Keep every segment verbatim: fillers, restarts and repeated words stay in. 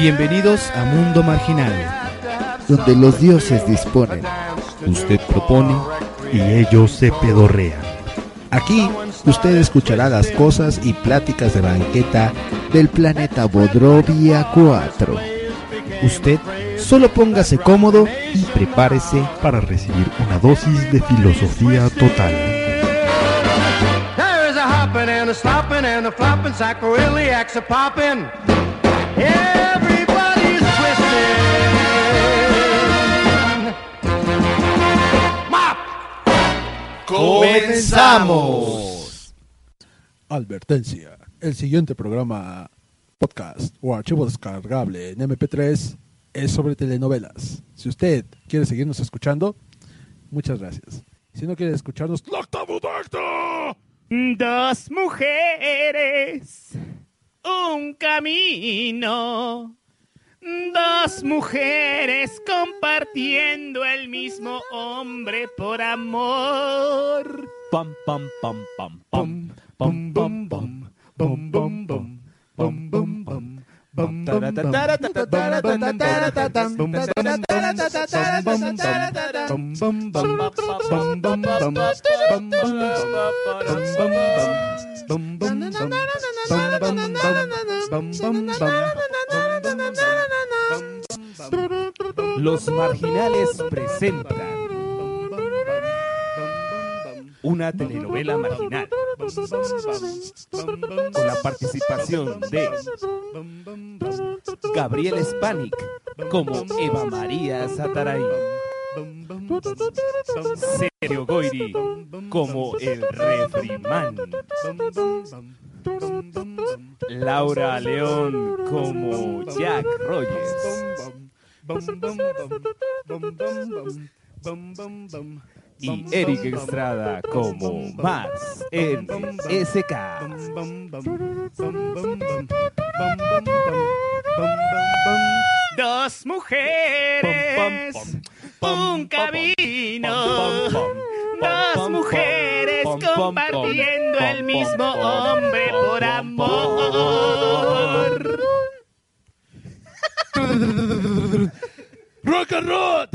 Bienvenidos a Mundo Marginal, donde los dioses disponen, usted propone y ellos se pedorrean. Aquí usted escuchará las cosas y pláticas de banqueta del planeta Bodrovia cuatro. Usted solo póngase cómodo y prepárese para recibir una dosis de filosofía total. There's a hopping and a slopping and a flopping, sacroiliacs a popping. Everybody's twisting. Mop. ¡Comenzamos! Advertencia, el siguiente programa, podcast o archivo descargable en eme pe tres es sobre telenovelas. Si usted quiere seguirnos escuchando, muchas gracias. Si no quiere escucharnos, ¡Lacta Budacta! Dos mujeres, un camino. Dos mujeres compartiendo el mismo hombre por amor. Pam pam pam pam pam pam pam pam pam pam pam pam pam pam. Los Marginales presentan una telenovela marginal con la participación de Gabriel Spanik como Eva María Zatarain, Sergio Goyri como el Refriman, Laura León como Jack Rogers y Eric Estrada como Mars N S K. Dos mujeres, un camino. Dos mujeres compartiendo el mismo hombre por amor. ¡Rock and roll!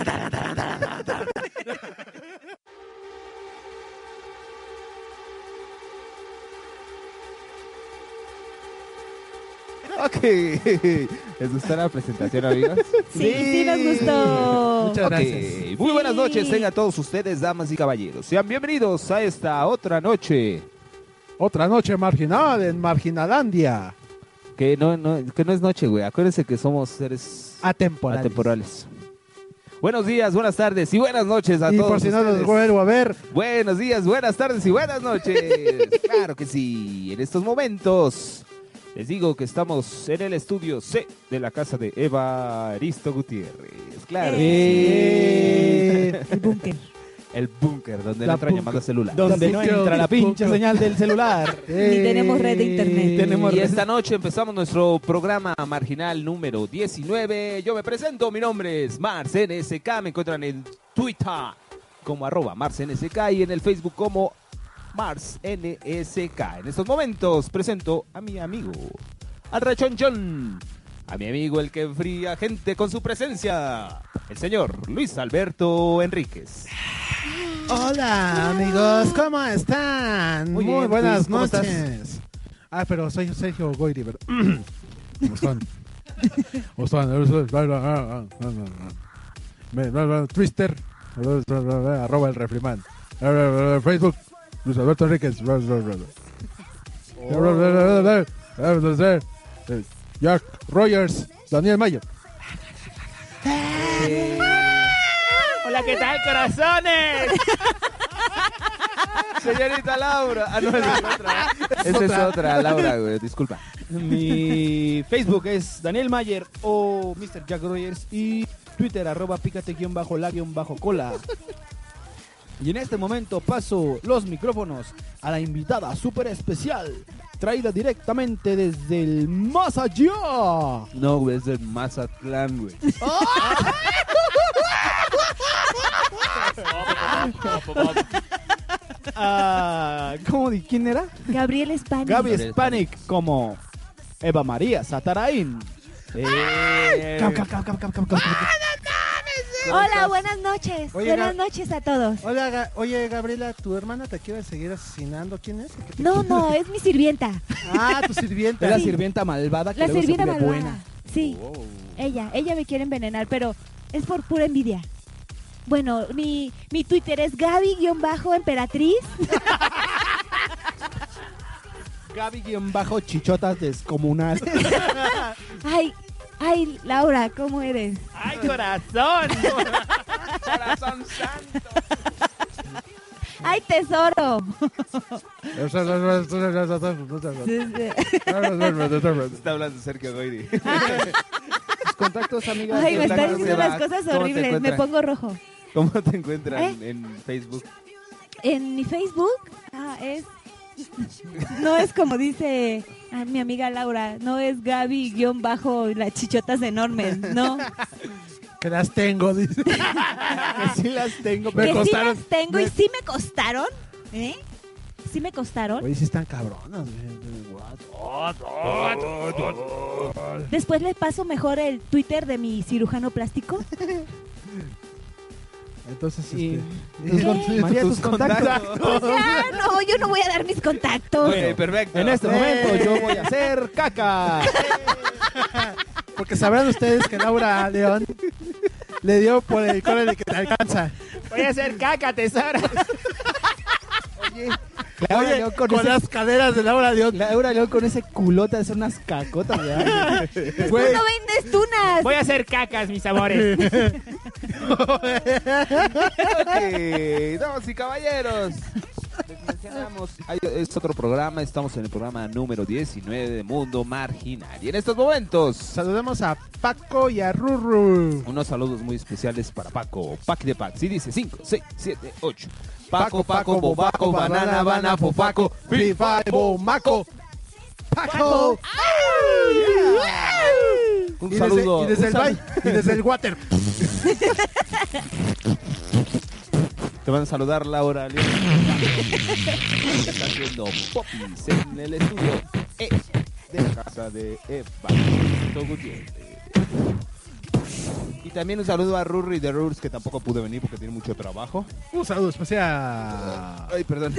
Ok, ¿les gustó la presentación, amigos? Sí, sí nos gustó. Muchas Okay. gracias. Muy buenas noches, tengan todos ustedes, damas y caballeros. Sean bienvenidos a esta otra noche Otra noche marginal en Marginalandia. que no, no, que no es noche, güey. Acuérdense que somos seres Atemporales. atemporales. Buenos días, buenas tardes y buenas noches a Y todos por si no ustedes. los vuelvo a ver, Buenos días, buenas tardes y buenas noches. Claro que sí. En estos momentos les digo que estamos en el estudio C de la casa de Eva Aristo Gutiérrez. Claro. que Eh, el búnker. sí. El búnker donde La no entra búnker. llamada celular. Donde no entra la pinche señal del celular. Ni tenemos red de internet. Tenemos Y esta noche empezamos nuestro programa marginal número diecinueve. Yo me presento, mi nombre es Mars N S K. Me encuentran en Twitter como arroba Mars N S K y en el Facebook como Mars N S K. En estos momentos presento a mi amigo, al rechonchón, a mi amigo el que enfría gente con su presencia, el señor Luis Alberto Enríquez. hola amigos, ¿cómo están? Muy Muy, bien, buenas Luis, ¿cómo noches. Ah, pero soy Sergio Goyri, pero... ¿Cómo están? ¿Cómo están? Me- me- me- Twitter, arroba el refriman. Facebook, Luis Alberto Enríquez. Jack Rogers, Daniel Mayer. Hola, ¿qué tal, corazones? Señorita Laura. Ah, no, esa es otra. Esa es otra, Laura, güey. Disculpa. Mi Facebook es Daniel Mayer o mister Jack Rogers y Twitter arroba pícate-la-cola. Y en este momento paso los micrófonos a la invitada súper especial, traída directamente desde el más allá. No, güey, es del Mazatlán, güey. Ah, ¿cómo di? ¿Quién era? Gabriel Spanik. Gaby Gabriel Spanik como Eva María Zatarain. Eh, Cam, cam, cam, cam, cam, cam, cam. Hola, buenas noches. Oye, buenas Ga- noches a todos. Hola, Ga- oye, Gabriela, ¿tu hermana te quiere seguir asesinando? ¿Quién es? ¿O qué te- No, no, es mi sirvienta. Ah, tu sirvienta. Es la Sí. sirvienta malvada que La luego se sirvienta pone malvada. buena. Sí, Wow. ella, ella me quiere envenenar, pero es por pura envidia. Bueno, mi, mi Twitter es Gaby-emperatriz. Gaby-chichotas descomunales. Ay, ay, Laura, ¿cómo eres? ¡Ay, corazón! Corazón santo. Ay, tesoro. Sí, sí. Está hablando Sergio Goyri. Tus contactos, amigas. Ay, me Hola, está ¿cómo diciendo te va? las cosas ¿Cómo te horribles, me encuentras? pongo rojo. ¿Cómo te encuentran ¿Eh? en Facebook? En mi Facebook ah, es... No es como dice ah, mi amiga Laura, no es Gaby guión bajo las chichotas enormes, no. Que las tengo, dice. Que sí las tengo, Me que costaron- sí las tengo me- y sí me costaron, ¿eh? Sí me costaron. Oye, sí están cabronas. güey. Después les paso mejor el Twitter de mi cirujano plástico. Entonces, Y- este... tus con- Sí, María, tus contactos. Ah, no, yo no voy a dar mis contactos. Ok, perfecto. En este momento yo voy a hacer caca. Porque sabrán ustedes que Laura León le dio por el córrele que te alcanza. Voy a hacer caca, tesoro. Laura Oye, León con, con ese, las caderas de Laura León. Laura León con ese culote de hacer unas cacotas de aire. Tú no vendes tunas. Voy a hacer cacas, mis amores. Ok, damas y caballeros. Les mencionamos, hay- es otro programa, estamos en el programa número diecinueve de Mundo Marginal. Y en estos momentos, Saludemos a Paco y a Ruru. unos saludos muy especiales para Paco, Pac de Pac. Sí dice cinco, seis, siete, ocho. Paco, Paco, Bobaco, Banana, Banana, Fofaco, FIFA, Bomaco. Paco. Un Y desde, saludo. y desde un el sal- bay, y desde el water. Te van a saludar Laura León. Está haciendo popis en el estudio E de la casa de Eva Gutiérrez. Y también un saludo a Rurri de Rurs, que tampoco pude venir porque tiene mucho trabajo. Un saludo especial. Ay, perdón.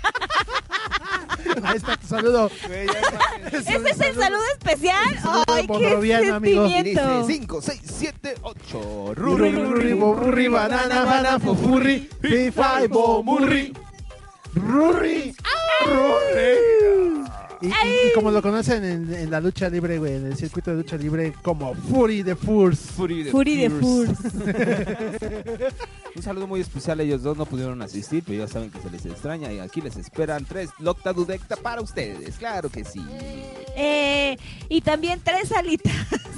Ahí está tu saludo. ¿Ese es el saludo especial? saludo Ay, qué bodroviano, amigo. Y dice sentimiento. cinco, seis, siete, ocho. Rurri, rurri, boburri, banana, banana, fofurri, FIFA, bomurri. Rurri. Rurri. Y, y- y como lo conocen en, en la lucha libre, güey, en el circuito de lucha libre, como Fury de Force. Fury de Fury de Fierce. Furs. Un saludo muy especial, ellos dos no pudieron asistir, pero ya saben que se les extraña y aquí les esperan tres Locta Dudecta para ustedes, claro que sí. Eh, y también tres alitas.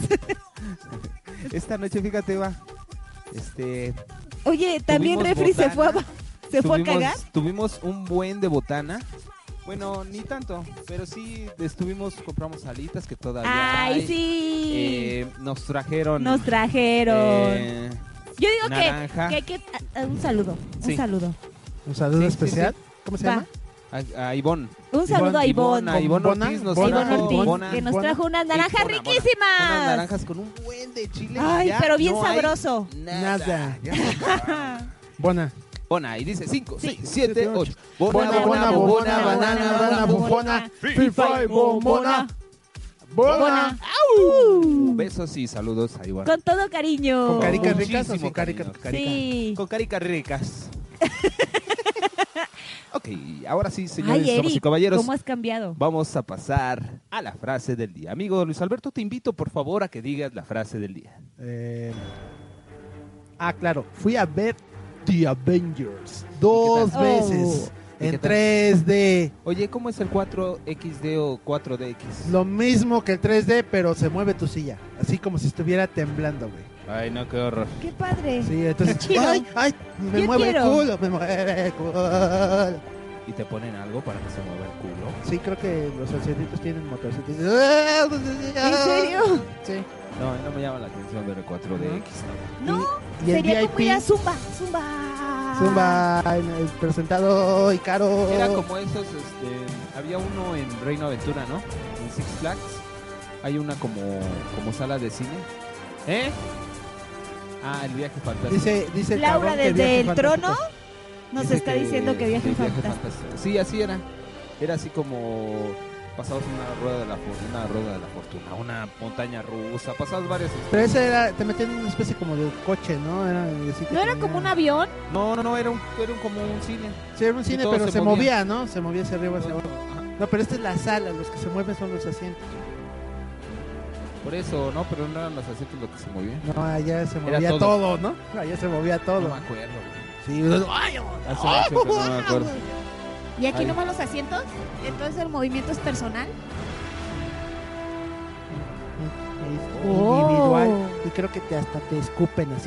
Esta noche, fíjate, va, este, Oye, también Tuvimos Refri se botana. fue, a, se fue a tuvimos, cagar. tuvimos un buen de botana. Bueno, ni tanto, pero sí estuvimos, compramos alitas que todavía Ay, hay. sí. Eh, nos trajeron. Nos trajeron. eh, Yo digo que, naranja. que hay que... ah, un saludo, Sí. un saludo. Un saludo Sí, sí, especial. ¿Cómo se Va. llama? a, a Ivonne. Un saludo a Ivonne. A Ivonne Bona, Ortiz nos Bona, Ivonne trajo Ortiz, Bona. que nos Bona. trajo unas naranjas Bona, Bona. riquísimas. Unas naranjas con un buen de chile. Ay, ya pero bien no hay sabroso. Nada. Nada. Ya. Bona. Bona, y dice cinco, Sí. seis, siete, ocho. Bona, bona, bobona, banana, banana, bufona, FIFA, bombona. Bona. ¡Au! Besos y saludos a Ivonne. Con todo cariño. Con caricas ricas o Muchísimo sin caricas. cariño, carica- Sí. Con caricas ricas. Ok, ahora sí, señores, Ay, damas y Eric, caballeros. ¿cómo has cambiado? Vamos a pasar a la frase del día. Amigo Luis Alberto, te invito por favor a que digas la frase del día. Eh, ah, claro. Fui a ver The Avengers dos tal? veces. ¿Y qué En tal? tres D. Oye, ¿cómo es el cuatro equis de o cuatro D X? Lo mismo que el tres D, pero se mueve tu silla. Así como si estuviera temblando, güey. Ay, no, qué horror. Qué padre. Sí, entonces. Chido. ¡Ay, ay! Me Yo mueve quiero. el culo, me mueve el culo. ¿Y te ponen algo para que se mueva el culo? Sí, creo que los ancianitos tienen motorcitos. ¿En serio? Sí. No, no me llama la atención ver el cuatro D X. No, Y el sería como ir a V I P, Zumba. Zumba. Zumba, el presentado y caro. Era como esos, este, había uno en Reino Aventura, ¿no? En Six Flags. Hay una como, como sala de cine. ¿Eh? Ah, el viaje fantástico. Dice, dice el Laura cabrón que desde Viaje el Fantástico. trono nos Dice está que- diciendo que viaje sí, fantástico. Sí, así era. Era así como pasados una rueda de la fortuna, una rueda de la fortuna, una montaña rusa, pasados varias. Pero ese era, te metían en una especie como de coche, ¿no? Era, así que ¿No era tenía- como un avión? No, no, no, era un, era un como un cine. Sí, era un cine, Y todo pero se se, movía. movía, ¿no? Se movía hacia arriba, hacia abajo. Ajá. No, pero esta es la sala, los que se mueven son los asientos. Por eso, no, pero no eran los asientos lo que se movía. No, allá se Era movía todo. todo. ¿no? Allá se movía todo. No me acuerdo, güey. Sí, ¡ay! Hace mucho que no me acuerdo. ¿Y aquí Ay. nomás los asientos? Entonces el movimiento es personal. Es individual. Y creo que te, hasta te escupen así.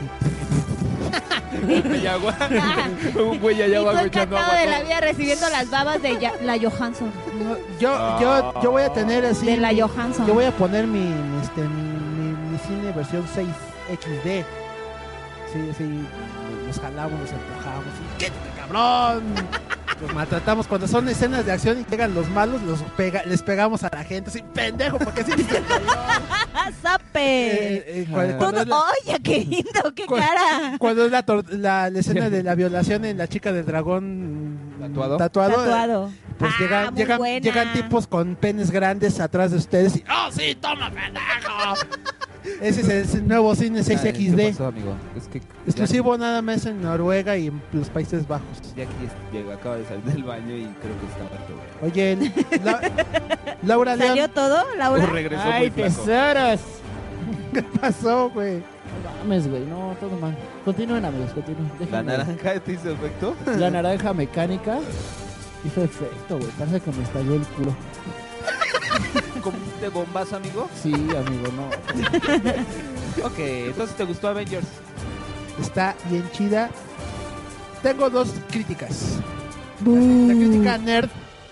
Y agua. Un güey Y allá tú abajo echando encantado agua. de la todo. vida recibiendo las babas de Ya- la Johansson. No, yo, yo, yo voy a tener así. De la mi- Johansson. Yo voy a poner mi, mi, este, mi, mi, mi cine versión seis equis de. Sí, sí. Nos jalamos, nos empujamos. Y, ¡quítate, cabrón! Los maltratamos cuando son escenas de acción y llegan los malos, los pega, les pegamos a la gente. Así, pendejo, porque así dice el color. ¡Ah, zape! Eh, eh, cuando, cuando Todo- es la, ¡Oye, qué lindo! ¡Qué cu- cara! cuando es la, tor- la, la escena de la violación en la chica del dragón ¿Tatuado? tatuado, Tatuado. pues Ah, llegan, muy llegan, buena. llegan tipos con penes grandes atrás de ustedes y ¡oh, sí, toma, pendejo! Ese es el, es el nuevo cine seis Ay, equis ¿qué de. pasó, amigo? Es que Exclusivo nada más en Noruega y en los Países Bajos. Ya, ya aquí es- llegó, acaba de salir del baño y creo que está muerto, güey. Oye, La- Laura ¿Salió León, todo, Laura? Regresó ¡Ay, muy flaco. tesoros! ¿qué pasó, güey? Mames, güey, no, todo mal. Continúen, amigos, continúen. ¿La Déjenme- naranja te hizo efecto? La naranja mecánica hizo efecto, güey. Parece que me estalló el culo. ¿Comiste bombazo, amigo? Sí, amigo, no. Ok, entonces ¿te gustó Avengers? Está bien chida. Tengo dos críticas. La, la crítica nerd.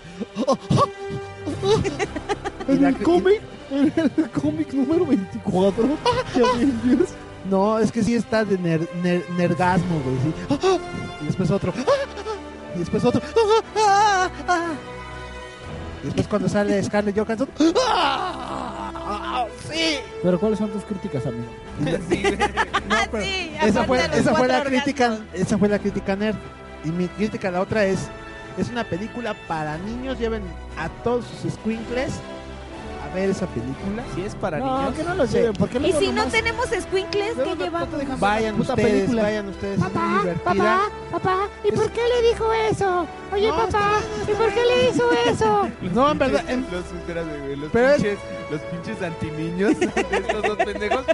Y En la el cri- cómic, en el cómic número veinticuatro de Avengers. No, es que sí está de ner, ner- nergasmo, güey. Sí. Y después otro. Y después otro. Y después cuando sale Scarlett Johansson. ¡Sí! Pero ¿cuáles son tus críticas, amigo? Sí, güey. No, Ah, pero sí, esa aparte fue, de los esa fue la cuatro crítica, orgasmos. esa fue la crítica nerd. Y mi crítica la otra es, es una película para niños, lleven a todos sus squinkles a ver esa película. Si es para No, niños. que no lo Sí. lleven, porque Y luego si no nomás- tenemos squinkles, luego ¿qué no- no te llevamos? dejan ver Vayan la puta ustedes, película. vayan ustedes, es muy divertida. papá, ¿y por qué le dijo eso? Oye, No, papá, ¿y por qué le hizo eso? No, en verdad, en- Los, espérate, güey, los Pero es- pinches, los pinches antiniños de estos dos pendejos.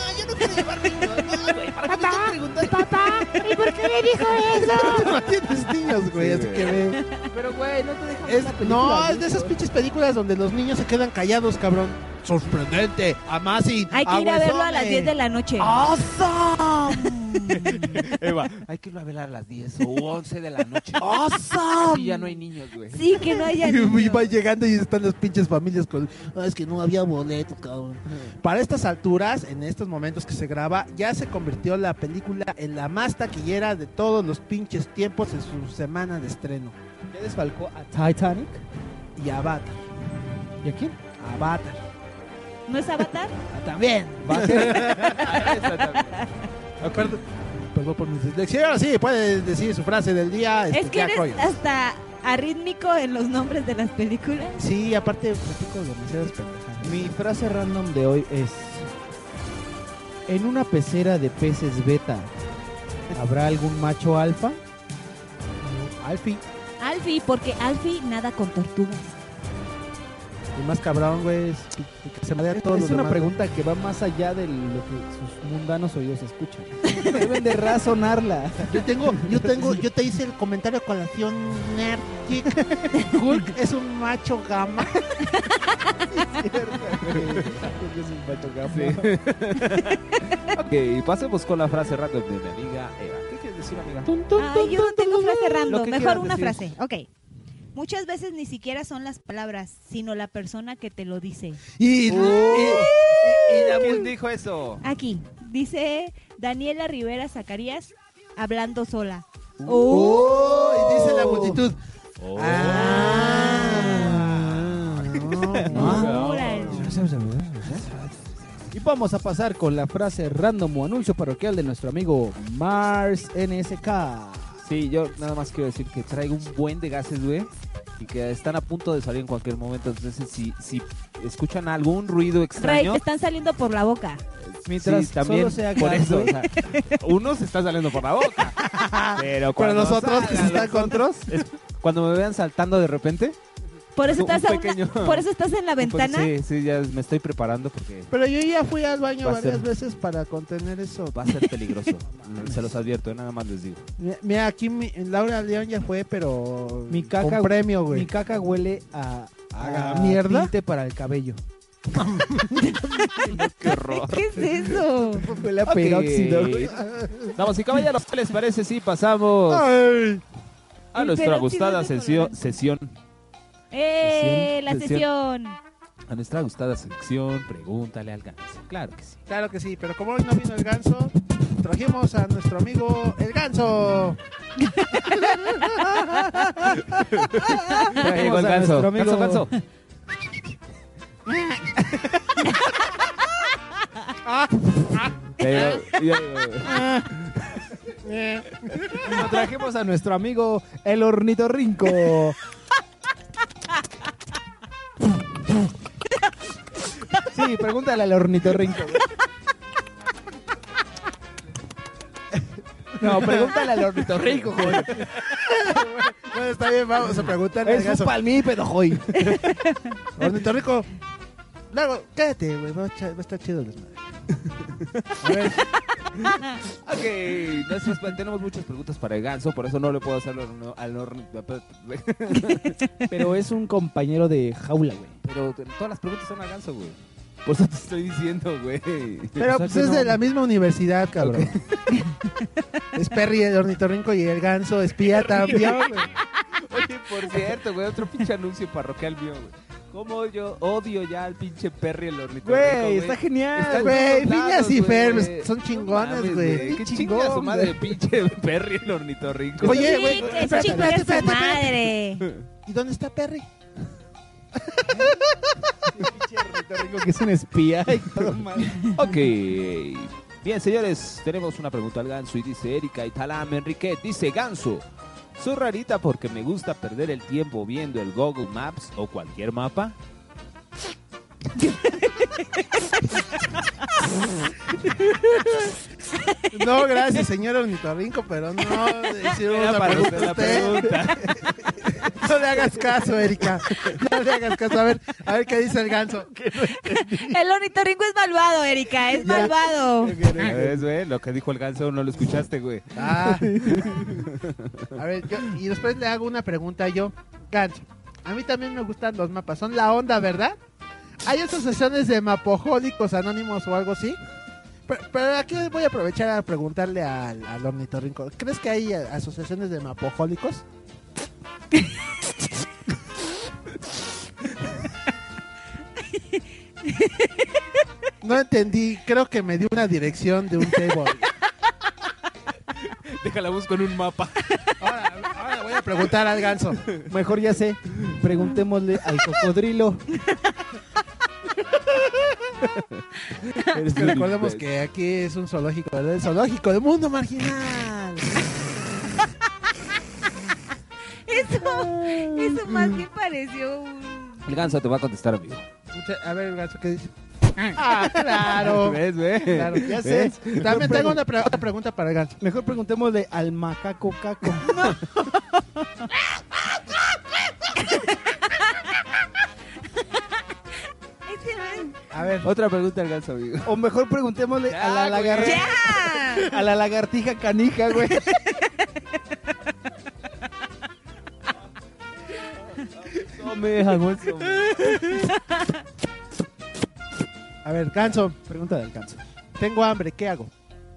Papá, papá, ¿y por qué le dijo eso? no tienes niños, güey, Sí, así güey. que ve. Pero, güey, no te dejan ver Es, la película, no, güey. es de esas pinches películas donde los niños se quedan callados, cabrón. Sorprendente, amazing. Hay que ir a verlo a las diez de la noche. Eva, hay que irlo a ver a las diez o once de la noche. Awesome. Y ya no hay niños, güey. Sí, que no haya Y niños. va llegando y están las pinches familias con... "Ah, es que no había boletos, cabrón. Para estas alturas, en estos momentos que se graba, ya se convirtió la película en la más taquillera de todos los pinches tiempos en su semana de estreno. Ya desfalcó a Titanic. Y Avatar. ¿Y a quién? Avatar. ¿No es Avatar? Ah, también. Esa también. Perdón, perdón por mi dislexia. Ahora sí, puede decir su frase del día. Es este, que Jack eres Rogers. hasta arrítmico en los nombres de las películas. Sí, aparte platico demasiadas pendejadas. Mi frase random de hoy es: en una pecera de peces beta, ¿habrá algún macho alfa? Alfie. Alfie, porque Alfie nada con tortugas. Y más cabrón, güey. es que- que se madea a todos Es los una demás. pregunta que va más allá de lo que sus mundanos oídos escuchan. Deben de razonarla. Yo tengo, yo tengo, yo te hice el comentario a colación nerd geek. Hulk es un macho gama. Ok, pasemos con la frase random de mi amiga Eva. ¿Qué quieres decir, amiga? Ay, yo no tengo frase Lo random. que Mejor quieras una decir. frase. Ok. Muchas veces ni siquiera son las palabras, sino la persona que te lo dice. Y, y- y- y la ¿Quién mul- dijo eso? Aquí, dice Daniela Rivera Zacarías, hablando sola. Oh, y dice la multitud. Oh. Ah, no, no. Órale. vamos a pasar con la frase random o anuncio parroquial de nuestro amigo Mars N S K. Sí, yo nada más quiero decir que traigo un buen de gases, güey, y que están a punto de salir en cualquier momento. Entonces, si, si escuchan algún ruido Ray, extraño, te están saliendo por la boca. Mientras sí, también solo sea por gas, eso, güey. o sea, unos están saliendo por la boca, pero cuando los otros que salgan están los otros, es cuando me vean saltando de repente. Por eso Un estás, a una- pequeño- por eso estás en la ventana. Sí, sí, ya me estoy preparando porque Pero yo ya fui al baño Va a varias ser- veces para contener eso. va a ser peligroso. Se los advierto, nada más les digo. Mira, Mira, aquí mi, Laura León ya fue, pero Mi caca, con premio, mi güey. caca huele a, ¿A a mierda? tinte para el cabello. Qué horror. ¿Qué es eso? Huele a Ok. peróxido, güey. Damas y caballeros, ¿qué les parece si pasamos Ay. a El nuestra peróxido gustada es de sesión, colorante. sesión? ¡Eh! La Sesión. sesión. A nuestra gustada sección, pregúntale al ganso. Claro que sí. Claro que sí, pero como hoy no vino el ganso, trajimos a nuestro amigo el ganso. Ya llegó el a ganso. nuestro amigo- Ganso, ganso. Ya llegó- ya llegó. Nos trajimos a nuestro amigo el ornitorrinco. Sí, pregúntale al ornitorrinco. güey. No, pregúntale al ornitorrinco, güey. Bueno, está bien, vamos a preguntarle al Es un ganso. palmípedo, joy. Ornitorrinco. Luego, quédate, güey, va a echar- va a estar chido el desmadre. A ver, Ok, nuestras- tenemos muchas preguntas para el ganso, por eso no le puedo hacer al- al horno. Pero es un compañero de jaula, güey. Pero todas las preguntas son al ganso, güey. Por eso te estoy diciendo, güey. pero pues es de la misma universidad, cabrón. Es Perry el ornitorrinco y el ganso espía también, güey. Oye, por cierto, güey, otro pinche anuncio parroquial mío, güey. ¿Cómo yo odio ya al pinche Perry el ornitorrinco, Güey, está genial. Está en Güey, todos Phineas lados, y güey. Ferb son chingones, No mames, güey. Qué Qué chinga su chingón, madre, güey. pinche Perry el ornitorrinco. Oye, Sí, güey, que espérate, chingue espérate, su espérate, madre. ¿Y dónde está Perry? Pinche ornitorrinco que es un espía y todo mal. Ok. Bien, señores, tenemos una pregunta al ganso y dice Erika Italam Enriquet. Dice Ganso, soy rarita porque me gusta perder el tiempo viendo el Google Maps o cualquier mapa. No, gracias, señor ornitorrinco, pero no hicimos Era la para pregunta usted la a usted. pregunta. No le hagas caso, Erika. No le hagas caso. A ver, a ver qué dice el ganso. El ornitorrinco es malvado, Erika, es malvado. ¿Ves, güey? Lo que dijo el ganso no lo escuchaste, güey. Ah. A ver, yo, y después le hago una pregunta yo. Ganso, a mí también me gustan los mapas. Son la onda, ¿verdad? ¿Hay asociaciones de mapojólicos anónimos o algo así? Pero, pero aquí voy a aprovechar a preguntarle al, al ornitorrinco. ¿Crees que hay eh, asociaciones de mapojólicos? No entendí. Creo que me dio una dirección de un table. Déjala busco en un mapa. Ahora, ahora voy a preguntar al ganso. Mejor ya sé, preguntémosle al cocodrilo. Es que recordemos que aquí es un zoológico, ¿verdad? El zoológico del mundo marginal. Eso, eso más bien pareció un... El ganso te va a contestar, amigo. A ver, el ganso, ¿qué dice? Ah, claro. ¿Ves, güey? Claro, ya sé. ¿Ves? También tengo una pre- otra pregunta para el ganso. Mejor preguntémosle al macaco caco. Ese no es- A ver, Otra pregunta al ganso, amigo. O mejor preguntémosle a la Ya, lagartija. ¡Ya! A la lagartija canija, güey. No me dejan eso. a ver, ganso, Pregunta de alcance. tengo hambre, ¿qué hago?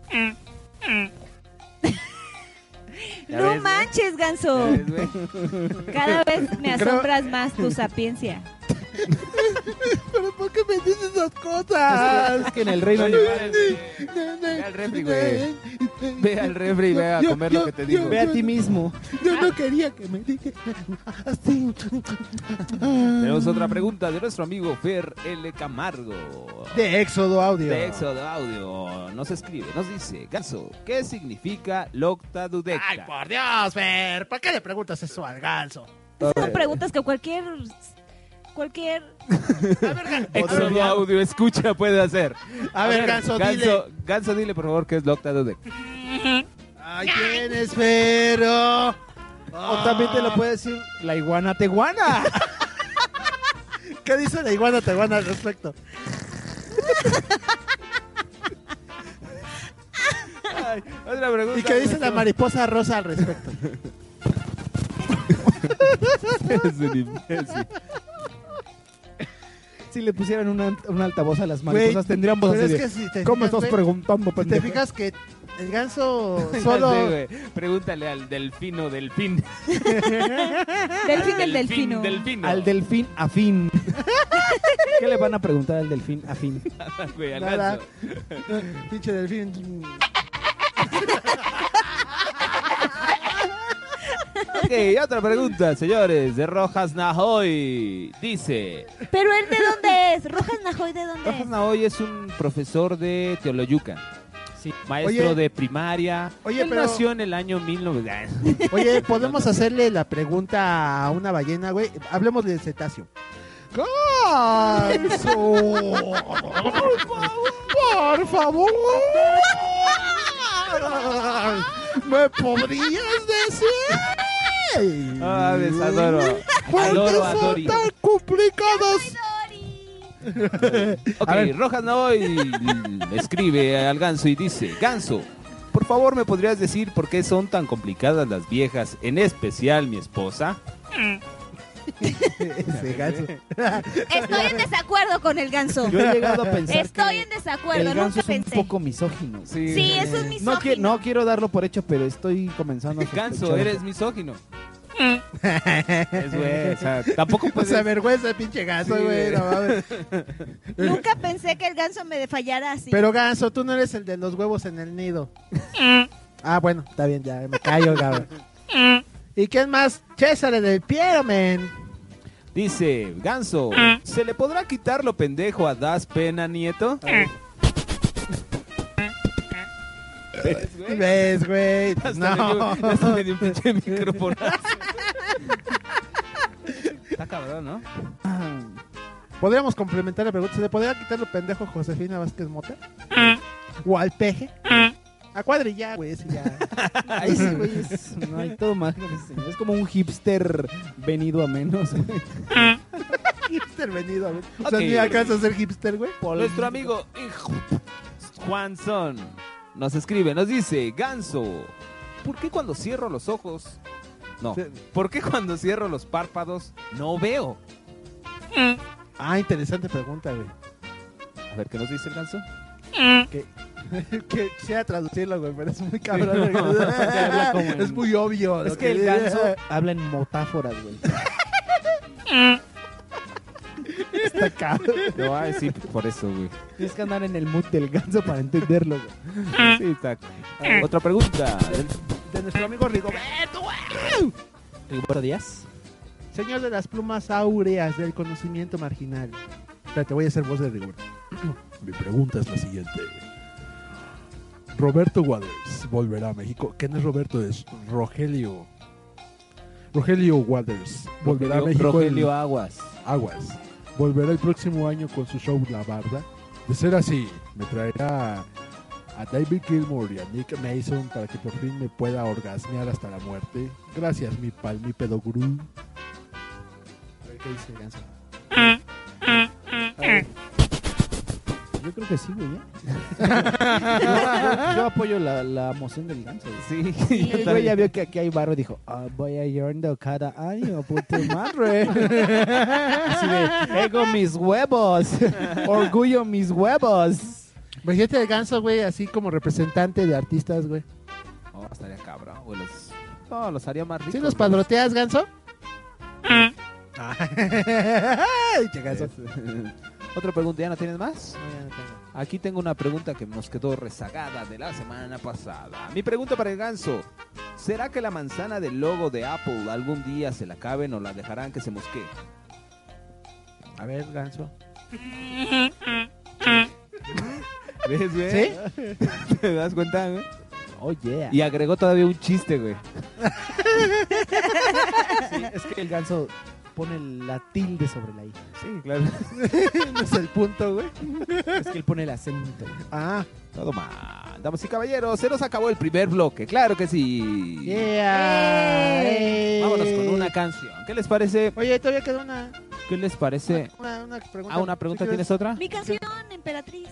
Ya No ves, manches, ganso. ¿Ves, güey? Cada vez me Creo- asombras más tu sapiencia. ¿Pero por qué me dices esas cosas? Es que en el reino Oye, animal. Ve al refri, güey. Ve al refri y ve a Yo- comer yo- lo que te yo- digo. Ve a ti mismo. Yo no quería que me dijeran así. Tenemos otra pregunta de nuestro amigo Fer L. Camargo. De Éxodo Audio. De Éxodo Audio. Nos escribe, nos dice, Ganso, ¿qué significa Locta Dudeca? Ay, por Dios, Fer. ¿Para qué le preguntas eso al ganso? Son preguntas que cualquier... Cualquier... A ver, gan- Éxodo Audio escucha puede hacer. A ver, Ganso, dile. Ganso, Ganso, dile por favor qué es Locta Dudeca. Ay, tienes, pero. O también te lo puede decir la iguana teguana. ¿Qué dice la iguana teguana al respecto? Ay, otra pregunta. ¿Y qué dice la mariposa rosa al respecto? Es un imbécil. Si le pusieran una, un altavoz a las mariposas, Güey, tendríamos pero así es de, que si te ¿cómo fijas, estás güey, preguntando, Si te pendejo? fijas que el ganso Ya solo. sé, güey. Pregúntale al delfino delfín. Delfín del delfino. Delfino. Al delfín afín. ¿Qué le van a preguntar al delfín afín? Güey, al Nada. ganso. Pinche delfín. Ok, otra pregunta, señores, de Rojas Nahoy. Dice, ¿Pero él de dónde es? ¿Rojas Najoy de dónde Rojas es? Nahoy es un profesor de Teoloyucan. Sí. Maestro Oye. de primaria. Oye, Él pero- nació en el año mil novecientos. Oye, ¿podemos hacerle la pregunta a una ballena, güey? Hablemos del cetáceo. ¡Ganso! ¡Por favor! ¿Me podrías decir? Ah, les adoro. ¿Cuántas Adoro, son adori. tan complicadas? Ok, A ver. Rojas Nahoy escribe al Ganso y dice, Ganso, por favor me podrías decir por qué son tan complicadas las viejas, en especial mi esposa. Ese ganso. Estoy en desacuerdo con el ganso. Yo he llegado a pensar Estoy que en desacuerdo, el ganso nunca es un pensé. poco misógino. Sí, es un misógino. No, qui- no quiero darlo por hecho, pero estoy comenzando a Ganso, sospechar. eres misógino. Es güey, o sea, tampoco Pues puedes... se avergüenza el pinche ganso, Sí, güey. güey. No mames. Nunca pensé que el ganso me fallara así. Pero ganso, tú no eres el de los huevos en el nido. Ah, bueno, está bien, ya me callo, cabrón. ¿Y quién más? César del Piero, men. Dice, Ganso, ¿se le podrá quitar lo pendejo a Das Pena Nieto? ¿Ves, güey? ¿Ves, güey? Hasta No. le dio- hasta le dio un pinche micrófono. Está cabrón, ¿no? Podríamos complementar la pregunta. ¿Se le podría quitar lo pendejo a Josefina Vázquez Mota? ¿O al peje? A cuadrilla, güey, ese ya. Ahí sí, güey, es- no hay todo más. Es como un hipster venido a menos. güey. Hipster venido, a ver. O sea, Ok. ni alcanza a ser hipster, güey. Nuestro amigo Juanson nos escribe, nos dice, Ganso, ¿por qué cuando cierro los ojos? No, ¿por qué cuando cierro los párpados no veo? Ah, interesante pregunta, güey. A ver, ¿qué nos dice el Ganso? Que, que quisiera traducirlo, güey, pero es muy cabrón. No, güey. porque habla como en- Es muy obvio. Es lo que el dice. ganso habla en metáforas, güey. Está cabrón. Lo va a decir por eso, güey. Tienes que andar en el mood del ganso para entenderlo, güey. Sí, está. Otra pregunta. De nuestro amigo Rigoberto, güey. Rigoberto Díaz. Señor de las plumas áureas del conocimiento marginal. Espérate, voy a hacer voz de Rigoberto. Mi pregunta es la siguiente. Roberto Waters volverá a México. ¿Quién es Roberto? Es Rogelio. Rogelio Waters volverá a México. Rogelio el- Aguas. Aguas. Volverá el próximo año con su show La Barda. De ser así, me traerá a David Gilmour y a Nick Mason para que por fin me pueda orgasmear hasta la muerte. Gracias, mi palmípedo gurú. A ver qué dice el ganso. A ver. Yo creo que sí, güey. ¿ya? yo, yo- yo apoyo la, la moción del ganso. güey. Sí, El güey ya vio que aquí hay barro y dijo, ah, voy a llorando cada año, puta madre. Así de, ego mis huevos, orgullo mis huevos. Imagínate el ganso, güey, así como representante de artistas, güey. Oh, estaría cabrón, güey. Los... No, los haría más ricos. ¿Sí los güey. padroteas, ganso? Ay, che, Ganso. Otra pregunta, ¿ya no tienes más? No, ya no tengo. Aquí tengo una pregunta que nos quedó rezagada de la semana pasada. Mi pregunta para el Ganso: ¿será que la manzana del logo de Apple algún día se la acaben o la dejarán que se mosquee? A ver, Ganso. ¿Ves, güey? ¿Sí? ¿Te das cuenta, güey? Oh, yeah. Y agregó todavía un chiste, güey. Sí, es que el Ganso pone la tilde sobre la I. Sí, claro. No es el punto, güey. Es que él pone el acento. Ah, Todo mal. Damas y caballeros, se nos acabó el primer bloque. Claro que sí. yeah. Eh. Vámonos con una canción. ¿Qué les parece? Oye, todavía queda una, ¿Qué les parece? una, una pregunta. Ah, una pregunta. ¿Sí ¿Tienes otra? Mi canción, Emperatriz.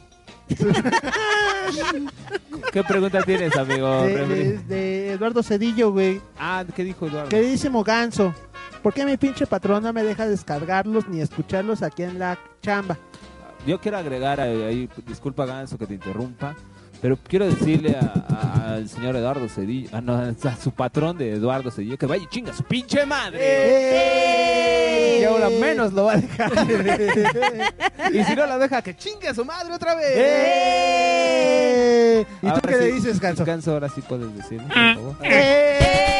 ¿Qué pregunta tienes, amigo? De, de- de Eduardo Cedillo, güey. Ah, ¿qué dijo Eduardo? Queridísimo Ganso, ¿por qué mi pinche patrón no me deja descargarlos ni escucharlos aquí en la chamba? Yo quiero agregar ahí, disculpa Ganso que te interrumpa, pero quiero decirle a- a- al señor Eduardo Cedillo, ah, no, a su patrón de Eduardo Cedillo, que vaya y chinga su pinche madre. ¡Eh! Y ahora menos lo va a dejar. Y si no la deja, que chingue a su madre otra vez. ¡Eh! ¿Y tú Ahora qué le sí, dices, Ganso? Ganso, ahora sí puedes decirlo, por favor. ¡Eh!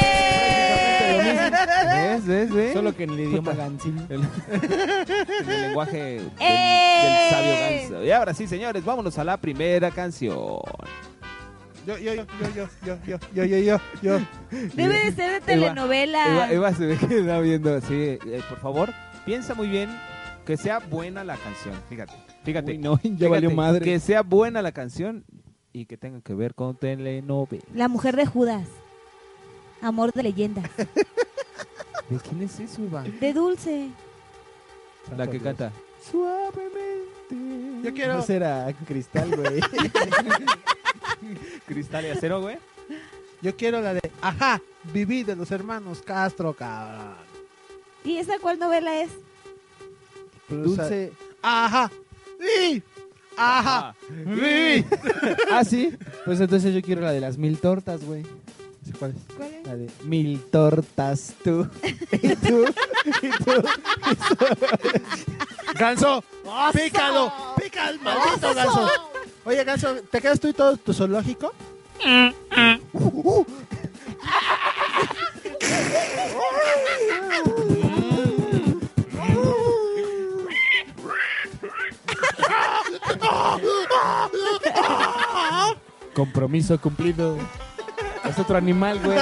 ¿Ves? ¿Ves? ¿Ves? Solo que en el idioma gansil. El- en el lenguaje del, ¡Eh! del sabio Ganso. Y ahora sí, señores, vámonos a la primera canción. Yo, yo, yo, yo, yo, yo, yo, yo, yo, yo, yo. Debe de ser de Eva, telenovela. Eva se me queda viendo así. eh, por favor, piensa muy bien que sea buena la canción. Fíjate, fíjate. Uy, no, ya fíjate, valió madre. Que sea buena la canción y que tenga que ver con telenovela. La mujer de Judas. Amor de leyenda. ¿De quién es eso, Eva? De Dulce. La que canta. Yo quiero. No será Cristal, güey. Cristal y acero, güey. Yo quiero la de Ajá, Viví de los hermanos Castro, cabrón. ¿Y esa cuál novela es? Dulce. Ajá, sí, ajá, Sí. Ah, sí. Pues entonces yo quiero la de las mil tortas, güey. ¿Cuál es? ¿Cuál es? La de mil tortas tú. Y tú. Y tú. Ganso, pícalo, pica el maldito Ganso. Oye, Ganso, ¿te quedas tú y todo tu zoológico? Compromiso cumplido. Es otro animal, güey.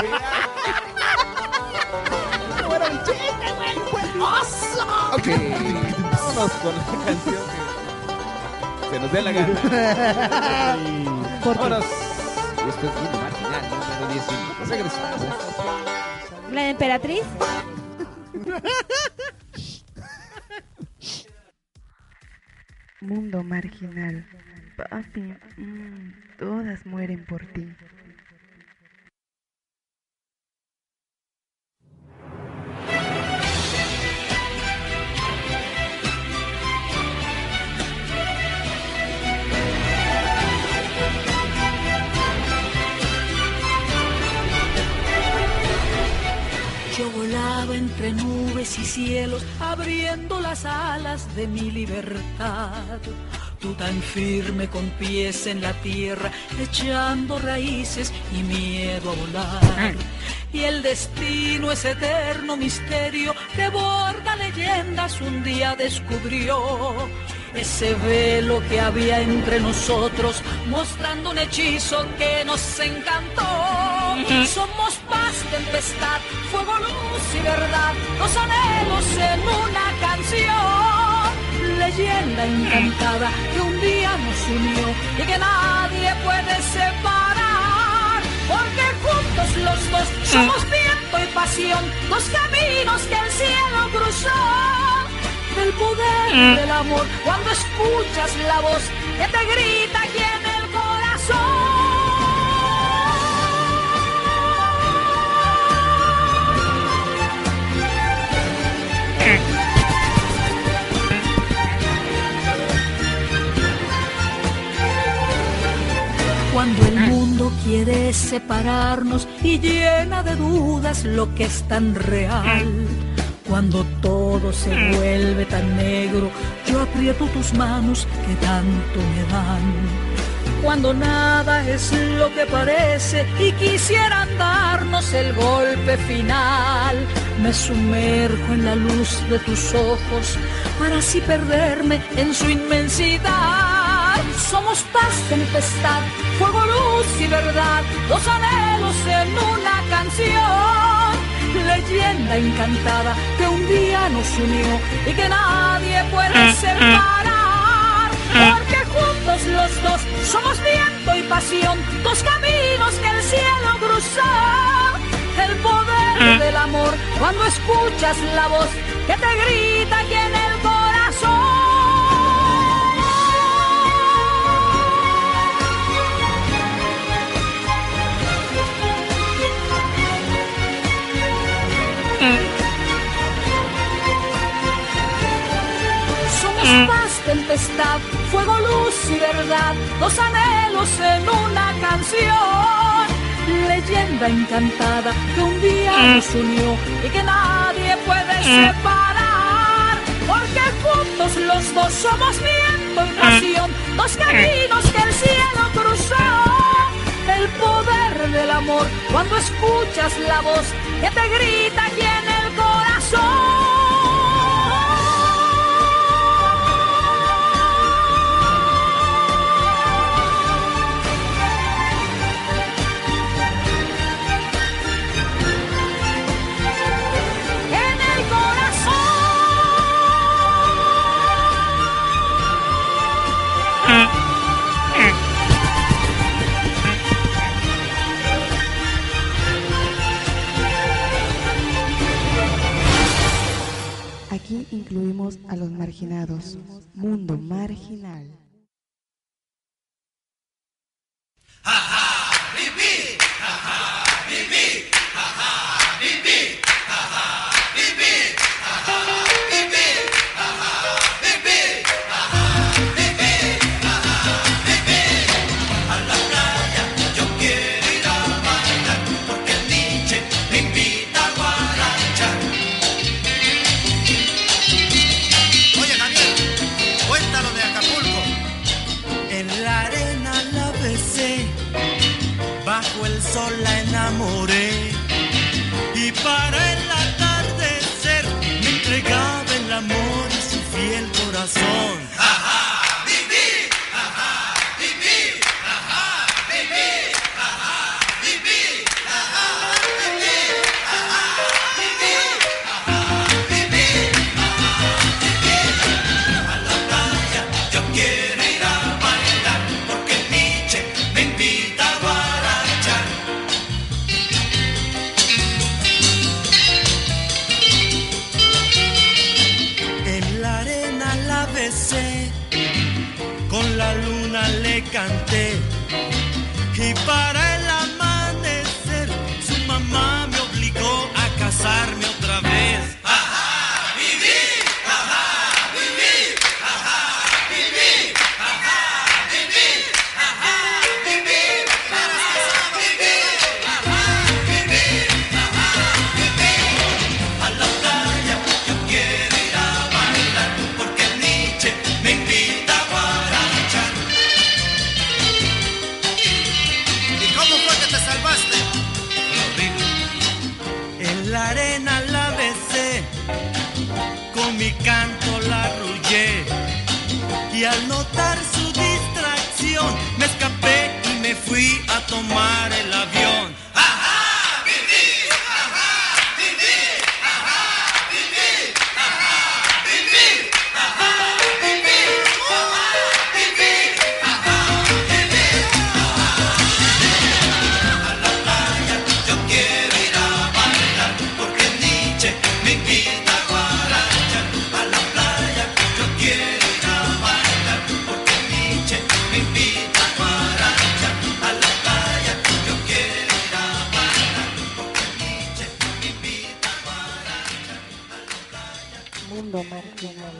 Ok. Vámonos con la canción que se nos dé la gana. Vámonos. Y esto es Mundo Marginal, número diecinueve. Regresamos. ¿La de Emperatriz? Mundo marginal. Papi, mm, todas mueren por ti. Yo volaba entre nubes y cielos, abriendo las alas de mi libertad. Tú tan firme con pies en la tierra, echando raíces y miedo a volar. Y el destino, ese eterno misterio que borda leyendas, un día descubrió ese velo que había entre nosotros, mostrando un hechizo que nos encantó. Somos paz, tempestad, fuego, luz y verdad, los anhelos en una canción. Leyenda encantada que un día nos unió y que nadie puede separar. Porque juntos los dos somos viento y pasión, dos caminos que el cielo cruzó. Del poder del amor, cuando escuchas la voz que te grita aquí en el corazón. Cuando el mundo quiere separarnos y llena de dudas lo que es tan real. Cuando todo se vuelve tan negro, yo aprieto tus manos que tanto me dan. Cuando nada es lo que parece y quisieran darnos el golpe final, me sumerjo en la luz de tus ojos para así perderme en su inmensidad. Somos paz, tempestad, fuego, luz y verdad, dos anhelos en una canción, leyenda encantada que un día nos unió y que nadie puede separar, porque juntos los dos somos viento y pasión, dos caminos que el cielo cruzó. El poder del amor cuando escuchas la voz que te grita aquí en el corazón. Somos paz, tempestad, fuego, luz y verdad, dos anhelos en una canción, leyenda encantada que un día nos unió y que nadie puede separar, porque juntos los dos somos viento y pasión, dos caminos que el cielo cruzó. El poder del amor cuando escuchas la voz que te grita aquí en el corazón. Aquí incluimos a los marginados. Mundo marginal. La enamoré y para el atardecer me entregaba el amor y su fiel corazón. Ajá, viví, ajá, viví, ajá, viví, ajá, viví, ajá, viví, ajá, viví, ajá, viví, ajá, viví. A la playa yo quiero ir a bailar porque Nietzsche me invita a guarachar. Con la luna le canté y para el amanecer su mamá me obligó a casarme otra vez. Ajá, viví, ajá, viví, ajá, viví, ajá, viví, ajá, viví, ajá, viví, ajá, viví, ajá, viví. A la playa yo quiero ir a bailar porque Nietzsche me invita a guarachar. ¿Y cómo fue que te salvaste? En la arena la besé, con mi canto la arrullé, y al notar su distracción me escapé y me fui a tomar el avión. ¡Ajá! ¡Viví! ¡Ajá! ¡Viví! ¡Ajá! ¡Viví! ¡Ajá! ¡Viví! ¡Ajá! ¡Viví! ¡Ajá! ¡Viví! ¡Ajá! ¡Viví! ¡Ajá! A la playa yo quiero ir a bailar porque Nietzsche me invita a guarachar. A la playa yo quiero ir a bailar porque Nietzsche me invita a guarachar. A la playa yo quiero ir a bailar porque Nietzsche me invita a guarachar. A la playa. Mundo marginal.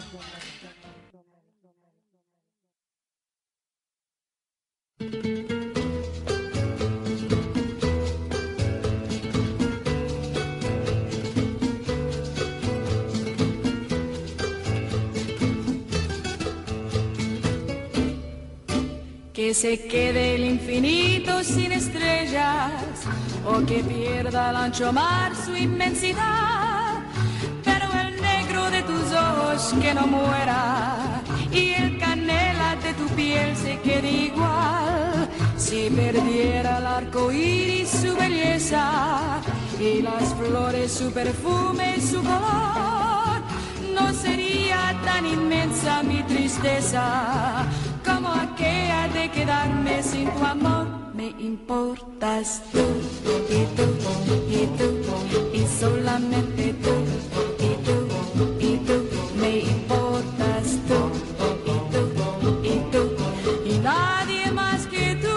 que se quede el infinito sin estrellas o que pierda el ancho mar su inmensidad. Pero el negro de tus ojos que no muera y el canela de tu piel se quede igual. Si perdiera el arco iris su belleza y las flores su perfume y su color, no sería tan inmensa mi tristeza como aquella de quedarme sin tu amor. Me importas tú, y tú, y tú, y solamente tú, y tú, y tú, me importas tú, y tú, y tú, y nadie más que tú.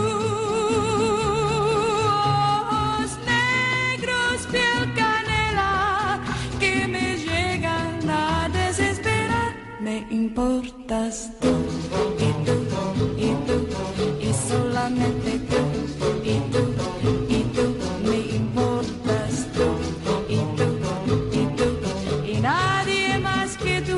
Ojos negros, piel canela, que me llegan a desesperar. Me importas tú, y tú, y tú, y solamente tú, y tú, y tú, me importas tú, y tú, y tú, y nadie más que tú.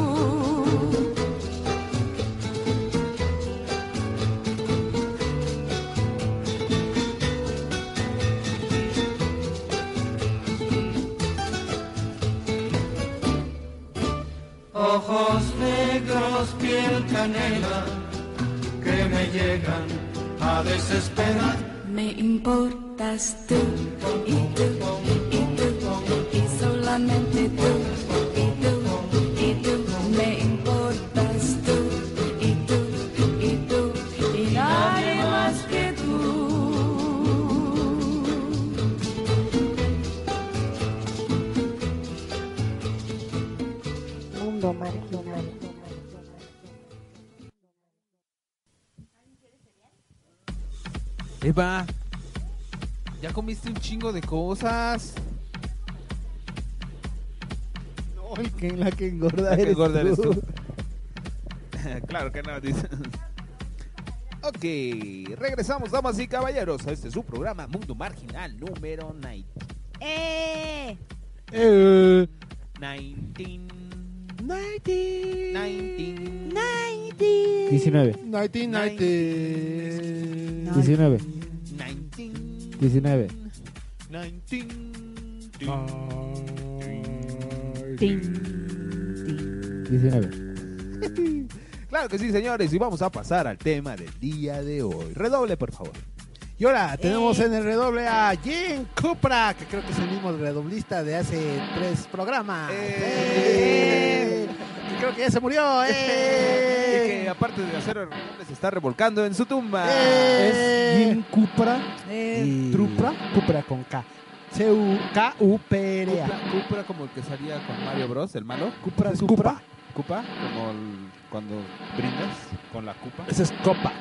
Ojos negros, piel canela, que me llegan a desesperar. Me importas tú, y tú, y tú, y solamente tú, y tú, y tú, me importas tú, y tú, y tú, y nadie más que tú. Mundo marginal. Eva, ya comiste un chingo de cosas. No, el que, la que engorda La que eres engorda eres tú. tú. Claro que no, dice. Ok, regresamos, damas y caballeros, a este es su programa Mundo Marginal número noventa. ¡Eh! Eh, diecinueve. Nineteen. diecinueve. nineteen ninety. diecinueve. diecinueve. diecinueve. diecinueve. Claro que sí, señores, y vamos a pasar al tema del día de hoy. Redoble, por favor. Y ahora tenemos en el redoble a Jim Cupra, que creo que es el mismo redoblista de hace tres programas. ¡Eh! Que creo que ya se murió. Y ¡Eh! que aparte de hacer redoble se está revolcando en su tumba. ¡Eh! Es Jim Cupra. Y- Trupra. Cupra con K. C U K U P R A. Cupra, Cupra como el que salía con Mario Bros, el malo. Cupra Es es Cupra. Cupra. Cupa, como el- cuando brindas con la cupa. Esa es Copa.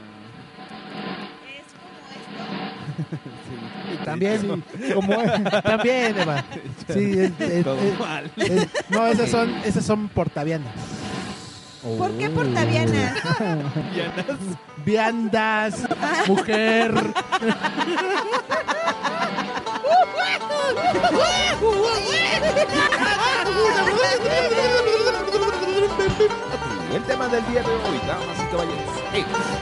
Sí. También, Sí. como también, Eva. Sí, es- es- Todo es- mal. es- no, esas son, esas son portaviandas. ¿Por qué portavianas? Vianas. Viandas, mujer. El tema del día de hoy, damas y caballeros, es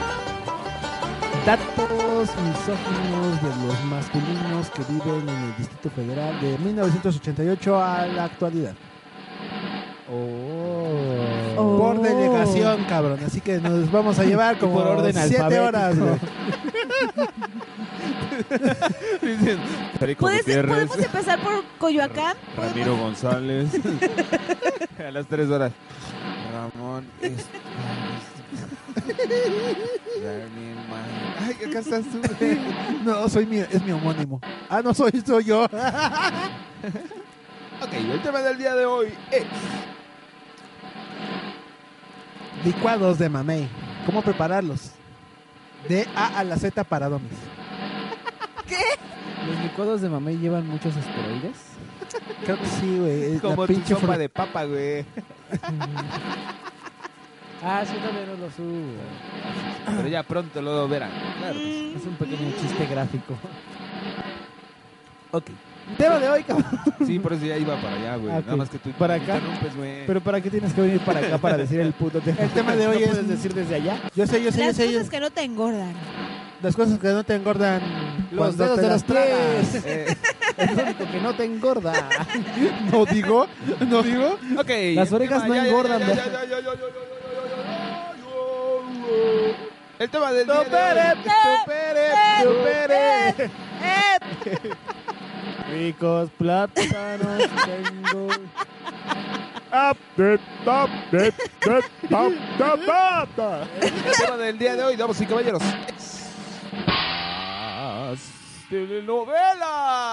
Datos misóginos de los masculinos que viven en el Distrito Federal de mil novecientos ochenta y ocho a la actualidad. Oh. Por delegación, cabrón. Así que nos vamos a llevar como Por orden siete alfabético. horas, güey. Dicen, Federico ¿Puedes- Gutiérrez, ¿Podemos empezar por Coyoacán? Ramiro González. A las tres horas. Ramón. es- Daniel Ma- Ay, acá estás tú. No, soy mi, es mi homónimo. Ah, no, soy, soy yo. Ok, el tema del día de hoy es Licuados de mamey. ¿Cómo prepararlos? De A a la Z para domis. ¿Los licuados de mamey llevan muchos esteroides? Creo que sí, güey. como La tu pinche sopa fru- de papa, güey. Ah, sí, también no lo subo. Pero ya pronto lo verán. Claro que sí. Es un pequeño chiste gráfico. Ok. El tema de hoy, cabrón. Sí, por eso ya iba para allá, güey. Ah, ok. Nada más que tú Para me acá. interrumpes, güey. Pero ¿para qué tienes que venir para acá para decir el puto tema? El tema de hoy ¿No es- puedes decir desde allá? Yo sé, yo sé, yo Las sé. yo- cosas que no te engordan. Las cosas que no te engordan. Los cuando dedos te de las los pies. tragas. Eh, Es lo único que no te engorda. No digo, no digo. ok. Las el orejas tema- no ya, ya, engordan, ya, ¿no? ya, ya, ya, ya, ya, ya, ya, ya, ya. El tema del día de hoy. ¡Supere! ¡Supere! Ricos plátanos tengo. El tema del día de hoy, damas y caballeros. Las telenovelas.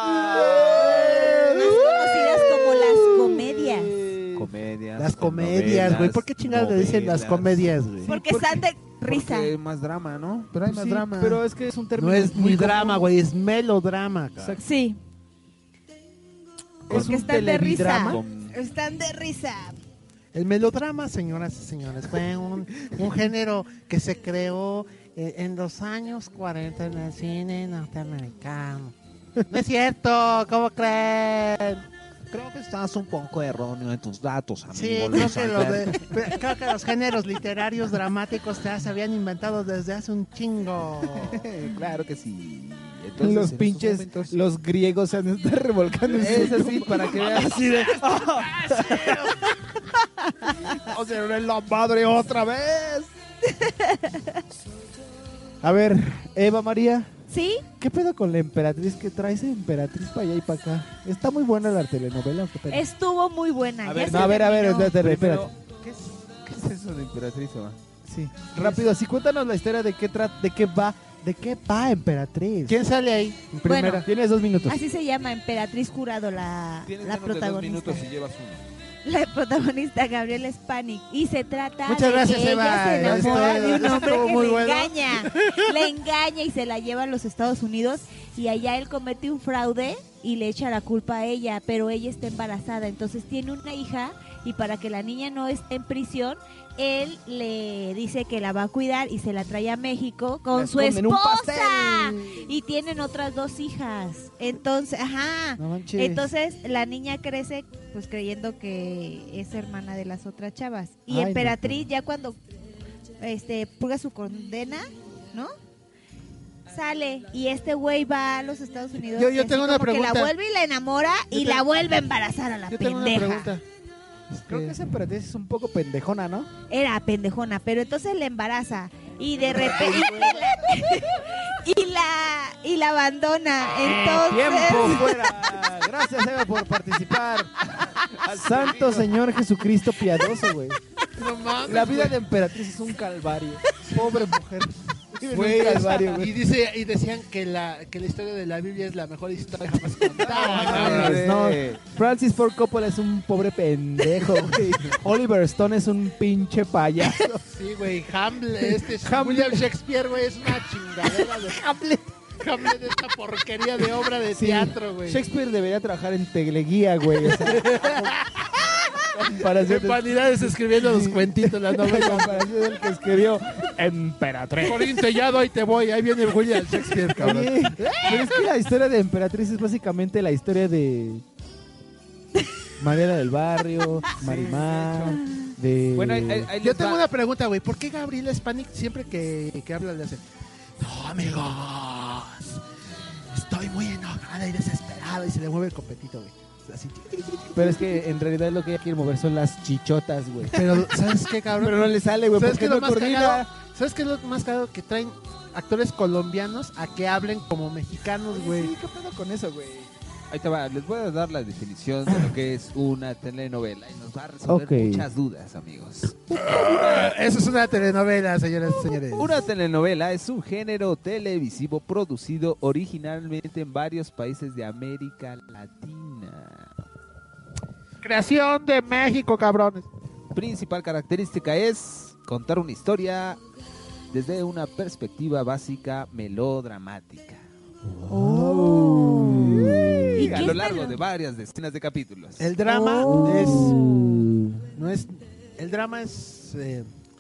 Más conocidas como las comedias. Comedias. Las comedias, güey. ¿Por qué chingados le dicen las novelas? comedias, güey? Porque están de risa. Porque hay más drama, ¿no? Pero hay más Sí, drama. pero es que es un término No es muy ni drama, común. güey, es melodrama, cara. Sí. Es Porque un están de risa. televidrama. Con- Están de risa. El melodrama, señoras y señores, fue un, un género que se creó eh, en los años cuarenta en el cine norteamericano. No es cierto, ¿cómo creen? Creo que estás un poco erróneo en tus datos, amigo. Sí, creo Luis que, los de- Alberto. pe- creo que los géneros literarios dramáticos ya se habían inventado desde hace un chingo. Claro que sí. Entonces, Los en pinches, estos momentos- los griegos se han de estar revolcando en su Es así, tumba. para que veas. Así de... O sea, en la madre otra vez. A ver, Eva María, ¿Sí? ¿qué pedo con la emperatriz que traes emperatriz para allá y para acá? Está muy buena la telenovela. ¿o qué pedo? Estuvo muy buena. A ya ver, se No, a ver, a ver, terminó. espérate, Primero, espérate. ¿qué es, qué es eso de emperatriz, Eva? Sí, rápido, así cuéntanos la historia de qué trata, de qué va, de qué va emperatriz. ¿Quién sale ahí? En primera. Bueno. Tienes dos minutos. Así se llama Emperatriz Jurado, la, Tienes la menos de dos protagonista. minutos y llevas uno. La protagonista Gabriela Spanik. Y se trata Muchas de gracias, que Eva. ella se enamora Esto- de un esto hombre estuvo que muy le bueno. engaña. Le engaña y se la lleva a los Estados Unidos. Y allá él comete un fraude y le echa la culpa a ella. Pero ella está embarazada. Entonces tiene una hija. Y para que la niña no esté en prisión, él le dice que la va a cuidar y se la trae a México con La su esconde en un esposa. pastel. Y tienen otras dos hijas. Entonces, ajá. No manches. Entonces la niña crece pues creyendo que es hermana de las otras chavas. Y Ay, no, Emperatriz ya cuando este purga su condena, ¿no? Sale y este güey va a los Estados Unidos. Yo- yo y así tengo una como que pregunta. la vuelve y la enamora Yo y te- la vuelve a embarazar a la Yo tengo una pendeja. pregunta. Creo que esa emperatriz es un poco pendejona, ¿no? Era pendejona, pero entonces la embaraza y de repente y la y la abandona. Entonces Tiempo fuera. Gracias, Eva, por participar. Santo Señor Jesucristo piadoso, güey. No mames, La vida güey. de emperatriz es un calvario. Pobre mujer. Vive en Güey, un calvario, güey. y dice y decían que la que la historia de la Biblia es la mejor historia jamás contada. No mames, no. Francis Ford Coppola es un pobre pendejo, güey. Oliver Stone es un pinche payaso. Sí, güey, Hamlet, este es Hamlet. William Shakespeare, güey, es una chingadera de Hamlet. Hamlet, esta porquería de obra de Sí, teatro, güey. Shakespeare debería trabajar en Teleguía, güey. O sea, comparación En vanidades escribiendo los cuentitos, las de novelas. comparación del que escribió Emperatriz. Por insellado, ahí te voy, ahí viene William Shakespeare, cabrón. Oye, pero es que la historia de Emperatriz es básicamente la historia de Mariana del Barrio, Marimar, de... Bueno, ahí, ahí- ahí Yo les tengo va. una pregunta, güey. ¿Por qué Gabriela Spanik siempre que, que habla le hace? No, amigos. Estoy muy enojada y desesperada. Y se le mueve el copetito, güey. Así. Pero es que en realidad lo que ella quiere mover son las chichotas, güey. Pero, ¿sabes qué, cabrón? Pero no le sale, güey, ¿Sabes porque qué es lo no más coordina. cagado? ¿Sabes qué es lo más cagado? Que traen actores colombianos a que hablen como mexicanos, güey. Sí, ¿qué pedo con eso, güey? Ahí te va, les voy a dar la definición de lo que es una telenovela y nos va a resolver Ok. muchas dudas, amigos. Eso es una telenovela, señoras y señores. Una telenovela es un género televisivo producido originalmente en varios países de América Latina. Creación de México, cabrones. Principal característica es contar una historia desde una perspectiva básica melodramática. ¿Y A qué lo es largo melo- de varias decenas de capítulos. El drama Oh. es. No es. El drama es. eh,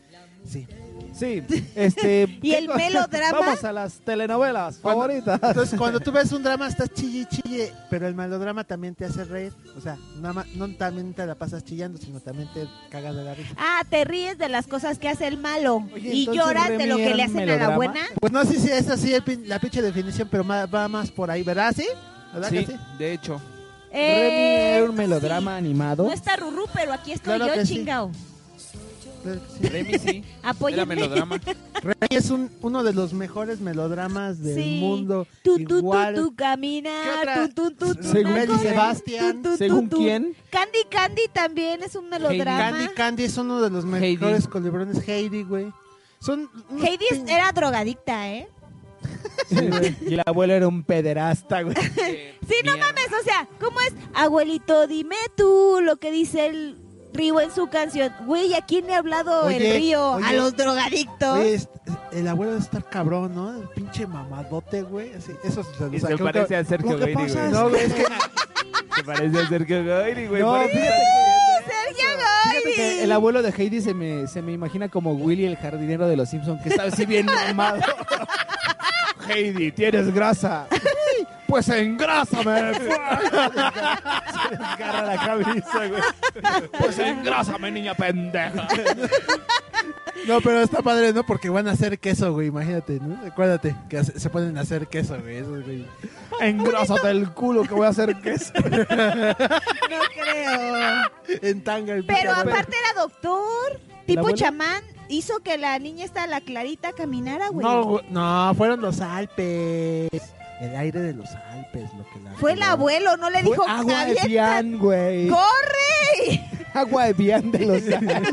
Sí. Sí, este... ¿Y el melodrama? Vamos a las telenovelas favoritas. Entonces, cuando tú ves un drama, estás chille, chille, pero el melodrama también te hace reír. O sea, nada más, no también te la pasas chillando, sino también te cagas de la risa. Ah, te ríes de las cosas que hace el malo. Oye, y entonces, lloras de lo Remy que era le un hacen a la melodrama. buena. Pues no sé si es así el pin- la pinche definición, pero ma- va más por ahí, ¿verdad? ¿Sí? ¿Verdad Sí, que sí? de hecho. Remy Eh, era un melodrama animado. No está Rurú, pero aquí estoy Claro yo, que sí. chingao. Sí. Remy sí. Apóyenme. Era melodrama. Rey es un, uno de los mejores melodramas del Sí. mundo. Tú, tú, tú, Igual. tú, ¿Qué caminar. otra? Tú, tú, tú, tú, Según tú, Beli tú, Sebastián. tú, tú, ¿Según tú. quién? Candy Candy también es un melodrama. Candy Candy es uno de los Heidi. mejores colibrones. Heidi, güey. Son unos Heidi pin- era drogadicta, ¿eh? Sí, güey. Y el abuelo era un pederasta, güey. Sí, no mames, o sea, ¿cómo es? Abuelito, dime tú lo que dice el río en su canción. Güey, ¿a quién le ha hablado Oye, el río? oye. A los drogadictos. Oye, es- el abuelo debe estar cabrón, ¿no? El pinche mamadote, güey. Así, eso se lo Y se saqué un parece cab- a Sergio ¿Cómo que Goyri, pasa? güey. No, güey, es que Se parece a Sergio Goyri, güey. No, por eso- fíjate Sergio Fíjate Goyri. que el abuelo de Heidi se me, se me imagina como Willy el jardinero de los Simpsons, que está así bien mamado. Heidi, tienes grasa. Pues engrásame. Se desgarra la camisa, güey. Pues engrásame, niña pendeja. No, pero está padre, ¿no? Porque van a hacer queso, güey, imagínate, ¿no? Acuérdate que hace- se pueden hacer queso, güey. Eso, güey. Engrásate el culo que voy a hacer queso. No creo. En tanga. el pinche Pero abuelo. aparte era doctor, tipo abuelo? chamán, hizo que la niña esta, la Clarita, caminara, güey. No, güey, no, fueron los Alpes. El aire de los Alpes, lo que la Fue el abuelo, no le dijo Agua de "Avienta- Bian, güey. ¡Corre! Agua de Bian de los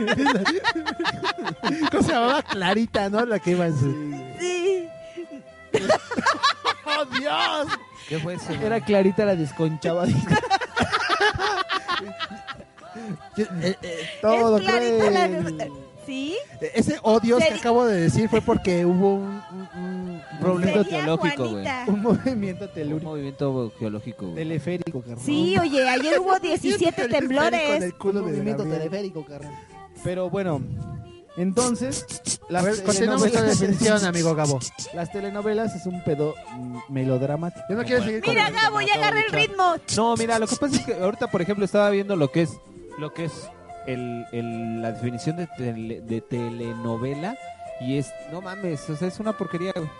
¿Cómo se llamaba? Clarita, ¿no? La que iba en su... Sí. ¡Oh, Dios! ¿Qué fue eso? güey? Era Clarita la desconchaba. Eh, eh, Todo Es Clarita la- cruel. ¿Sí? ese odio que Seri- acabo de decir fue porque hubo un, un- un Movimiento Sería teológico, güey. Juanita. Un movimiento Un telúrico. movimiento geológico, güey. Teleférico, carnal. Sí, oye, ayer hubo diecisiete Con temblores. el culo Un de movimiento Gabriel. teleférico, carnal. Pero bueno, entonces, las A ver, continuamos esta telenovelas, definición, amigo Gabo. las telenovelas es un pedo mm, melodramático. Yo no quiero seguir con... Mira, Gabo, ya agarré el ritmo. No, mira, lo que pasa es que ahorita, por ejemplo, estaba viendo lo que es lo que es el, el- la definición de, tele- de telenovela y es, no mames, o sea, es una porquería, güey.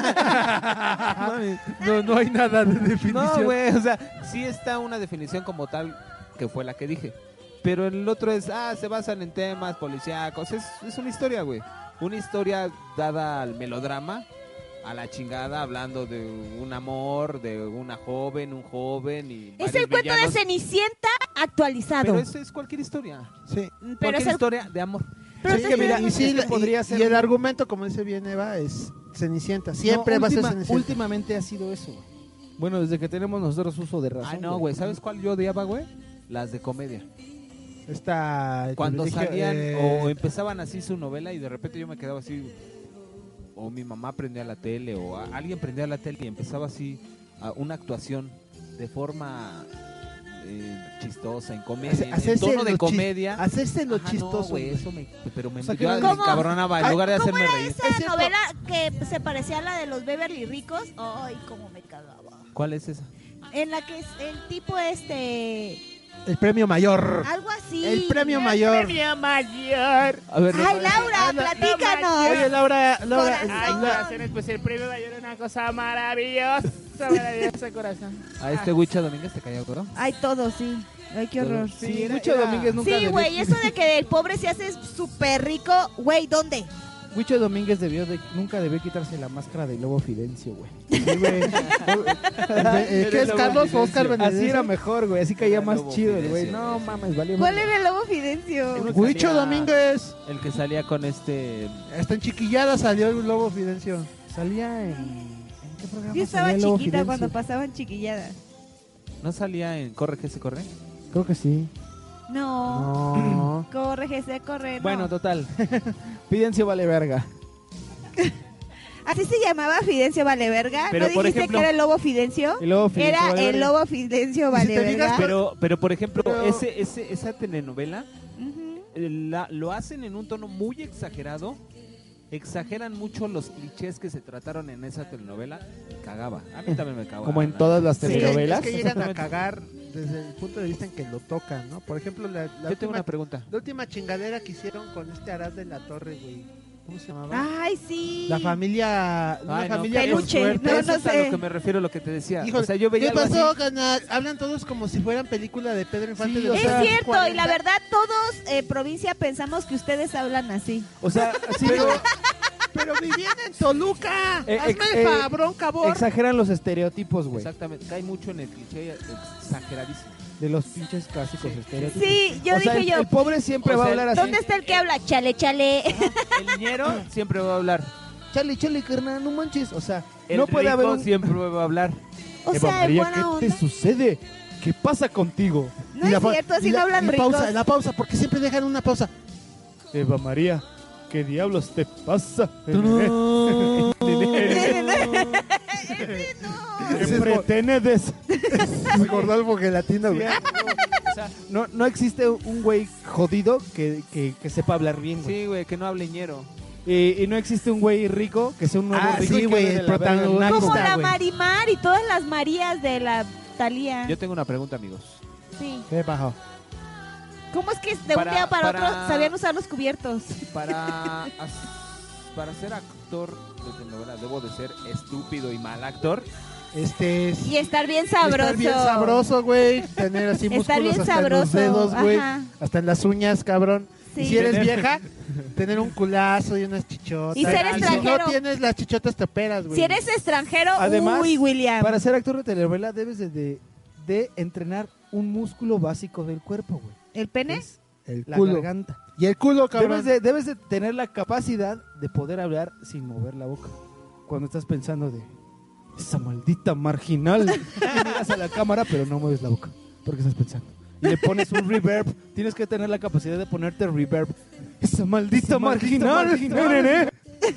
No, no hay nada de definición. No, güey, o sea, sí está una definición como tal que fue la que dije, pero el otro es, ah, se basan en temas policíacos, es, es una historia, güey, una historia dada al melodrama, a la chingada, hablando de un amor, de una joven, un joven y Es varios el cuento de villanos. Cenicienta actualizado. Pero eso es cualquier historia. Sí. Pero Cualquier es el- historia de amor. pero Sí, es que el- mira, y, sí, es que la- podría y- ser- y el argumento, como dice bien Eva, es Cenicienta. Siempre No, va a ser última- Cenicienta. Últimamente ha sido eso. Bueno, desde que tenemos nosotros uso de razón. Ah, no, güey. ¿Sabes cuál yo odiaba, güey? Las de comedia. Esta... Cuando te dije, salían eh, o empezaban así su novela y de repente yo me quedaba así. O mi mamá prendía la tele o a- alguien prendía la tele y empezaba así a una actuación de forma eh, chistosa, en comedia, hace- en hacerse tono de lo chi- comedia. Hacerse lo Ajá, no, chistoso. güey, güey. eso me, pero me, O sea, yo que me no- encabronaba en Ay, lugar de ¿Cómo hacerme era reír. esa Es cierto. novela que se parecía a la de los Beverly Ricos? Ay, cómo me cagaba. ¿Cuál es esa? En la que es el tipo este... El premio mayor. Algo así. El premio mayor. mayor. A ver, Ay, Laura, platícanos. Oye, Laura, Laura, Corazón. Ay, la- corazones, pues el premio mayor es una cosa maravillosa, maravillosa, corazón. a este Huicha Domínguez te cayó, ¿no? Ay, todo, sí. Ay, qué horror. Sí, Huicho Domínguez nunca Sí, debió- güey, eso de que el pobre se hace súper rico, güey, ¿dónde? Huicho Domínguez debió de, nunca debió quitarse la máscara de Lobo Fidencio, güey. Sí, güey. Eh, ¿Qué es Carlos o Oscar Benedetti? Así era mejor, güey. Así caía más Lobo chido el güey. Fidencio. No mames, valió. ¿Cuál madre. era el lobo Fidencio? Uno que Huicho salía- Domínguez. El que salía con este. Hasta en Chiquillada salió el Lobo Fidencio. Salía en... ¿En qué programa Yo estaba salía el Lobo chiquita Fidencio? cuando pasaban chiquilladas. ¿No salía en Corre que se corre? Creo que sí. No. No. Corre, Jesse, corre. no. Bueno, total. Fidencio vale verga. ¿Así se llamaba Fidencio Valeverga? Pero, ¿No por dijiste ejemplo- que era el lobo Fidencio? El Lobo Fidencio Era vale el verga. lobo Fidencio Y si te Valeverga. fijas, Pero, pero por ejemplo, Pero- ese, ese, esa telenovela Ujú. la- lo hacen en un tono muy exagerado. Exageran mucho los clichés que se trataron en esa telenovela. Cagaba. A mí también me cagaba. Como en todas las Es que- telenovelas. Es que llegan a Exactamente. cagar desde el punto de vista en que lo tocan, ¿no? Por ejemplo, la, la Yo tengo última, una pregunta. la última chingadera que hicieron con este Arad de la Torre, güey. ¿Cómo se llamaba? Ay, sí. La familia, una Ay, no, familia con Peluche, suerte. no, Eso no es a sé. lo que me refiero, lo que te decía. Híjole, o sea, yo veía ¿qué algo pasó, así. canal? Hablan todos como si fueran película de Pedro Infante. Sí, de o los Es sea, años cierto, y cuarenta. la verdad, todos, eh, provincia, pensamos que ustedes hablan así. O sea, sí, Pero, pero vivían en Toluca. Eh, Hazme ex- el eh, cabrón, cabrón. exageran los estereotipos, güey. Exactamente, cae mucho en el cliché exageradísimo. De los pinches clásicos estereotipos. Sí, yo O sea, dije el, yo, el pobre siempre O va sea, a hablar así. ¿dónde está el que habla? Chale, chale. El niñero siempre va a hablar. Chale, chale, carnal, no manches. O sea, El no puede rico haber un... siempre va a hablar. O Eva sea, en María, buena ¿qué onda. te sucede? ¿Qué pasa contigo? No Y la es pa- cierto, así y no la- hablan y ricos. pausa, la pausa, porque siempre dejan una pausa. Eva María, ¿qué diablos te pasa? ¿Qué pretendes? Rodolfo Gelatina, güey. O sea, no, no existe un güey jodido que, que, que sepa hablar bien, güey. Sí, güey, que no hable ñero. Y, y no existe un güey rico que sea un nuevo Ah, rico. sí, y que güey, hable de el la verga en protagonista. naco. Como la güey. Marimar y todas las Marías de la Talía. Yo tengo una pregunta, amigos. Sí. ¿Qué bajó? ¿Cómo es que de Para- un día para, para- otro sabían usar los cubiertos? Para, as- para ser actor de telenovela, ¿debo de ser estúpido y mal actor? Este es... Y estar bien sabroso. Estar bien sabroso, güey. Tener así Estar músculos bien hasta sabroso, en los dedos, güey. ajá. Hasta en las uñas, cabrón. Sí. Y si eres Tener- vieja, tener un culazo y unas chichotas. Y ser si extranjero. no tienes las chichotas, te operas, güey. Si eres extranjero, Además, uy, William. Para ser actor de telenovela debes de, de, de entrenar un músculo básico del cuerpo, güey. ¿El pene? Es El la culo. garganta. Y el culo, cabrón. Debes de, debes de tener la capacidad de poder hablar sin mover la boca. Cuando estás pensando de esa maldita marginal. Y miras a la cámara, pero no mueves la boca. Porque estás pensando. Y le pones un reverb. Tienes que tener la capacidad de ponerte reverb. Esa maldita Esa maldita marginal. marginal. nene.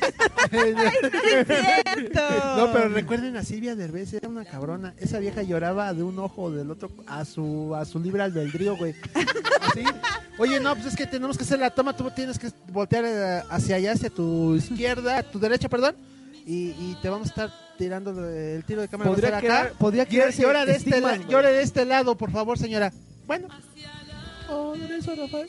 No, pero recuerden a Silvia Derbez, era una cabrona. Esa vieja lloraba de un ojo o del otro a su a su libre albedrío, güey. Así. Oye, no, pues es que tenemos que hacer la toma, tú tienes que voltear eh, hacia allá, hacia tu izquierda, a tu derecha, perdón. Y, y te vamos a estar tirando el tiro de cámara. Podría va a ser quedar- acá. podría Y- quedarse llora de este estigmas, la- güey. llore de este lado, por favor, señora. Bueno. Oh, de eso, Rafael.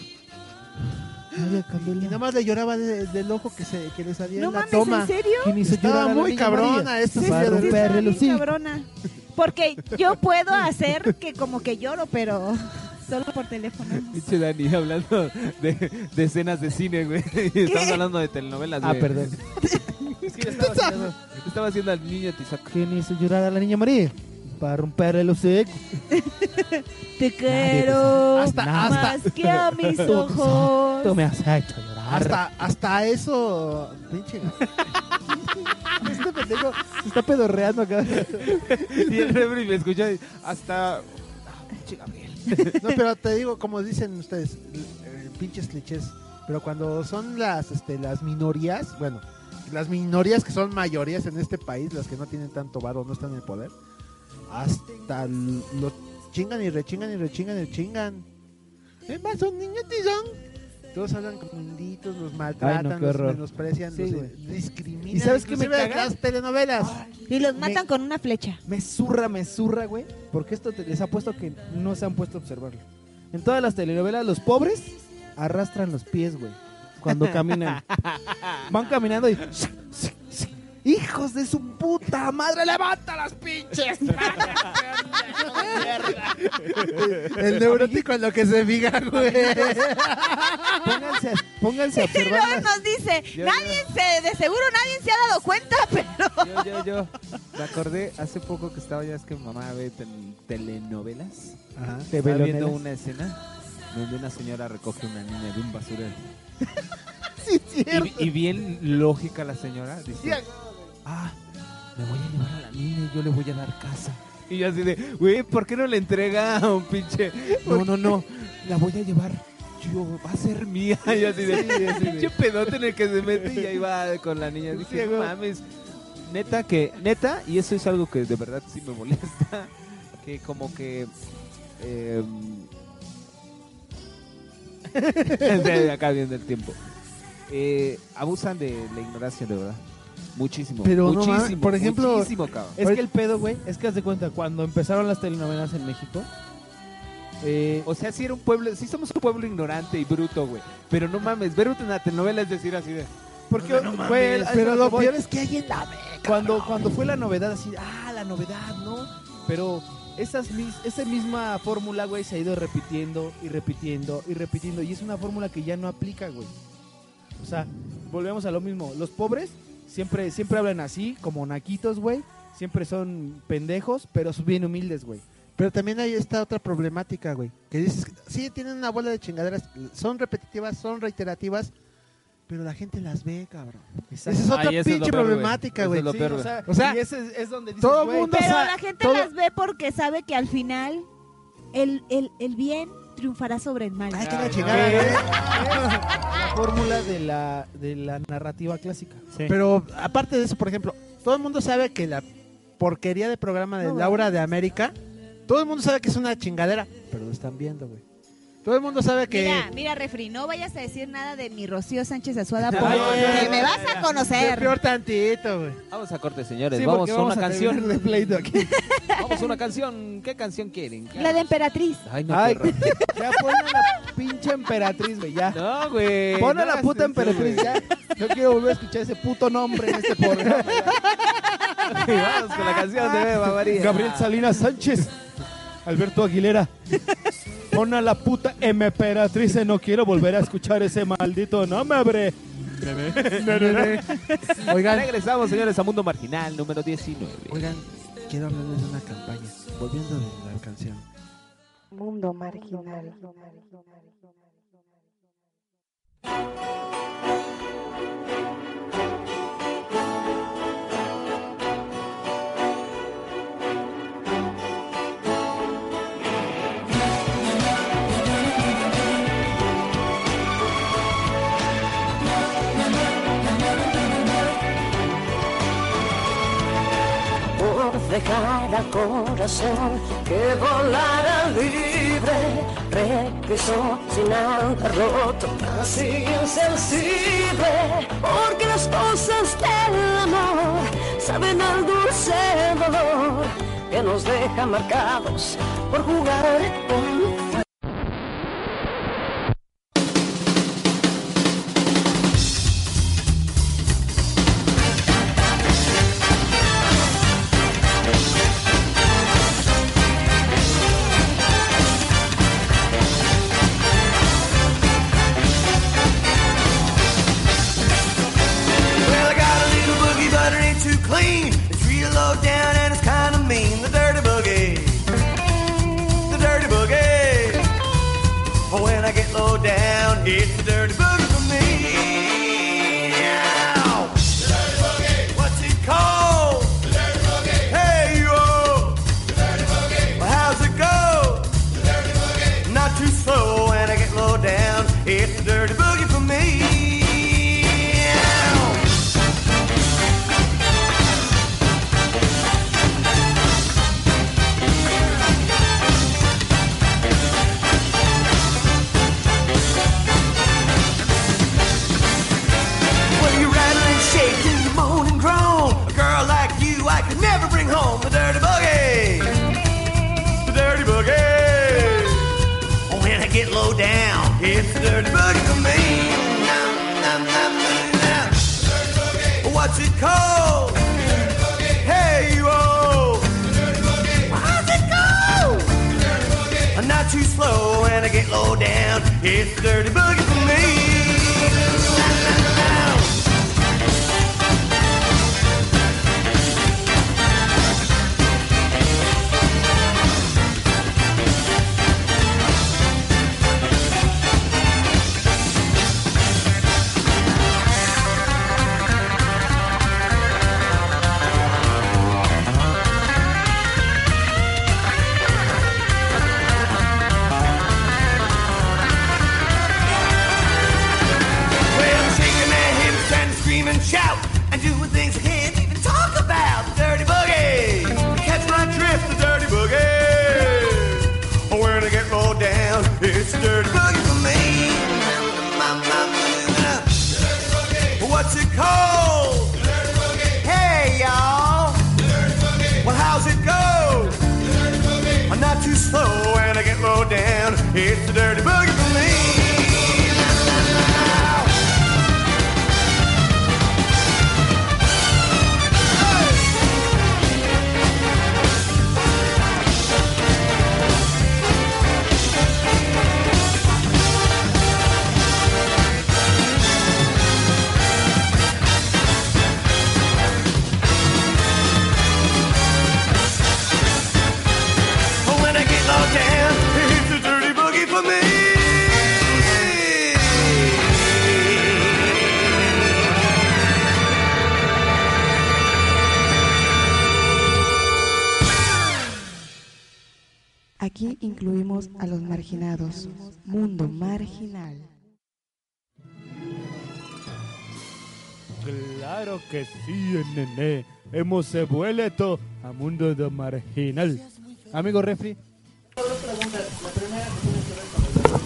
Y nada más le lloraba de- del ojo que se que le salía No en la mames, toma. ¿en serio? ¿Quién hizo llorar Estaba a la muy niña cabrona María? esta Sí, Silvia Para sí, Derbez. estaba romperle bien los hocico. cabrona. Porque yo puedo hacer que como que lloro, pero solo por teléfono. Pinche Dani, hablando de, de escenas de cine, güey. Estamos hablando de telenovelas, Ah, güey. perdón. Es que le estaba haciendo, estaba haciendo al niño Tizac. ¿Quién hizo llorar a la niña María? Para romperle los hocico. Te quiero Hasta- más que a mis ojos. Tú me has hecho llorar. Hasta, hasta eso, pinche. Este pendejo se está pedorreando acá. Y el refri me escuchó y hasta... Ah, pinche Gabriel. No, pero te digo, como dicen ustedes, eh, pinches clichés. Pero cuando son las, este, las minorías, bueno, las minorías que son mayorías en este país, las que no tienen tanto varo, no están en el poder, hasta l- los chingan y rechingan y rechingan y chingan. Es más, son niños tizón. Todos hablan como inditos, los maltratan, Ay, no, qué los horror. menosprecian, Sí, los güey. eh, discriminan. ¿Y sabes qué me inclusive caga? las telenovelas. Y los Me- matan con una flecha. Me zurra, me zurra, güey. Porque esto te- les apuesto que no se han puesto a observarlo. En todas las telenovelas, los pobres arrastran los pies, güey. Cuando caminan. Van caminando y... ¡Hijos de su puta madre! ¡Levanta las pinches! El neurótico en lo que se fija, güey. Pónganse, a- pónganse a Y luego observar las- nos dice, Yo, nadie se, de seguro nadie se ha dado cuenta, pero... Yo, yo, yo. Me acordé hace poco que estaba ya, es que mi mamá ve tel- telenovelas. Ajá. Estaba viendo Telenovelas. una escena donde una señora recoge una niña de un basurero. Sí, es cierto. Y, y bien lógica la señora. Dice, ah, me voy a llevar a la niña y yo le voy a dar casa. Y yo así de, güey, ¿por qué no le entrega a un pinche? No, no, no, la voy a llevar. Yo, va a ser mía. Y yo así de, pinche pedote en el que se mete y ahí va con la niña. Dije, no mames. Neta que, neta, y eso es algo que de verdad sí me molesta, que como que... Eh, Sí, acá viendo el tiempo. Eh, abusan de la ignorancia, de verdad. Muchísimo. Pero no muchísimo, mames, por ejemplo, muchísimo, cabrón. Es que el pedo, güey, es que haz de cuenta, cuando empezaron las telenovelas en México, eh, O sea, sí era un pueblo, sí somos un pueblo ignorante y bruto, güey. Pero no mames, ver una telenovela es decir así de... porque No mames, fue el- pero es lo que voy. peor es que hay en la beca. cuando cuando fue la novedad así, ah, la novedad, ¿no? Pero esas mis- esa misma fórmula, güey, se ha ido repitiendo y repitiendo y repitiendo y es una fórmula que ya no aplica, güey. O sea, volvemos a lo mismo. Los pobres siempre siempre hablan así, como naquitos, güey. Siempre son pendejos, pero son bien humildes, güey. Pero también hay esta otra problemática, güey. Que dices, sí, tienen una bola de chingaderas, son repetitivas, son reiterativas, pero la gente las ve, cabrón. Esa es otra Ay, eso es lo pinche peor, güey. problemática, Eso güey. es lo Sí, peor, o güey. sea, O sea, y ese es, es donde dices, todo güey, mundo Pero sa- la gente todo- las ve porque sabe que al final el, el, el bien triunfará sobre el mal. Ay, que la Ay, chingada, que güey. es la fórmula de la, de la narrativa clásica. Pero aparte de eso, por ejemplo, todo el mundo sabe que la porquería de programa de No, Laura de América, todo el mundo sabe que es una chingadera, pero lo están viendo, güey. Todo el mundo sabe que... Mira, mira, refri, no vayas a decir nada de mi Rocío Sánchez Azuada Ay, porque ay, me ay, vas a Qué conocer. peor tantito, güey. Vamos a corte, señores. Sí, vamos porque a vamos una a canción. terminar de pleito aquí. Vamos a una canción. ¿Qué canción quieren? La de Emperatriz. Ay, no, Ay, qué horror. ya pon a la pinche emperatriz, güey, ya. No, güey. Pon a no la hagas puta eso, emperatriz, güey. ya. No quiero volver a escuchar ese puto nombre en este programa. Y vamos con la canción de Eva María. Gabriel Salinas Sánchez, Alberto Aguilera. Pon a la puta emperatriz, no quiero volver a escuchar ese maldito nombre. Oigan, Regresamos, señores, a Mundo Marginal número diecinueve. oigan, quiero hablarles de una campaña, volviendo de la canción. Mundo marginal. Por dejar al corazón que volara libre, regresó sin haber roto, así insensible, porque las cosas del amor saben al dulce dolor que nos deja marcados por jugar con fuego. Well, I got a little boogie, but it ain't too clean. It's real low down and it's kind of mean. The dirty boogie, the dirty boogie. When I get low down, it's the dirty boogie for me. Ow. The dirty boogie. What's it called? The dirty boogie. Hey, you. The dirty boogie. Well, how's it go? The dirty boogie. Not too slow when I get low down. It's the dirty boogie for me. Well, you rattle and shake and you moan and groan. A girl like you, I could never bring home the dirty boogie. The dirty boogie. When I get low down, it's the dirty boogie for me. Now, now, now, now, now. The dirty boogie. What's it called? The dirty boogie. Hey, you oh. The dirty boogie. How's it go? The dirty boogie. I'm not too slow when I get low down. It's the dirty boogie for me. Now, now, now. Well, I'm shaking my hips, trying to scream and shout, and doing things I can't even talk about. The dirty boogie, catch my drift, the dirty boogie. When I get low down, it's the dirty boogie for me. what's it called? Dirty Boogie. Hey, y'all. Dirty Boogie. Well, how's it go? Dirty Boogie. I'm not too slow when I get low down. It's the Dirty Boogie for me. Aquí incluimos a los marginados. Mundo marginal. Claro que sí, nene. Hemos vuelto a Mundo de Marginal. Amigo Refri. Dos preguntas. La primera que tiene que ver con el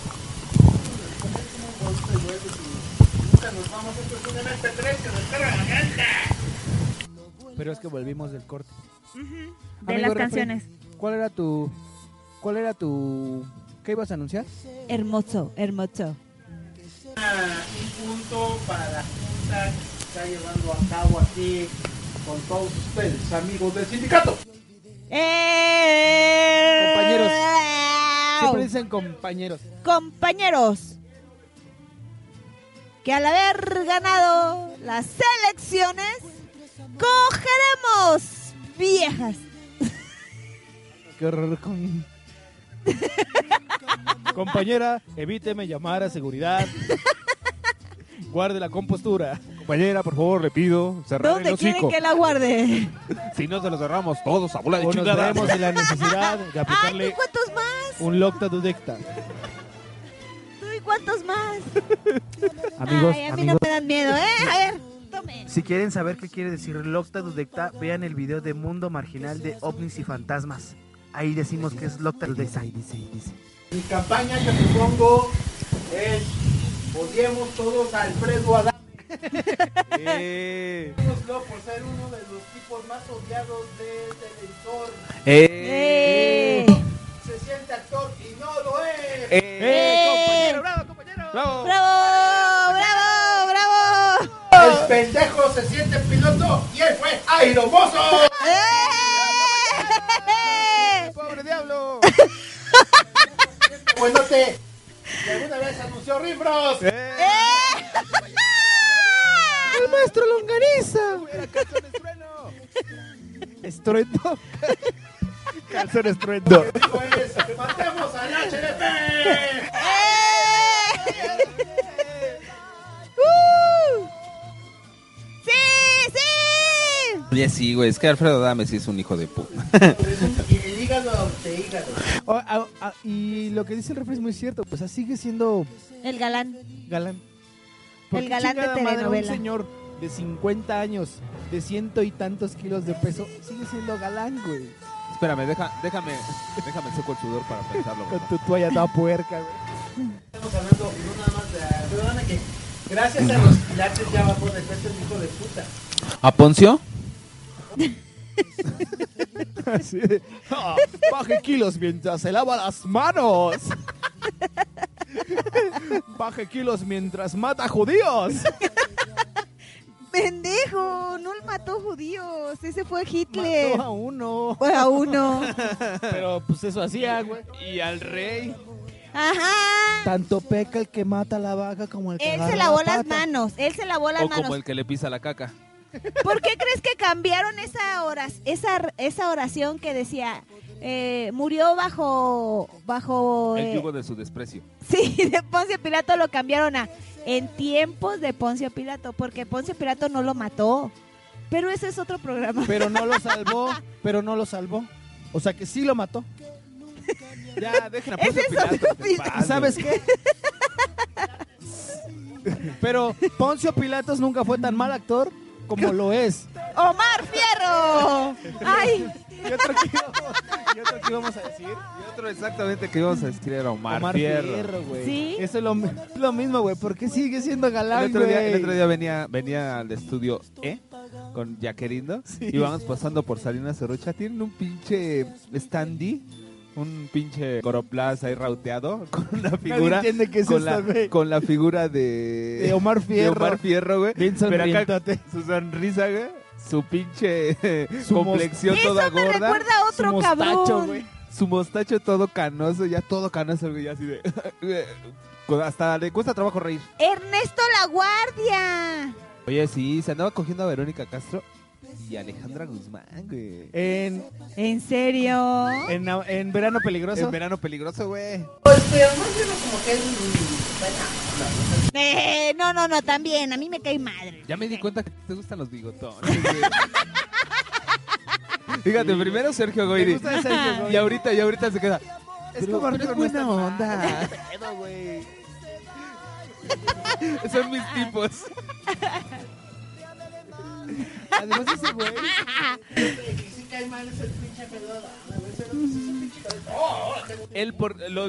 nunca nos vamos, esto es un eme pe tres que descarga la gente. Pero es que volvimos del corte. Uh-huh. De las Refri, canciones. ¿Cuál era tu... ¿Cuál era tu... ¿Qué ibas a anunciar? Hermoso, hermoso. Un punto para la junta que se está llevando a cabo aquí con todos ustedes, amigos del sindicato. Eh... Compañeros. Siempre dicen compañeros. Compañeros. Que al haber ganado las elecciones, cogeremos viejas. Qué horror con... Compañera, evíteme llamar a seguridad. Guarde la compostura. Compañera, por favor, le pido cerrar el ¿Dónde hocico. quieren que la guarde? Si no, se lo cerramos todos a bola de O nos chingada. vemos en la necesidad de aplicarle Ay, ¿cuántos más? un locta dudecta. ¿Tú y cuántos más? Amigos, Ay, a mí amigos, no me dan miedo, ¿eh? A ver, tome. si quieren saber qué quiere decir Locta Dudecta, vean el video de Mundo Marginal de OVNIs y Fantasmas. Ahí decimos que es Locta Dudecta. Mi campaña que propongo es odiemos todos a Alfredo Adame. Eh. Odiémoslo por ser uno de los tipos más odiados del televisor. Eh. Eh. Se siente actor y no lo es. Eh. Eh. Compañero, bravo, compañero. ¡Bravo! ¡Bravo! ¡Bravo! ¡Bravo! El pendejo se siente piloto y él fue airomoso. ¡Eh! ¡Pobre diablo! Buenote, que alguna vez anunció Rimbros. Eh. ¡El maestro Longaniza! Era calzón estruendo. ¿Estruendo? Calzón estruendo. Dijo es, matemos al H D P. ¡Uh! ¡Sí, sí! Oye, sí, güey, es que Alfredo Adame sí es un hijo de puta. El hígado de hígado. Oh, ah, ah, y lo que dice el refri es muy cierto, pues sigue siendo El galán. galán. El galán de chingada madre, telenovela. un señor de cincuenta años, de ciento y tantos kilos de peso, sigue siendo galán, güey. Espérame, deja, déjame, déjame seco el sudor para pensarlo. Con tu toalla toda puerca, güey. Estamos hablando no nada más de Alfredo Adame, que gracias a los pilates ya bajó de peso el hijo de puta. ¿A Poncio? Así de, "Ah, baje kilos mientras se lava las manos. Baje kilos mientras mata judíos. Pendejo, no mató judíos. Ese fue Hitler. Mató a uno. Fue a uno. Pero pues eso hacía, güey. Y al rey. Ajá. Tanto peca el que mata a la vaca como el que Él agarra se lavó la las pata. manos. Él se lavó las O manos. como el que le pisa la caca. ¿Por qué crees que cambiaron esa horas, esa, esa oración que decía eh, murió bajo bajo El eh, yugo de su desprecio. sí, de Poncio Pilato lo cambiaron a en tiempos de Poncio Pilato, porque Poncio Pilato no lo mató. Pero ese es otro programa. Pero no lo salvó, pero no lo salvó. O sea que sí lo mató. Ya, dejen a Ese Poncio es Pilato. otro te pil- pases. ¿Sabes qué? Pero Poncio Pilatos nunca fue tan mal actor como lo es. ¡Omar Fierro! ¡Ay! Yo tranquilo. ¿Y otro qué íbamos a decir? Y otro exactamente que íbamos a decir era Omar, Omar Fierro. Fierro, güey. ¿Sí? Eso es lo, lo mismo, güey. ¿Por qué sigue siendo galán, El otro, día, güey? el otro día venía, venía al estudio E con Jaquerindo Sí. y vamos pasando por Salinas Cerrucha. Tienen un pinche standee, un pinche coroplaza ahí rauteado con una figura. entiende qué es con, esto, la, güey. con la figura de, De Omar Fierro. de Omar Fierro, güey. Bien Pero acá sonrientote. su sonrisa, güey. Su pinche Su complexión Eso toda me gorda. recuerda a otro Su mostacho, cabrón. güey. Su mostacho todo canoso, ya todo canoso, güey, así de... Hasta le cuesta trabajo reír. Ernesto La Guardia. Oye, sí, se andaba cogiendo a Verónica Castro y Alejandra Guzmán, güey. En, ¿En serio? en, en Verano Peligroso. En Verano Peligroso, güey. Eh, no, no, no, también. A mí me cae madre. Ya me di cuenta que te gustan los bigotones, güey. Fíjate, primero Sergio Goyri. gusta Sergio Goyri. Y ahorita, y ahorita se queda. Es Pero- como pero es Arturo, no buena está mal. onda. Pedo, güey. Son mis tipos. Además ese güey. Él por lo,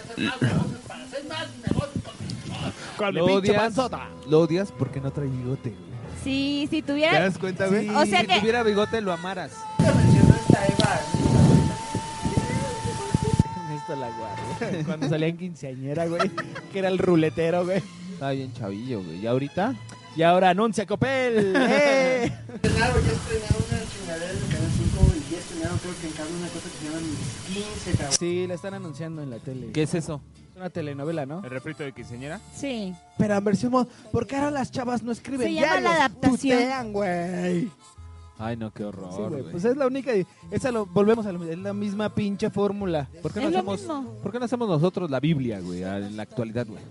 Con mi lo pinche odias, panzota. lo odias porque no trae bigote, güey. Sí, si ¿Te tuviera... das cuenta, güey? O sea si que- tuviera bigote lo amaras. Ernesto La Guardia. Cuando salía en quinceañera, güey. Que era el ruletero, güey. Estaba bien chavillo, güey. ¿Y ahorita? Y ahora anuncia Copel. ¡Eh! Claro, ya estrenaron una chingadera en el Canal cinco y ya estrenaron creo que en cada una cosa que se llaman quince, cabrón. Sí, la están anunciando en la tele. ¿Qué es eso? Es una telenovela, ¿no? ¿El refrito de quinceañera? Sí. Pero en versión... mo- ¿Por qué ahora las chavas no escriben Se llama diarios? la adaptación. Tutean, güey. Ay, no, qué horror, Sí, güey. güey. Pues es la única... Esa lo, volvemos a lo, es la misma pinche fórmula. ¿Por qué no Es lo hacemos, mismo. ¿por qué no hacemos nosotros la Biblia, güey, en la actualidad, güey?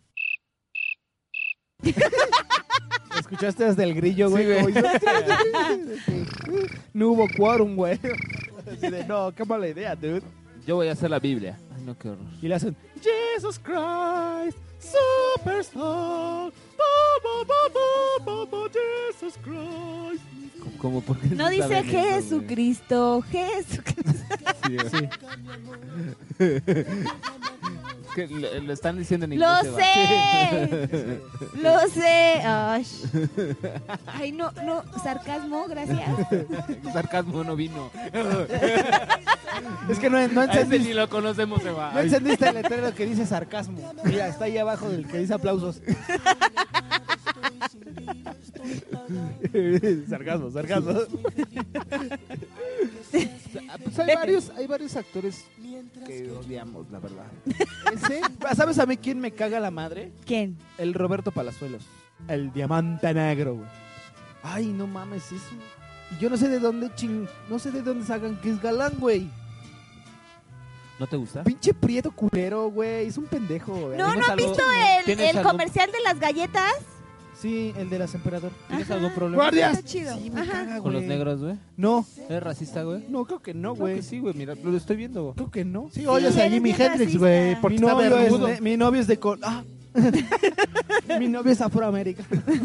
¿Escuchaste desde el grillo, güey? Sí, güey. Como hizo- No hubo quórum, güey. Así de, no, qué mala idea, dude. Yo voy a hacer la Biblia. Ay, no, qué horror. Y le hacen Jesus Christ, Superstar, ba, ba, ba, ba, ba, Jesus Christ. ¿Cómo, cómo, por qué No se dice saben eso, güey? Jesucristo, Jesucristo. Sí, güey. Es que lo, lo están diciendo en Lo inglés. Eva. sé. Lo sé. Ay. Ay, no, no, sarcasmo, gracias. Sarcasmo no vino. Es que no, no A ese encendiste, ni lo conocemos, Eva. no encendiste el letrero que dice sarcasmo. Mira, está ahí abajo del que dice aplausos. sarcasmo, sarcasmo. Pues hay varios, hay varios actores que odiamos, la verdad. Ese, ¿sabes a mí quién me caga la madre? ¿Quién? El Roberto Palazuelos. El diamante negro, güey. Ay, no mames, eso. Y yo no sé de dónde ching... No sé de dónde sacan que es galán, güey. ¿No te gusta? Pinche prieto culero, güey. Es un pendejo, güey. ¿No, ¿Tienes no han algo- visto el, ¿tienes el algo- comercial de las galletas? Sí, el de las emperador. ¿Tienes Ajá. algún problema Está chido. Sí, me Ajá. caga, con los güey. negros, güey? No, ¿Eres racista, güey? no, creo que no, Creo güey. que sí, güey, mira, lo estoy viendo, güey. Creo que no. Sí, oyes Sí, a eres Jimi bien Hendrix, racista. güey, porque Mi está novio, es vergudo. de, mi novio es de... Col- ah. Mi novio es afroamericano.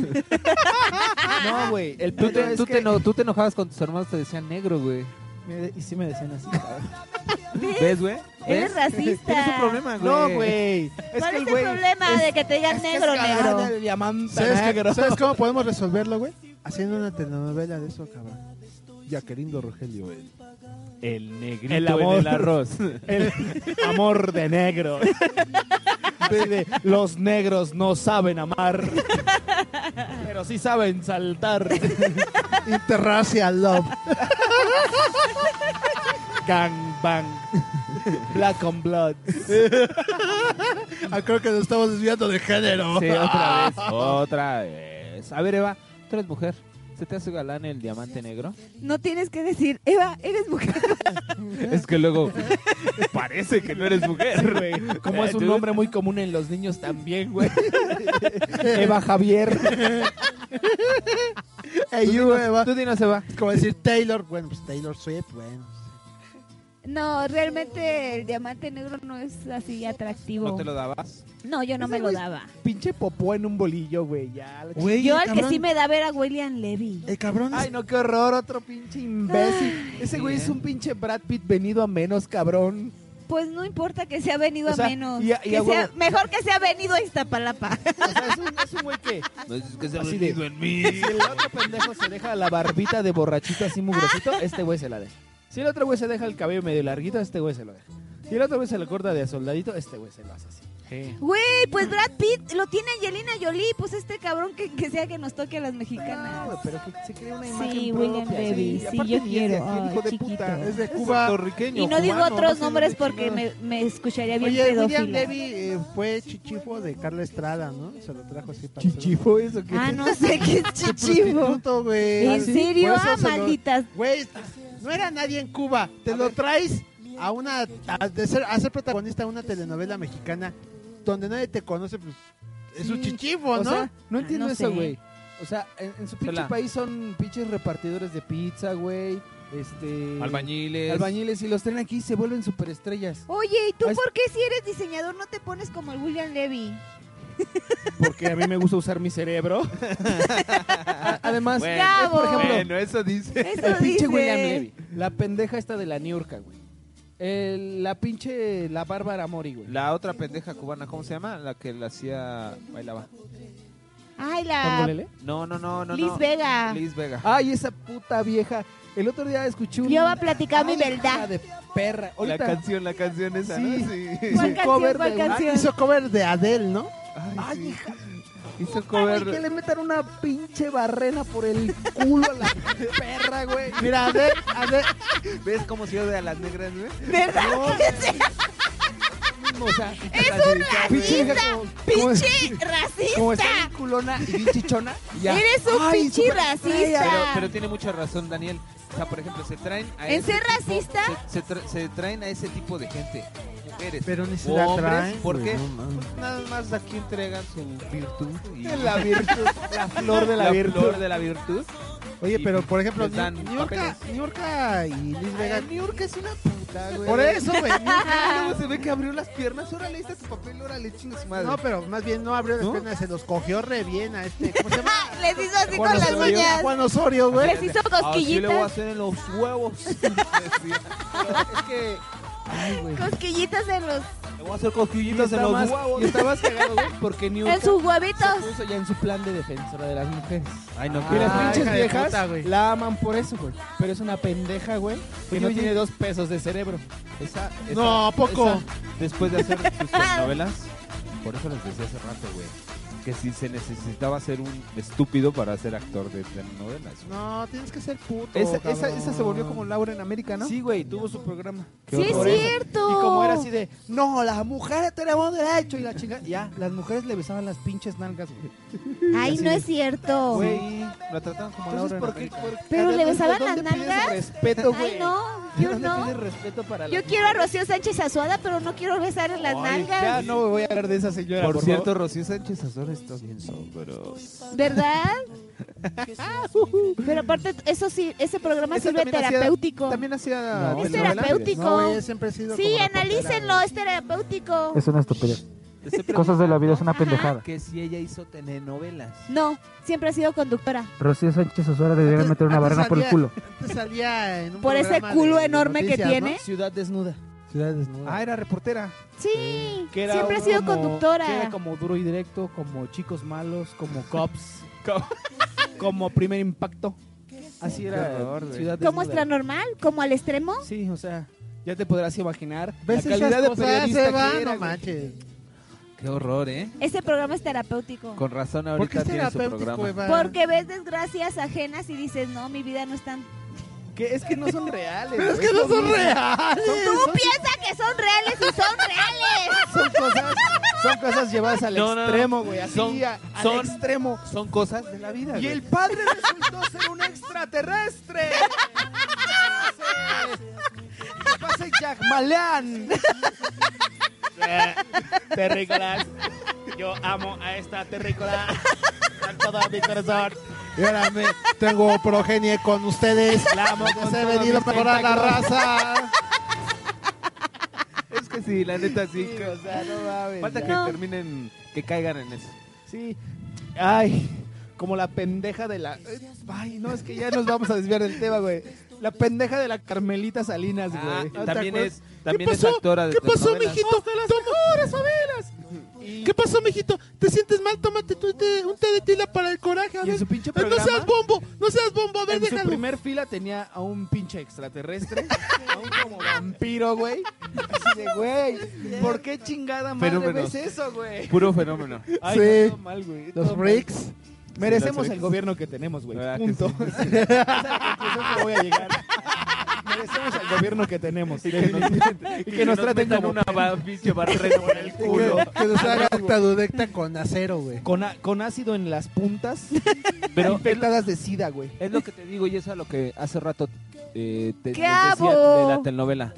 No, güey. El Tú pedo te, es tú, que... te eno- tú te enojabas con tus hermanos, te decían negro, güey. Me- Y sí me decían así. ¿Ves, güey? Eres ¿Ves? racista. Tienes un problema, güey. No, güey. Es ¿Cuál que es el el güey... problema es- de que te digan es que negro, es negro? galán, el diamante ¿Sabes, qué- negro. ¿Sabes cómo podemos resolverlo, güey? Haciendo una telenovela de eso, cabrón. Jaquerindo Rogelio, güey. El negrito El amor. en el arroz. El amor de negro. Así de, los negros no saben amar, pero sí saben saltar. Interracial Love. Gang bang. Black on blood. Ah, creo que nos estamos desviando de género. Sí, otra vez. Otra vez. A ver, Eva, tú eres mujer. ¿Se te hace galán el diamante negro? No tienes que decir, Eva, eres mujer. Es que luego parece que no eres mujer, güey. Como es un Tú- nombre muy común en los niños también, güey. Eva Javier. Hey, you, Eva. Tú dinos, Eva. Como decir Taylor, bueno, pues Taylor Swift, bueno. No, realmente el diamante negro no es así atractivo. ¿No te lo dabas? No, yo no Ese me lo güey- daba. Pinche popó en un bolillo, güey. Ya. la Güey, Yo el al que cabrón- sí me daba era William Levy. El cabrón. Ay, no, qué horror, otro pinche imbécil. Ese güey es un pinche Brad Pitt venido a menos, cabrón. Pues no importa que sea venido O sea, a menos. y a- y que a sea, huevo. mejor que sea venido a Iztapalapa. O sea, es un, es un güey que... No es que se ha Así venido de- en mí. Si el otro pendejo se deja la barbita de borrachito así mugrosito, este güey se la deja. Si el otro güey se deja el cabello medio larguito, este güey se lo deja. Si el otro güey se lo corta de soldadito, este güey se lo hace así. Güey, pues Brad Pitt lo tiene Angelina Jolie. Pues este cabrón que, que sea que nos toque a las mexicanas. No, pero que se crea una imagen Sí, propia, William Levy. sí. Sí, Aparte yo ni es de quiero. aquí, el Ay, hijo de chiquito. puta. Es de Es Cuba. puertorriqueño, Y no digo cubano, otros no sé nombres de porque chingada. me, me escucharía bien Oye, William pedófila. Levy eh, fue chichifo de Carla Estrada, ¿no? Se lo trajo así para Chichifo, eso que Ah, no sé qué es Su chichivo. prostituto, güey. ¿En serio? Por eso Ah, se lo- malditas. Güey, no era nadie en Cuba. Te lo traes a una a, de ser, a ser protagonista de una telenovela mexicana donde nadie te conoce, pues es un Sí, chichifo, o ¿no? sea, no entiendo no eso, sé. güey. O sea, en, en su pinche Hola. país son pinches repartidores de pizza, güey. Este... Albañiles. Albañiles, y los traen aquí y se vuelven superestrellas. Oye, ¿y tú Ah, es- por qué si eres diseñador no te pones como el William Levy? Porque a mí me gusta usar mi cerebro. Además, Bueno, es, por ejemplo, bueno, eso dice. Eso el pinche dice. William Levy. La pendeja esta de la Niurka, güey. El- la pinche, la Bárbara Mori, güey. La otra pendeja cubana, ¿cómo se llama? La que la hacía... Bailaba. Ay, la ¿Tongolele? No, no, no, no. Liz no. Vega. Liz Vega. Ay, esa puta vieja. El otro día escuché un... Yo voy a platicar mi Ay, verdad. hija de perra. La Ahorita... canción, la canción esa, Sí. ¿no? Sí. Hizo ¿Cuál un canción, cover cuál de una- canción? Hizo cover de Adele, ¿no? Ay, hija. Hizo Ay, cover... que le metan una pinche barrena por el culo a la perra, güey. Mira, Adele, Adele, ¿Ves cómo se odia a las negras, güey? ¿Verdad? O sea, ¡Es un pinche racista! vieja como- como- ¡Pinche como está racista! bien culona y bien chichona. y ya. Eres un Ay, pinche súper- racista. Pero, pero tiene mucha razón, Daniel. O sea, por ejemplo, se traen a ¿En ese ser tipo- racista? Se, se tra- se traen a ese tipo de gente. Mujeres. pero ni se o la hombres, traen. ¿por güey, qué? no mames. Pues nada más aquí entregan su virtud. Y La virtud, la flor de la, virtud. flor de la virtud. Oye, Y pero por ejemplo, les dan Niurka, papeles. Niurka y Liz Vega. Ay, New York es una puta, güey. Por eso, güey. Niurka- Luego se ve que abrió las piernas. Órale, ahí está su papel. Órale, chinga su madre. No, pero más bien no abrió las ¿No? piernas, se los cogió re bien a este. ¿Cómo se llama? Les hizo así Juan con las Osorio. uñas. Juan Osorio, güey. Les hizo Así le voy a cosquillitas. hacer en los huevos. Decía. Es que... Ay, güey. Cosquillitas en los... Le voy a hacer Y cosquillitas en está los más- huevos. Y está más cagado, güey, porque Niurka En sus huevitos. se puso ya en su plan de defensora de las mujeres. Ay, no, Y las Ah, pinches hija de viejas puta, güey. la aman por eso, güey. Pero es una pendeja, güey, que Oye, no oye. tiene dos pesos de cerebro. Esa, esa- No, ¿a poco? esa, después de hacer sus telenovelas, por eso les decía hace rato, güey, que si se necesitaba ser un estúpido para ser actor de telenovelas. No, tienes que ser puto. Esa, esa, cabrón. esa se volvió como Laura en América, ¿no? Sí, güey, tuvo su programa. Qué Sí, es horror. cierto. Y como era así de, no, las mujeres tenemos derecho y la chica, ya, las mujeres le besaban las pinches nalgas, güey. Ay, así no de- es cierto. Güey, La trataban como entonces, Laura en ¿por qué? América. por- ¿Pero ¿de le dónde- besaban de dónde las pides nalgas? respeto, güey? Ay, no, ¿De yo dónde no. pides respeto para Yo las quiero a Rocío Sánchez Azuada, pero no quiero besar en las Ay, nalgas. ya no me voy a hablar de esa señora, Por, por cierto, favor. Rocío Sánchez Azor está bien sabrosa. ¿Verdad? Pero aparte, eso sí, ese programa Esa sirve también hacía- terapéutico. También hacía No, Es telenovelas. terapéutico. No, güey, siempre he sido Sí, como reportera, analícenlo, güey. es terapéutico. Es una estupidez. Ese Cosas de la vida es una Ajá. pendejada. Que si ella hizo telenovelas. No, siempre ha sido conductora. Rocío Sánchez Azuara le deberían meter una Antes barrena por el salía- culo. Antes salía en un Por ese programa culo de- de enorme que noticias, tiene. Ciudad desnuda. ¿no? Ciudad desnuda. Ah, era reportera. Sí, Que era siempre ha un sido como- conductora. que era como Duro y Directo, como Chicos Malos, como Cops, como Primer Impacto. Así era Qué horror, güey. Ciudad ¿Cómo Desnuda. extra normal? ¿Como al extremo? Sí, o sea, ya te podrás imaginar ¿Ves la calidad esas de cosas, periodista Eva? que era, No güey. manches. Qué horror, ¿eh? Ese programa es terapéutico. Con razón ¿Por qué ahorita es tiene su terapéutico, programa. Eva? Porque ves desgracias ajenas y dices, no, mi vida no es tan... Que es que no son reales. Pero es güey, que no son son muy- reales. Tú piensas que son reales y son reales. Son cosas, son cosas llevadas al No, no, no. extremo, güey, así Son- a- al son- extremo. Son cosas de la vida, Y güey. el padre resultó ser un extraterrestre. ¿Qué pasa, Jack Malan? Terrícolas. Yo amo a esta terrícola con todo mi corazón. Y ahora me tengo progenie con ustedes. La amo Les con he todos venido a mis mejorar la tentáculos. raza. sí, la neta sí. Sí, o sea, no mames. Falta ya. que No. terminen, que caigan en eso. Sí. Ay, como la pendeja de la... Ay, no, es que ya nos vamos a desviar del tema, güey. La pendeja de la Carmelita Salinas, güey. Ah, ¿No te también acuerdas? es, también ¿Qué es pasó? actora de ¿Qué pasó, telenovelas. mijito? ¡Toma! favelas! ¿Qué pasó, mijito? ¿Te sientes mal? Tómate tu té- un té de tila para el coraje. A Y en ver. su pinche Eh, no programa- seas bombo, no seas bombo. A ver, En su déjalo. primer fila tenía a un pinche extraterrestre, a un como vampiro, güey. Así de, güey, ¿por qué chingada madre Fenómenos. ves eso, güey? Puro fenómeno. Ay, Sí. no, todo mal, güey. Los todo mal. freaks. Merecemos Sí, el los gobierno que tenemos, güey. ¿Verdad que Punto. sí? Esa es la conclusión que voy a llegar. Merecemos el gobierno que tenemos. Y que nos, Y que nos traten metan como una ba- pinche barreno por el culo. Que, que nos haga tadudecta con acero, güey. Con, a- con ácido en las puntas, Pero infectadas de sida, güey. es lo que te digo y es a lo que hace rato eh, te, ¿Qué les decía hago? de la telenovela.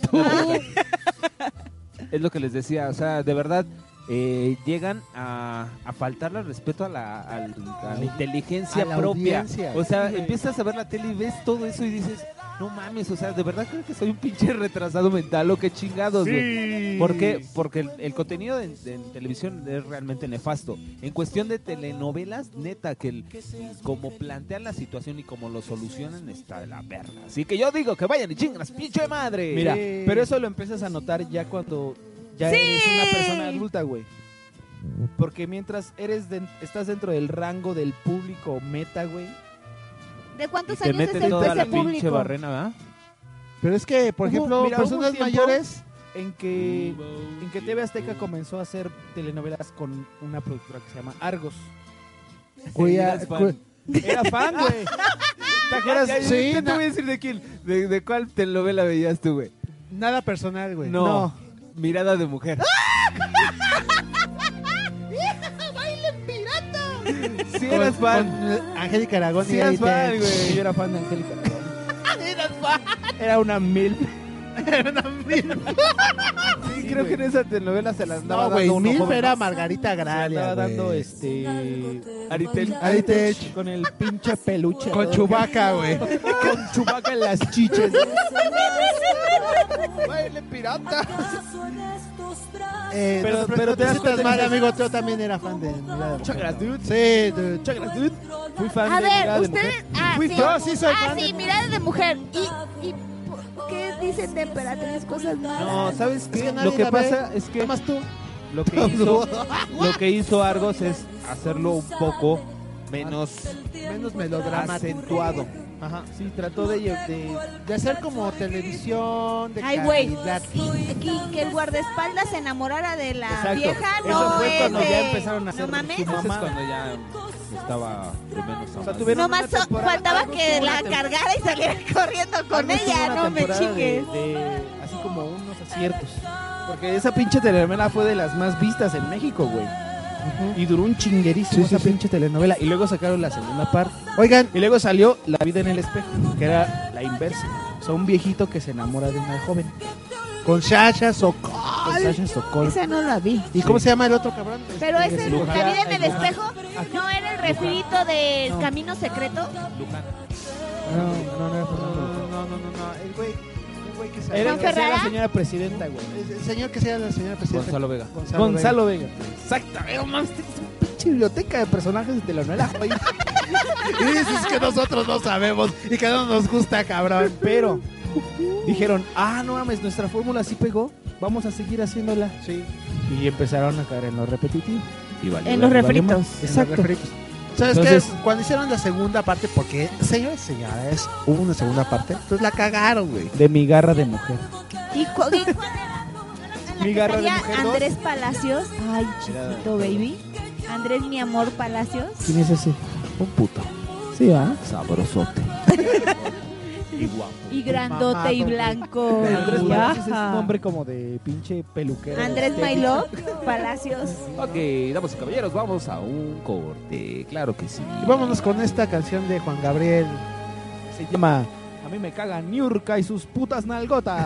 Es lo que les decía, o sea, de verdad eh, llegan a, a faltarle al respeto a la, al- a la inteligencia A la propia. audiencia. O sea, empiezas a ver la tele y ves todo eso y dices, no mames, o sea, de verdad creo que soy un pinche retrasado mental o qué chingados, güey. ¿Por qué? Porque el, el contenido de, de televisión es realmente nefasto. En cuestión de telenovelas, neta, que el, como plantean la situación y como lo solucionan está de la verga. Así que yo digo que vayan y chingas, pinche madre. Mira, Sí. pero eso lo empiezas a notar ya cuando ya ¡Sí! eres una persona adulta, güey. Porque mientras eres de- estás dentro del rango del público meta, güey. ¿De cuántos te años es meten el toda la ese pinche público? barrena, ¿verdad? Pero es que, por Hubo- ejemplo, mira, hubo un personas tiempo mayores. en que en que T V Azteca comenzó a hacer telenovelas con una productora que se llama Argos. Cuya, Eras fan. cu- Era fan, güey. ¿Te acuerdas? Ya, ya, Sí, ya te na- voy a decir de quién, de, de cuál telenovela veías tú, güey. nada personal, güey. No, Mirada de Mujer. ¡Baile pirata! Sí Con- eras fan. con Angélica Aragón Sí y eras ahí te- fan, güey. Yo era fan de Angélica Aragón. ¡Eras fan! Era una mil. Sí, creo que en esa telenovela se la andaba No, güey, dando uno Milf joven, era ¿no? Margarita Se Gralia, andaba dando güey. este Aritel. Aritech. con el pinche peluche. Con Chewbacca, güey. Con Chewbacca en las chiches. Baile pirata. Eh, Pero- no, pero te das sientas cuenta mal, que- amigo. Yo también era fan de Mirada de Mujer. Chagras, dude. Sí, dude. Chagras, dude. Fui fan A de Mirada ver, de ustedes. Mujer. Ah, Fui- sí. yo sí soy ah, fan sí, de- mirada de mujer. ¿Y, y por qué dicen de emperatriz cosas malas? No, ¿sabes qué? que nadie Lo que la ve. pasa es que Más tú. lo que hizo lo que hizo Argos es hacerlo un poco menos Menos melodramático. acentuado. Ajá, sí, trató de, de De hacer como televisión de Ay, güey. calidad. Y, aquí, que el guardaespaldas se enamorara de la Exacto. vieja, Eso no fue es cuando de... ya empezaron a hacer no mames. su Ese es mamá. cuando ya estaba de menos a O sea, más. tuvieron No una más so- temporada- faltaba Argos que tuvo la una tem- cargara y saliera corriendo con Argos tuvo ella, una no me temporada de- chingues. de- así como unos aciertos. Porque esa pinche telenovela fue de las más vistas en México, güey. Y duró un chinguerísimo Sí, sí, esa sí. pinche telenovela. Y luego sacaron la segunda parte. Oigan, Y luego salió La vida en el espejo, que era la inversa. O sea, un viejito que se enamora de una joven. con Sasha Sokol. Con Sasha Sokol. Esa no la vi. ¿Y cómo se llama el otro cabrón? Pero Este, ese, Luján. la vida en el Luján. espejo, ¿no era el refrito del No. Camino Secreto? Luján. No, no, no, era Fernando No, Luján. no, no, no, no. El güey, el güey que se Era ¿Juan que hacía la Ferrara? señora presidenta, güey. el señor que sea la señora presidenta. Gonzalo Vega. Gonzalo, Gonzalo Vega. Exacto. No mames, tienes un pinche biblioteca de personajes de telenovela, güey. Vega. Y dices que nosotros no sabemos y que no nos gusta, cabrón. Pero dijeron, ah, no mames, nuestra fórmula sí pegó, vamos a seguir haciéndola. Sí. Y empezaron a caer en lo repetitivo. Y valió En los verga. refritos. Exacto. ¿Sabes Entonces- qué? Cuando hicieron la segunda parte, porque, señores y señores, hubo una segunda parte, entonces la cagaron, güey. De mi garra de mujer. ¿Y cu- y cuál era? En la Mi que garra de salía mujer dos. Andrés Palacios. Ay, chiquito, baby. Andrés, mi amor, Palacios. ¿Quién es ese? Un puto. Sí, ¿ah? Sabrosote. Y guapo. Y grandote Mamado, y güey. blanco. Andrés Y Palacios es ajá. un nombre como de pinche peluquero. Andrés estético. Mailó, Palacios. Ok, damas y caballeros, vamos a un corte. Claro que sí. Y vámonos con esta canción de Juan Gabriel. Se llama A mí me cagan Niurka y sus putas nalgotas.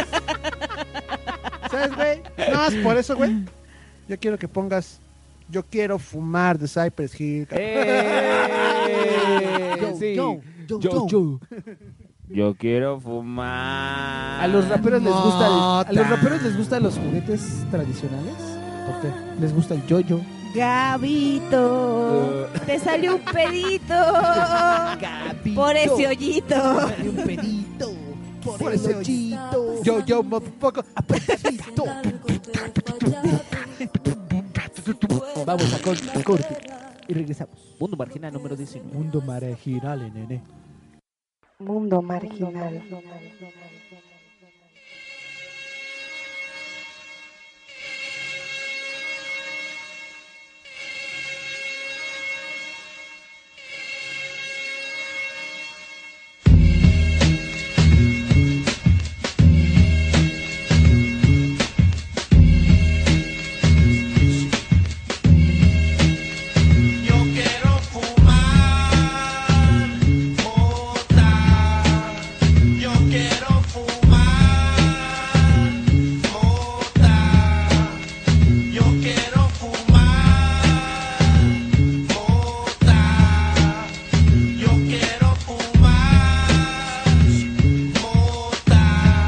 ¿Sabes, güey? No más por eso, güey. Yo quiero que pongas Yo quiero fumar de Cypress Hill. cabrón. ¡Eh! Yo, Sí. yo, yo, Yo, yo. yo. Yo quiero fumar. A los raperos les gusta el- a Mota. los raperos les gustan los juguetes tradicionales. ¿Por qué? Les gusta el yoyo. Gabito, te salió un pedito. Por ese hoyito. Un pedito. Por, ese hoyito. Yo, yo, poco apretadito. Vamos a corte, a corte. Y regresamos. Mundo Marginal número diecinueve. Mundo Marginal, nene. Mundo marginal. Yo quiero fumar mota. Yo quiero fumar mota. Yo quiero fumar mota. Yo quiero fumar mota.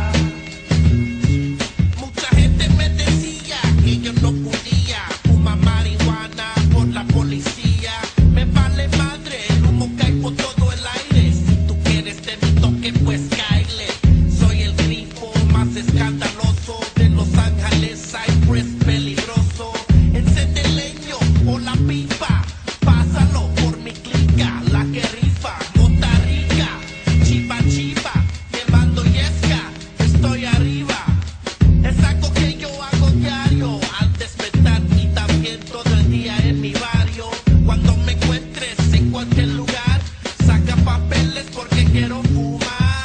Mucha gente me decía que yo no podía fumar marihuana por la policía. Me vale madre, el humo cae por todo el aire. Si tú quieres de mi toque, pues cáele. Soy el grifo más escandaloso de Los Ángeles, Cypress, peligroso. Encende el leño o la pipa, pásalo por mi clica, la que rifa, mota rica, chiva chiva, llevando yesca, estoy arriba. Es algo que yo hago diario al despertar y también todo el día en mi barrio. Cuando me encuentres en cualquier lugar, saca papeles porque quiero fumar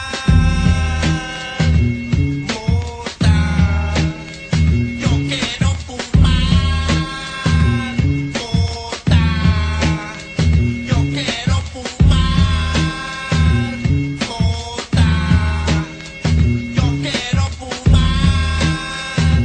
mota. Yo quiero fumar mota. Yo quiero fumar mota. Yo quiero fumar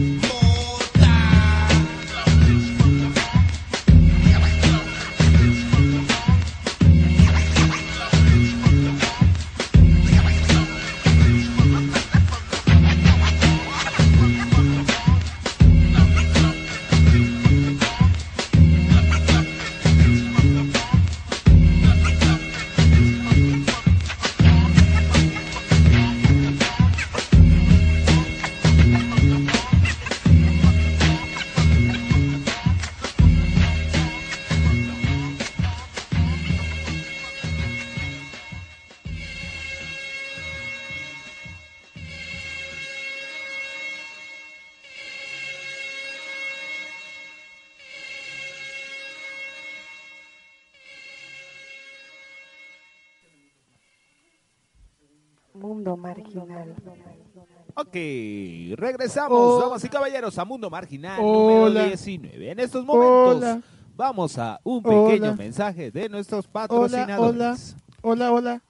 Mundo marginal. Ok, regresamos, Oh. damas y caballeros, a Mundo Marginal Hola. número diecinueve. En estos momentos Hola. vamos a un pequeño Hola. mensaje de nuestros Hola, patrocinadores. hola, hola, hola.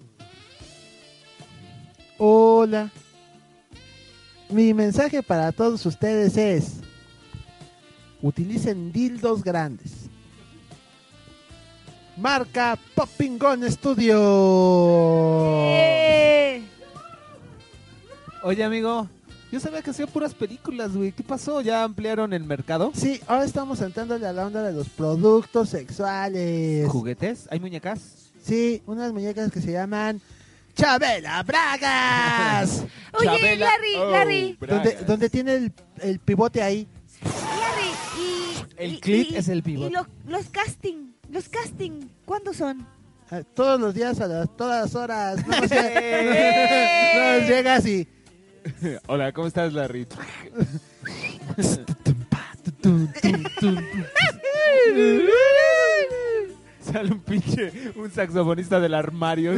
Hola. Mi mensaje para todos ustedes es: utilicen dildos grandes. Marca Popping Gun Studio. Oye, amigo, yo sabía que hacían puras películas, güey. ¿Qué pasó? ¿Ya ampliaron el mercado? Sí, ahora estamos entrándole a la onda de los productos sexuales. ¿Juguetes? ¿Hay muñecas? Sí, unas muñecas que se llaman Chabela Bragas. Oye, Chabela, Larry, oh, Larry, donde, Bragas. donde tiene el, el pivote ahí. Larry, y... El y- clit y- es el Y pivote. lo- los casting, los casting, ¿cuándo son? Ah, todos los días, a las, todas las horas. No nos llega- no nos llegas y... Hola, ¿cómo estás, Larry? Sale un pinche, un saxofonista del armario.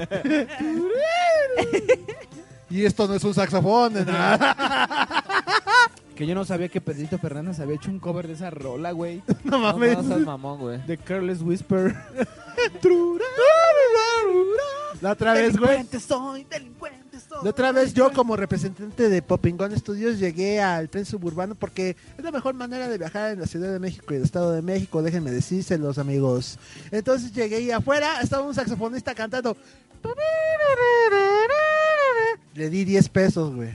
Y esto no es un saxofón, de nada. Que yo no sabía que Pedrito Fernández había hecho un cover de esa rola, güey. No No, mames. no seas mamón, güey. The Careless Whisper. La otra vez, güey. Delincuente soy, delincuente soy. La otra vez yo como representante de Popingón Studios llegué al tren suburbano porque es la mejor manera de viajar en la Ciudad de México y el Estado de México, déjenme decírselos, amigos. Entonces llegué y afuera estaba un saxofonista cantando. Le di diez pesos, güey.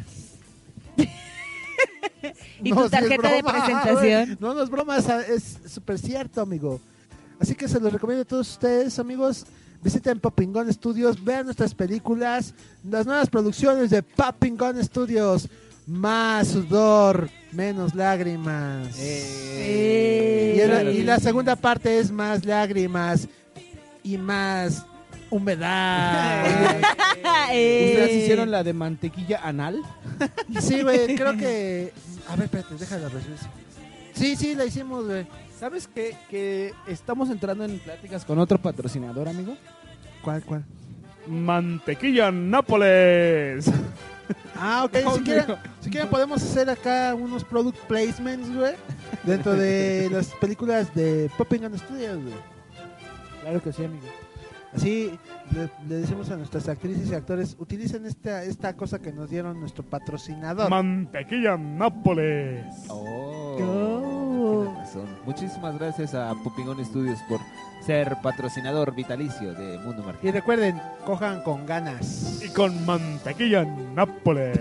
¿Y No, tu sí es tarjeta de broma, presentación? güey. No, no es broma, es súper cierto, amigo. Así que se los recomiendo a todos ustedes, amigos. Visiten Popingón Studios, vean nuestras películas, las nuevas producciones de Popingón Studios. Más sudor, menos lágrimas. Eh, y, el- claro y que la sí. segunda parte es más lágrimas y más humedad. ¿Ustedes hicieron la de mantequilla anal? Sí, güey, creo que... A ver, espérate, déjala revisar. Sí, sí, la hicimos, güey. ¿Sabes qué? Que estamos entrando en pláticas con otro patrocinador, amigo. ¿Cuál, cuál? Mantequilla Nápoles. Ah, ok, si quieren, si quieren podemos hacer acá unos product placements, güey, dentro de las películas de Popingón Studios, güey. Claro que sí, amigo. Así le, le decimos a nuestras actrices y actores, utilicen esta, esta cosa que nos dieron nuestro patrocinador. Mantequilla Nápoles. Oh, Oh. tienes razón. Muchísimas gracias a Popingón Studios por ser patrocinador vitalicio de Mundo Marginal. Y recuerden, cojan con ganas. Y con mantequilla Nápoles.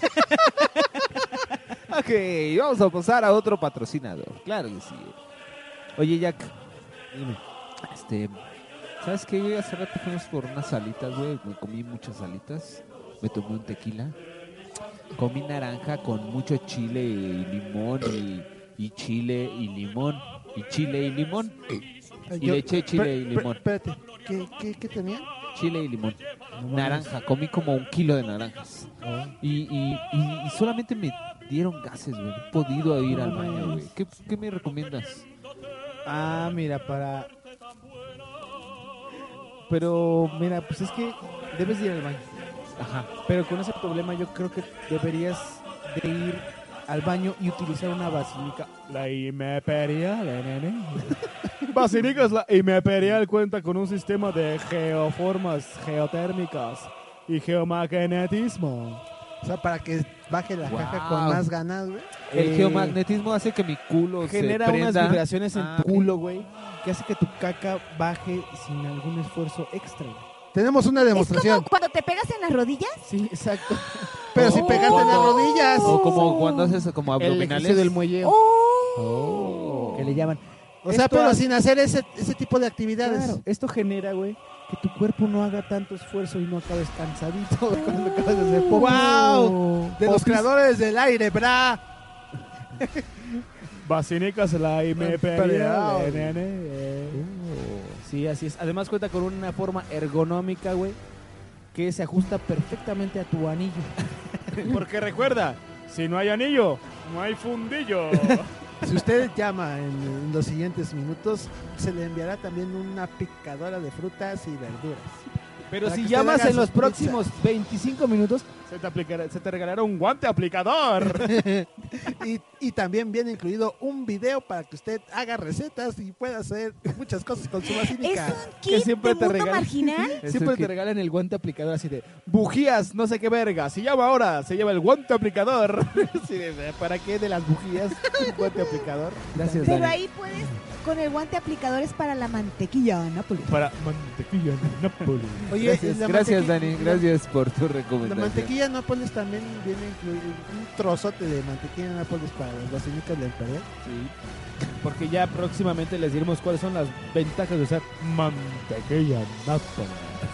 Ok, vamos a pasar a otro patrocinador. Claro que sí. Oye, Jack, Dime. este, ¿sabes qué? Hace rato fuimos por unas salitas, güey. Me comí muchas salitas. Me tomé un tequila. Comí naranja con mucho chile y limón y, y chile y limón. Y chile y limón. Y Yo- le eché chile per- y per- limón. Espérate, ¿qué, qué, qué tenían? Chile y limón. Naranja, comí como un kilo de naranjas. Y, y, y, y solamente me dieron gases, güey. No he podido ir al baño, güey. ¿Qué, qué me recomiendas? Ah, mira, para... Pero, mira, pues es que debes de ir al baño. Ajá. Pero con ese problema yo creo que deberías de ir al baño y utilizar una basílica. La imperial, nene. Basílicas, la imperial cuenta con un sistema de geoformas geotérmicas y geomagnetismo. O sea, para que baje la Wow. caja con más ganas, güey. El Eh, geomagnetismo hace que mi culo Genera se unas prenda. vibraciones en Ah, tu ok. culo, güey, que hace que tu caca baje sin algún esfuerzo extra. güey. Tenemos una ¿Es demostración. como cuando te pegas en las rodillas? Sí, exacto. Pero si Oh. pegaste en las rodillas. O como cuando haces como El abdominales. ejercicio del muelleo, Oh. que le llaman. O sea, Esto pero hace- sin hacer ese, ese tipo de actividades. Claro, esto genera, güey, que tu cuerpo no haga tanto esfuerzo y no acabes cansadito cuando acabas de hacer popis. ¡Wow! De los Popis. creadores del aire, bra. Basílicas, la imperial, Imperial. nene. Sí, así es. Además cuenta con una forma ergonómica, güey, que se ajusta perfectamente a tu anillo. Porque recuerda, si no hay anillo, no hay fundillo. Si usted llama en, en los siguientes minutos, se le enviará también una picadora de frutas y verduras. Pero Para si que usted llamas haga en los sus próximos veinticinco minutos, Se te, aplicará- se te regalará un guante aplicador. y, y también viene incluido un video para que usted haga recetas y pueda hacer muchas cosas con su ¿Es basílica. un que kit siempre de te mundo regalan. marginal? Siempre te regalan el guante aplicador así de bujías, no sé qué verga. Si llama ahora, se lleva el guante aplicador. Así de, ¿para qué de las bujías? Un guante aplicador. Gracias, Pero Dani. ahí puedes, con el guante aplicador es para la mantequilla, Nápoles. Para mantequilla Nápoles. Oye, Gracias, la gracias mantequi- Dani. Gracias por tu La recomendación. mantequilla Nápoles también viene incluido un trozote de mantequilla Nápoles para las basílicas del Imperial. Sí. Porque ya próximamente les diremos cuáles son las ventajas de usar Mantequilla Nápoles.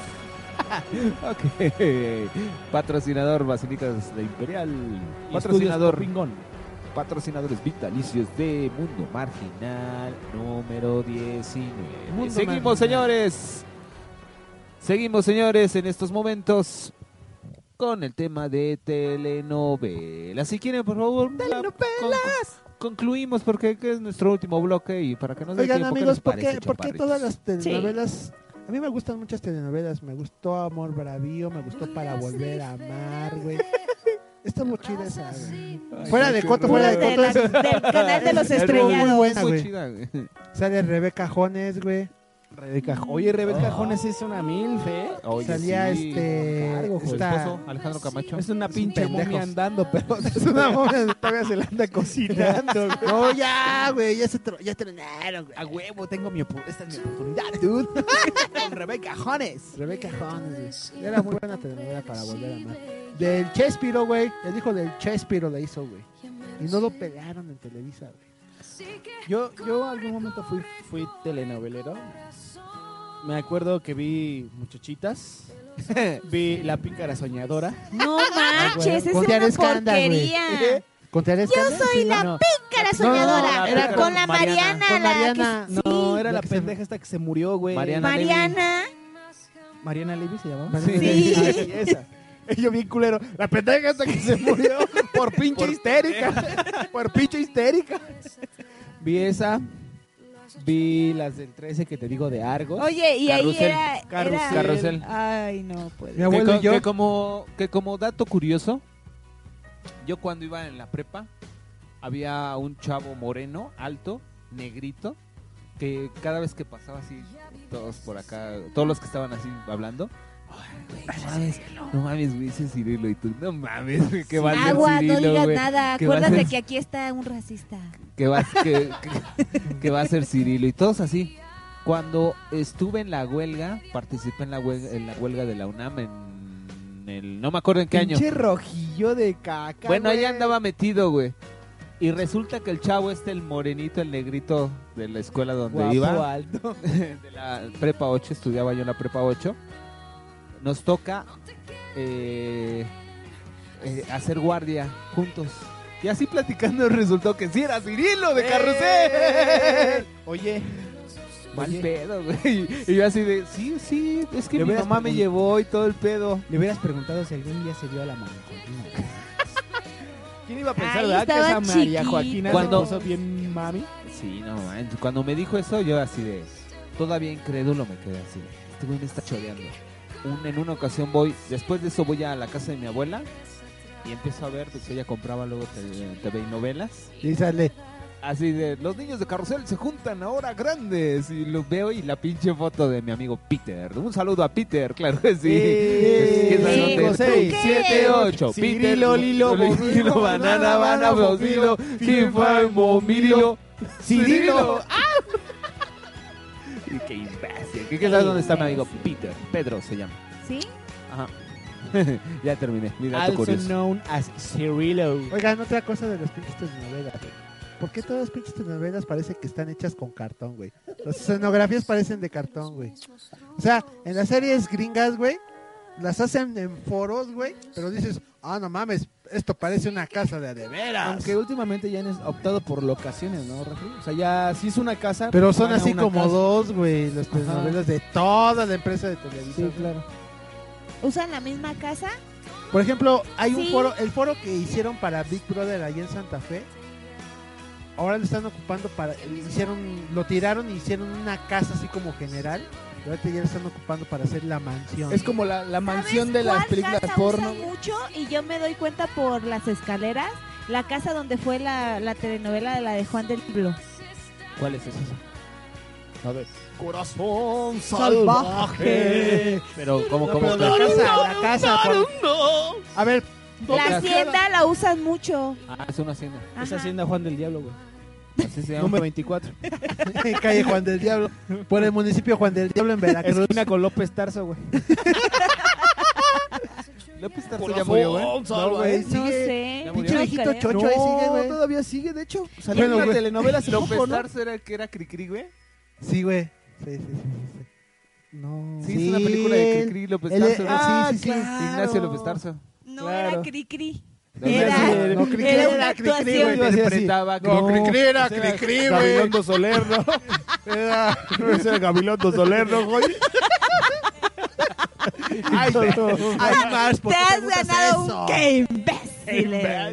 Ok. Patrocinador Basílicas de Imperial. y Patrocinador. estudios Pingón. Patrocinadores vitalicios de Mundo Marginal número diecinueve. Mundo Seguimos, Marginal. señores. Seguimos, señores, en estos momentos con el tema de telenovelas. Si quieren, por favor, telenovelas. Concluimos porque que es nuestro último bloque y para que nos dé Oigan, tiempo, ¿qué amigos, les ¿por parece, qué, por qué chaparritos? todas las telenovelas? A mí me gustan muchas telenovelas. Me gustó Amor Bravío, me gustó Para Volver a Amar, güey. Está muy chida esa, güey. Ay, Fuera qué de coto, horror. fuera de De coto. la- es- del canal de los es muy estrellados. buena, Muy güey. chida, güey. Sale Rebeca Jones, güey. Rebeca, oye, Rebeca Jones es una milf, ¿eh? Oye, Salía sí, este. con cargo, Su esta- esposo, Alejandro Camacho. Es una Es un pinche pendejo. momia andando, pero es una momia que todavía se la anda cocinando. güey. No, ya, güey, ya se tro- ya tronaron, güey. A huevo, tengo mi oportunidad. Esta es mi oportunidad, dude. Con Rebeca Jones. Rebeca Jones, güey. Era muy buena telenovela para volver a amar. Del Chespiro, güey. El hijo del Chespiro la hizo, güey. Y no lo pelaron en Televisa, güey. Yo, yo algún momento fui, fui telenovelero. Me acuerdo que vi Muchachitas. Vi La Pícara Soñadora. No manches, es Con una Tiara Escanda, güey. porquería. ¿Con Tiara Yo Escanda? soy Sí, la no. pícara No, soñadora. no, no, Era no, con la Mariana. Mariana. Con la Mariana. que- No, sí. era la La que se- pendeja esta que se murió, güey. Mariana Levy. Mariana. Mariana Levy se llamaba. Mariana Sí. Ah, sí, esa. Yo bien culero. La pendeja esta que se murió por pinche histérica. Por pinche histérica. Vi esa. Vi las del trece que te digo de Argos. Oye, y Carrusel. ahí era, era- Carrusel. Carrusel. Ay, no puede. Mi Que, abuelo co- y yo. que como, que como dato curioso, yo cuando iba en la prepa, había un chavo moreno, alto, negrito, que cada vez que pasaba así, todos por acá, todos los que estaban así hablando, "Ay, güey, no mames, no mames, güey, ese Cirilo", y tú, no mames, güey, que va a ser Agua, Cirilo, no digas güey, nada. que va a Acuérdate ser- que aquí está un racista. que va, que, que- que va a ser Cirilo y todos así. Cuando estuve en la huelga, participé en la huelga, en la huelga de la UNAM en el, no me acuerdo en qué año. Pinche rojillo de caca. Bueno, ahí güey. andaba metido, güey. Y resulta que el chavo este, el morenito, el negrito de la escuela donde Guapo, iba, alto. de la prepa ocho, estudiaba yo en la prepa ocho, nos toca eh, eh, hacer guardia juntos. Y así platicando resultó que sí era Cirilo de Carrusel. Oye, Mal Oye. pedo, güey. Y yo así de, sí, sí, es que Le mi hubieras mamá me pregun- llevó y todo el pedo. le hubieras preguntado si algún día se dio a la mano. ¿Quién iba a pensar, Ay, verdad, que estaba esa María chiquito. Joaquina Cuando- se puso bien mami? Sí, no manches. Cuando me dijo eso, yo así de, todavía incrédulo me quedé así de, este güey me está choreando. Un, en una ocasión voy, después de eso voy a la casa de mi abuela y empiezo a ver, porque ella compraba luego te- T V y novelas. Y sale. Así de, los niños de Carrusel se juntan ahora grandes. Y los veo y la pinche foto de mi amigo Peter. Un saludo a Peter, claro que sí. Eh, ¿Quién sabe cinco, dónde? seis, siete, ocho. Cirilo, Lilo, Lilo, banana, banana, bocilo, Fifa, momilio, Cirilo. Y qué imbécil. ¿Qué, qué sabes dónde está mi amigo Peter? Pedro se llama. ¿Sí? Ajá. Ya terminé. Mi dato Also curioso. known as Cirilo. Oigan, otra cosa de las pinches telenovelas, güey. ¿Por qué todas las pinches telenovelas parece que están hechas con cartón, güey? Las escenografías parecen de cartón, güey. O sea, en las series gringas, güey, las hacen en foros, güey, pero dices, ah, no mames, esto parece una casa de a de veras. Aunque últimamente ya han optado por locaciones, ¿no, Rafi? O sea, ya si es una casa. Pero pues son van a así una como casa. dos, güey, las Ajá. telenovelas de toda la empresa de televisión. Sí, claro. ¿Usan la misma casa? Por ejemplo, hay un Sí. foro, el foro que hicieron para Big Brother allá en Santa Fe. Ahora lo están ocupando para, hicieron, lo tiraron y hicieron una casa así como general. Y ahorita ya lo están ocupando para hacer la mansión. Es como la, la mansión de las ¿Cuál películas casa porno. usan mucho y yo me doy cuenta por las escaleras? La casa donde fue la, la telenovela de la de Juan del Pueblo. ¿Cuál es esa? A ver. Corazón salvaje. Pero, ¿cómo, No, cómo? pero la casa, la casa. Juan. A ver, La hacienda la usan mucho. Ah, es una hacienda. Es Ajá. Hacienda Juan del Diablo, güey. Así se llama. Número veinticuatro. calle Juan del Diablo. Por el municipio Juan del Diablo en Veracruz. Esquina con López Tarso, güey. López Tarso ya murió, güey. No, güey, No sigue. sé. Ya Pinche no viejito creo. chocho ahí sigue, güey. todavía sigue, de hecho. Salió Bueno, en una güey. telenovela hace López poco, ¿no? Tarso era el que era Cricri, güey. Sí, güey. Sí, sí, sí, sí, sí. No. Sí, es una película de Cricri López él- Tarso. él- ¿no? ah, sí, sí, sí. Ignacio López Tarso. No Claro. era Cricri. No, Era, sí, no, Cricri era era una Cricri, actuación. güey. Iba a decir así. Interpretaba No, Cricri. Cricri era Ese era Cricri, güey. Gabilondo Soler, ¿no? Era- Ese era Gabilondo Soler, ¿no, güey? Ay, ay, Mars, ¿por Te qué has preguntas ganado eso? un qué imbécil. eres.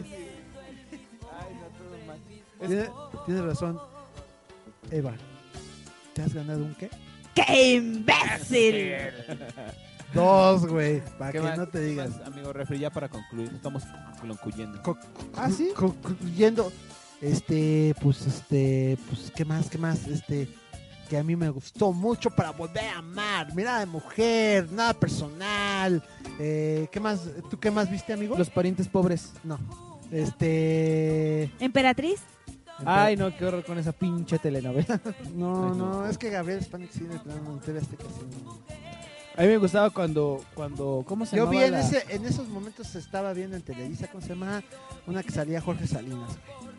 Tiene- Tienes razón, Eva. ¿Te has ganado un qué? ¡Qué imbécil! Dos, güey. Para ¿Qué que más? no te digas. ¿Qué más, amigo refri, ya para concluir, estamos concluyendo. Co- ¿Ah, sí? Concluyendo, este, pues, este, pues, ¿qué más, qué más? Este, que a mí me gustó mucho para volver a amar. Mirada de mujer, nada personal. Eh, ¿Qué más? ¿Tú qué más viste, amigo? Los parientes pobres. No. Este... ¿Emperatriz? Ay, no, qué horror con esa pinche telenovela. No, no, es que Gabriel Spanik sí, no me interesa este casi. A mí me gustaba cuando, cuando ¿cómo se Yo llamaba vi en, la- ese, en esos momentos se estaba viendo en Televisa, ¿cómo se llama? Una que salía Jorge Salinas.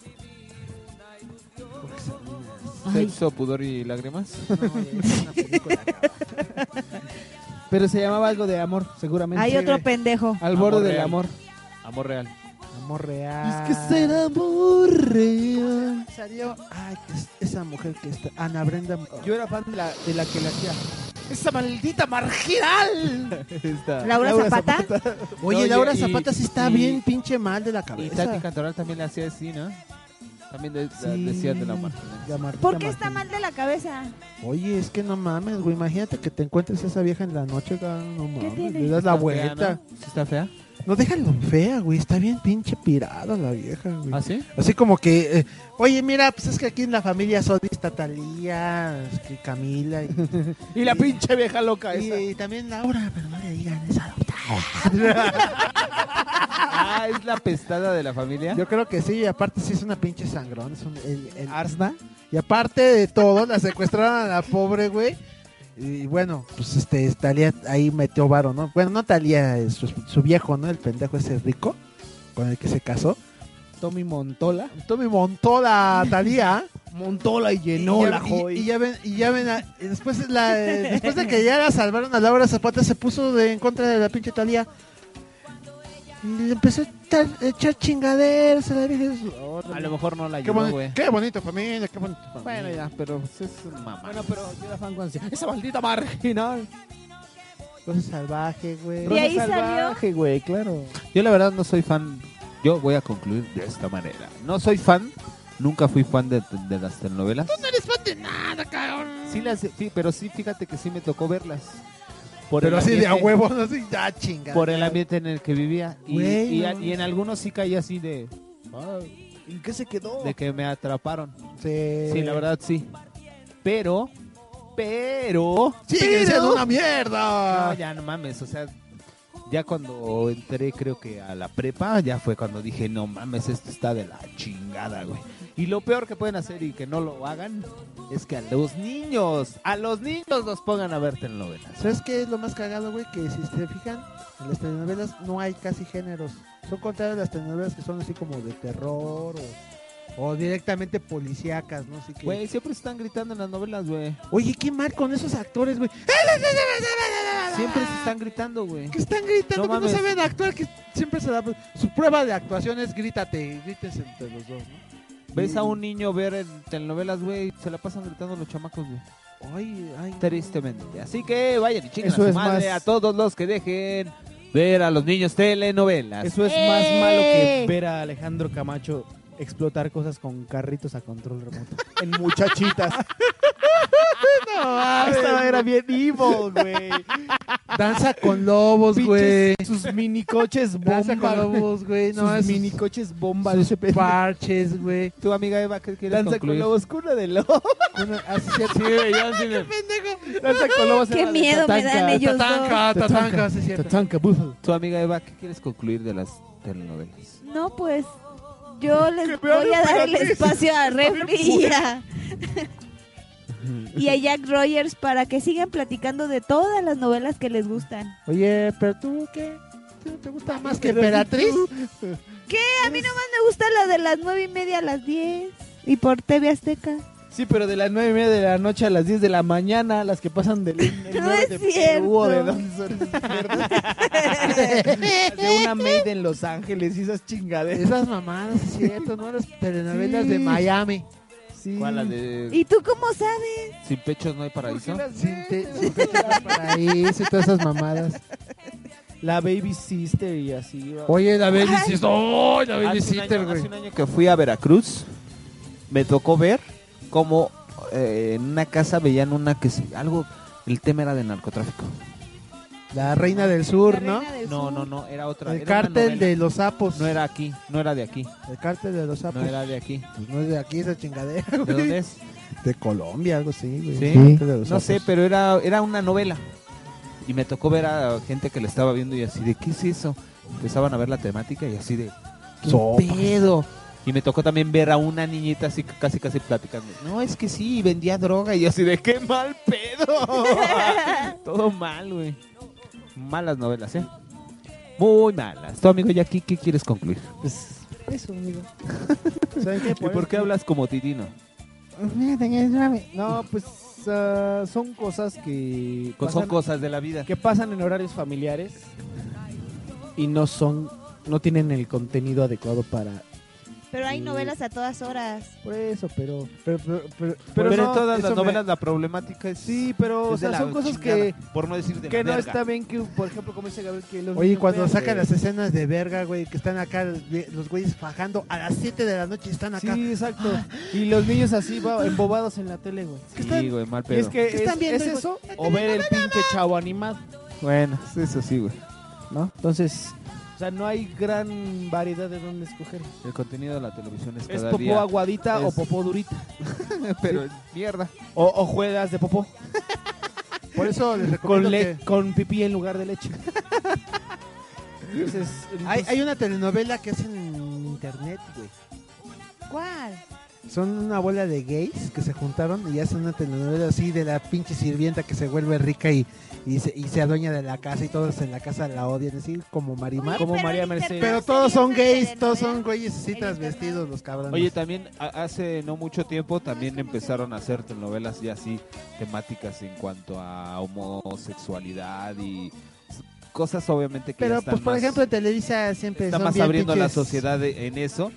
Jorge Salinas. ¿Sexo, pudor y lágrimas? No, es una película. Pero se llamaba algo de amor, seguramente. Hay otro pendejo. Al borde Amor del real. amor. Amor real. Amor real. Es que será amor real. Salió, ay, que es- esa mujer que está, Ana Brenda. Yo era fan de la, de la que la hacía. ¡Esa maldita marginal! Esta- ¿Laura Zapata? Oye, No, y- Laura y- Zapata sí está y- bien pinche mal de la Y cabeza. Tati Cantoral también le hacía así, ¿no? También de- Sí. decían de la marginal. La Martita ¿Por qué Martínez. está mal de la cabeza? Oye, es que no mames, güey. Imagínate que te encuentres a esa vieja en la noche, cabrón, no mames. tiene? Le das la Está fea, vuelta. ¿no? ¿Sí está fea? No, déjalo fea, güey. Está bien pinche pirada la vieja, güey. ¿Ah, sí? Así como que, eh, oye, mira, pues es que aquí en la familia Sodi está Talía, es que Camila y, Y la pinche vieja loca y, esa. y también Laura, pero no le digan esa adoptada. Ah, ¿es la pestada de la familia? Yo creo que sí, y aparte sí es una pinche sangrón. Es un, el, el- Arsna. Y aparte de todo, la secuestraron a la pobre, güey. Y bueno, pues este, Talía ahí metió varo, ¿no? Bueno, no Talía, es su, su viejo, ¿no? El pendejo ese rico con el que se casó. Tommy Montola. Tommy montó la Talía. Montola y llenó y ya, la y- joy. y ya ven, y ya ven, a- y después, la, eh, después de que ya la salvaron a Laura Zapata, se puso de, en contra de la pinche Talía. Y le empezó a echar, a echar chingaderas a la vieja. A lo mejor no la Qué, ayudó, boni- güey. qué bonito familia, qué bonito familia. Bueno, ya, pero pues, es un mamá. Bueno, pero yo era fan cuando decía, esa maldita marginal. Rosa salvaje, güey. Y ahí Rosa salió. salvaje, güey, claro. Yo la verdad no soy fan. Yo voy a concluir de esta manera. No soy fan. Nunca fui fan de, de las telenovelas. No eres fan de nada, cabrón. Sí las, sí, pero sí, fíjate que sí me tocó verlas. Por Pero el así de a ambiente- huevo, no así, ya chinga. Por el ambiente en el que vivía. Y, Güey, y, no. y en algunos sí caí así de, ¿En qué se quedó? de que me atraparon. Sí, Sí, la verdad sí. Pero, pero... Sigue pero- siendo una mierda. No, ya no mames, o sea, ya cuando entré creo que a la prepa, ya fue cuando dije, no mames, esto está de la chingada, güey. Y lo peor que pueden hacer y que no lo hagan es que a los niños, a los niños los pongan a ver telenovelas. ¿Sabes qué es lo más cagado, güey? Que si se fijan, en las telenovelas no hay casi géneros. Son contrarias las telenovelas que son así como de terror o, o directamente policíacas, ¿no? Así que... Güey, siempre están gritando en las novelas, güey. Oye, qué mal con esos actores, güey. Siempre se están gritando, güey. Que están gritando, No que no mames. saben actuar, que siempre se da... Su prueba de actuación es grítate, grítense entre los dos, ¿no? Ves a un niño ver en telenovelas, güey, se la pasan gritando los chamacos, güey. Ay, ay, Tristemente. Así que vayan y chinguen a Eso su es madre más- a todos los que dejen ver a los niños telenovelas. Eso es más malo que ver a Alejandro Camacho explotar cosas con carritos a control remoto. En muchachitas. No, Esta era bien evil, güey. Danza con lobos, güey. Pinches- Sus minicoches Danza bomba. con lobos, güey. No, sus esos- minicoches bomba de sus ese pedo. parches, güey. Tu amiga Eva, ¿qué quieres Danza concluir? con lobos, cuna de lobos. Una- así se- Sí, güey, ya sí me- Danza con lobos. Qué era de miedo me Tatanka. dan ellos dos. Tatanka, Tatanka, sí es cierto. Tatanka, búfalo. Tu amiga Eva, ¿qué quieres concluir de las telenovelas? No, pues yo les Que vean voy a dar el Emperatriz. espacio a Está bien Refri y a, y a Jack Rogers para que sigan platicando de todas las novelas que les gustan. Oye, pero tú, ¿qué? ¿Tú ¿Te gusta más que Emperatriz? ¿Qué? A mí nomás me gusta la de las nueve y media a las diez y por T V Azteca. Sí, pero de las nueve y media de la noche a las diez de la mañana, las que pasan del el No nueve es de cierto. Perú o de dónde son esas mierdas. Las de una maid en Los Ángeles y esas chingaderas. Esas mamadas, es cierto, ¿no? Las telenovelas Sí. de Miami. Sí. ¿Cuál? La de ¿Y tú cómo sabes? Sin pechos no hay paraíso. Sin, te, sin pecho de paraíso y todas esas mamadas. La Baby Sister y así. Oye, la Baby Sister. ¡Oh, la Baby Hace un, Sister, año, güey! hace un año que fui a Veracruz, me tocó ver cómo eh, en una casa veían una que se, algo, el tema era de narcotráfico. La Reina del Sur, ¿no? Reina del No, Sur. no, no, era otra. El era una cártel novela. de los sapos. No era aquí, no era de aquí, El cártel de los sapos. no era de aquí. Pues no es de aquí esa chingadera, ¿De güey. dónde es? de Colombia, algo así, güey. Sí, De los no ojos. sé, pero era, era una novela. Y me tocó ver a gente que la estaba viendo y así de, ¿qué es eso? Empezaban a ver la temática y así de, ¿qué Sopas. pedo? Y me tocó también ver a una niñita así casi casi platicando. No, es que sí, vendía droga. Y yo así de, ¡qué mal pedo! Todo mal, güey. Malas novelas, ¿eh? Muy malas. ¿Tú, amigo Jackie, qué quieres concluir? Pues eso, amigo. ¿Saben qué? ¿Y por qué hablas como Titino? No, pues ah, son cosas que Son pasan- cosas de la vida. que pasan en horarios familiares y no son, no tienen el contenido adecuado para. Pero hay novelas a todas horas. Por eso, pero, pero, pero, pero, Pero, no, en todas las eso me- novelas la problemática es... Sí, pero o es de sea, la son cosas chingada, que por no decir de que la no verga. está bien que, por ejemplo, como dice Gabriel, que los Oye, niños cuando vean, sacan güey. las escenas de verga, güey, que están acá los güey- los güeyes fajando a las siete de la noche y están acá. Sí, exacto. Y los niños así va, embobados en la tele, güey. Sí, güey, mal Y pedo. es que ¿Qué es, están viendo, es hijo? eso o ver el pinche chavo animado, Bueno, eso sí, güey. ¿no? Entonces, o sea, no hay gran variedad de dónde escoger. El contenido de la televisión es Es cada popó día... aguadita o es- popó durita. Pero es mierda. O, o juegas de popó. Por eso les Con, recomiendo le- que... con pipí en lugar de leche. Entonces, Hay, hay una telenovela que hacen en internet, güey. ¿Cuál? Son una bola de gays que se juntaron y hacen una telenovela así de la pinche sirvienta que se vuelve rica y, y, se, y se adueña de la casa y todos en la casa la odian, así como Marimar. Como pero María en Mercedes. internet Pero todos son sería una gays, todos son telenovela. güeyes así En transvestidos los cabrones. Oye, también a- hace no mucho tiempo también empezaron a hacer telenovelas ya así temáticas en cuanto a homosexualidad y s- cosas obviamente que ya pero están pues por más- ejemplo en Televisa siempre está son más bien abriendo la pinches- sociedad de- en eso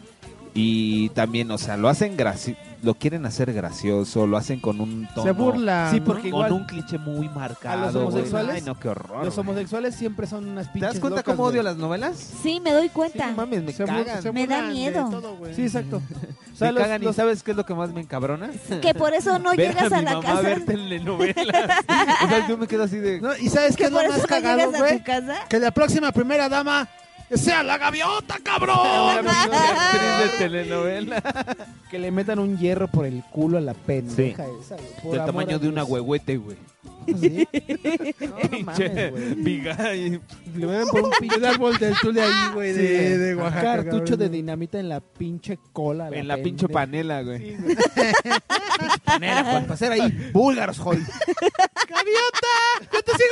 y también, o sea, lo hacen graci lo quieren hacer gracioso, lo hacen con un tono, Se burlan. Sí, ¿no? porque con igual un cliché muy marcado. a los güey. homosexuales, Ay, no, qué horror. los güey. homosexuales siempre son unas ¿Te pinches das cuenta locas, cómo odio güey. las novelas? Sí, me doy Sí, cuenta. no mames, me Se bur- cagan. se Me da burlan de miedo. todo, güey. Sí, exacto. O sea, me los- cagan los- y ¿sabes qué es lo que más me encabrona? Que por eso no Ver llegas a, a, mi la mamá casa. ver telenovelas. O sea, yo me quedo así de... No, ¿y sabes qué Que es lo por más eso no cagado, llegas a güey? tu casa. Que la próxima primera dama sea la gaviota, cabrón. Una pinche actriz de telenovela. que le metan un hierro por el culo a la pendeja esa, güey, por Del amor tamaño a de una Dios. huehuete, güey. ¿Sí? No, no Pinche mames, güey. viga y- Le meten por un pinche El árbol del tule ahí, güey, de, Sí. de Oaxaca. cartucho cabrón. de dinamita en la pinche cola. en la pinche pendeja. panela, güey. Sí, güey. Pinche panela, Juan, para hacer ahí búlgaros, joy. ¡Gaviota! ¡Yo te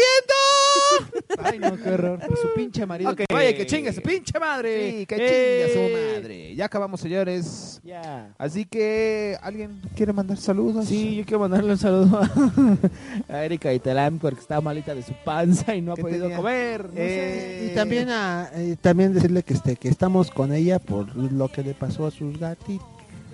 sigo queriendo! Ay, no, qué horror. Y su pinche marido. Ok. Vaya, que chingue su pinche madre. Sí, que Eh. chingue su madre. Ya acabamos, señores. Ya. Así que, ¿alguien quiere mandar saludos? Sí, yo quiero mandarle un saludo a, a Erika Italam porque está malita de su panza y no ha ¿Qué podido tenía? comer. No Eh, Y también a, eh, también decirle que este que estamos con ella por lo que le pasó a sus gatitos.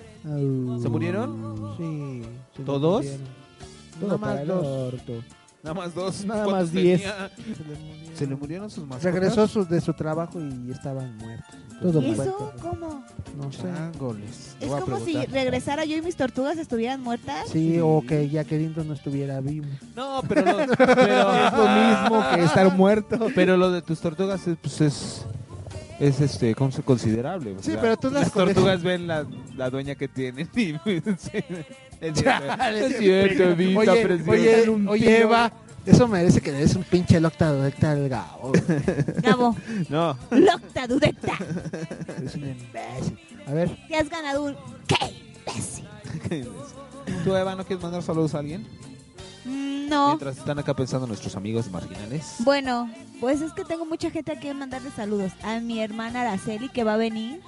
¿Se murieron? Sí. se le ¿Todos? murieron. Todo Nada para más el dos. orto. Nada más dos. Nada ¿Cuántos más diez. tenía? Se le murieron. ¿Se le murieron sus mascotas? Regresó su- de su trabajo y estaban muertos. Todo ¿Y mal. eso cómo? No sé. Changoles. Es Voy a como si preguntar. regresara yo y mis tortugas estuvieran muertas. Sí, o que ya que Lindo no estuviera vivo. No, pero, lo, pero Es lo mismo que estar muerto. Pero lo de tus tortugas es, pues es, es este, ¿cómo se- considerable. o Sí, sea, pero tú las las coges- tortugas ven la, la dueña que tienen y pues, sí, es cierto, Chale, es cierto, Evita, Oye, preciosa. oye, un oye, tiro. Eva, eso merece que le des un pinche locta directa al Gabo. Gabo, No, locta dudecta. Es un imbécil. A ver, Te has ganado un... ¿Qué? imbécil. ¿tú, Eva, no quieres mandar saludos a alguien? Mm, No. Mientras están acá pensando nuestros amigos marginales. Bueno, pues es que tengo mucha gente a quien mandarle saludos. A mi hermana Araceli, que va a venir.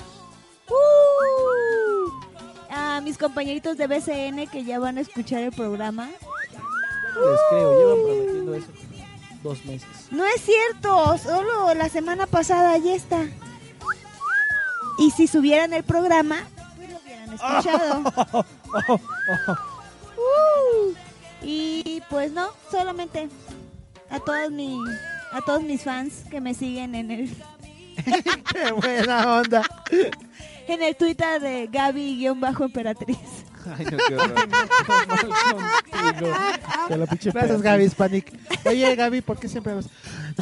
¡Uh! A mis compañeritos de B C N, que ya van a escuchar el programa. Les creo, llevan prometiendo eso dos meses. No es cierto, solo la semana pasada ya está. Y si subieran el programa, pues lo hubieran escuchado. Uh, y pues no, solamente a todos mi, a todos mis fans que me siguen en el qué buena onda. en el Twitter de Gaby-Emperatriz. Ay, no, qué horror. Con la pinche Gracias, Gaby Hispanic. Oye, Gaby, ¿por qué siempre vas?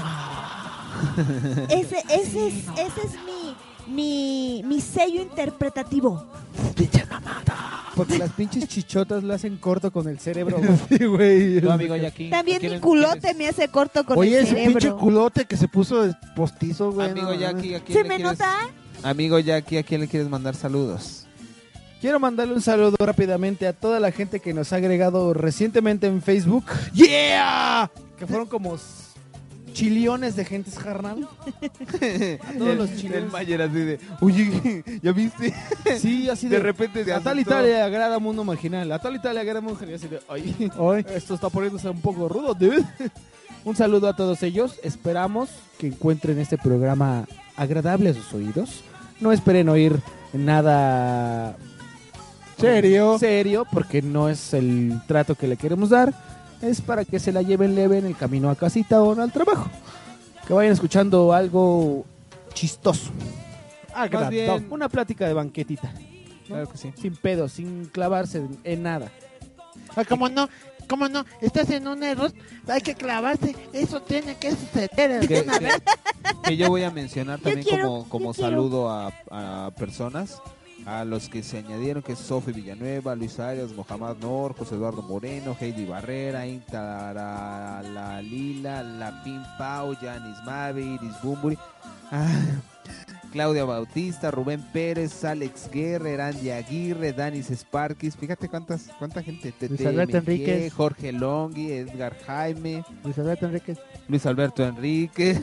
Ese, ese es, ese es mi, mi, mi sello interpretativo. Pinche mamada. Porque las pinches chichotas lo hacen corto con el cerebro. güey. Sí, güey. Tu amigo Jackie. También ¿a quién mi le- culote quieres- me hace corto con Oye, el ese cerebro. pinche culote que se puso de postizo, güey. Amigo no, Jackie, ¿a quién ¿Se le me quieres- nota? Amigo Jackie, ¿a quién le quieres mandar saludos? Quiero mandarle un saludo rápidamente a toda la gente que nos ha agregado recientemente en Facebook. ¡Yeah! Que fueron como s- chiliones de gentes, carnal. A todos los El chilenos. Mayer así de, oye, ¿ya viste? Sí, así De de, repente se a tal y asustó. tal le agrada Mundo Marginal, a tal y tal le agrada Mundo Marginal. Así de, ay, Ay. esto está poniéndose un poco rudo, dude. Un saludo a todos ellos. Esperamos que encuentren este programa agradable a sus oídos. No esperen oír nada Serio. serio, porque no es el trato que le queremos dar. Es para que se la lleven leve en el camino a casita o al trabajo. Que vayan escuchando algo chistoso. Más bien- Una plática de banquetita. ¿no? Claro que sí. Sin pedo, sin clavarse en, en nada. Ah, ¿cómo no? ¿Cómo no? Estás en un error, hay que clavarse, eso tiene que suceder. Que, que- que yo voy a mencionar también quiero, como, como yo quiero. saludo a, a personas, a los que se añadieron, que es Sofi Villanueva, Luis Arias, Mohamed Nor, José Eduardo Moreno, Heidi Barrera, Intara, La Lila, La Pim Pau, Yanis Mavi, Iris Bumburi, ah, Claudia Bautista, Rubén Pérez, Alex Guerra, Andy Aguirre, Danis Sparkis, fíjate cuántas, cuánta gente, Tete Luis Alberto M G, Enríquez. Jorge Longhi, Edgar Jaime, Luis Alberto Enríquez. Luis Alberto Enrique.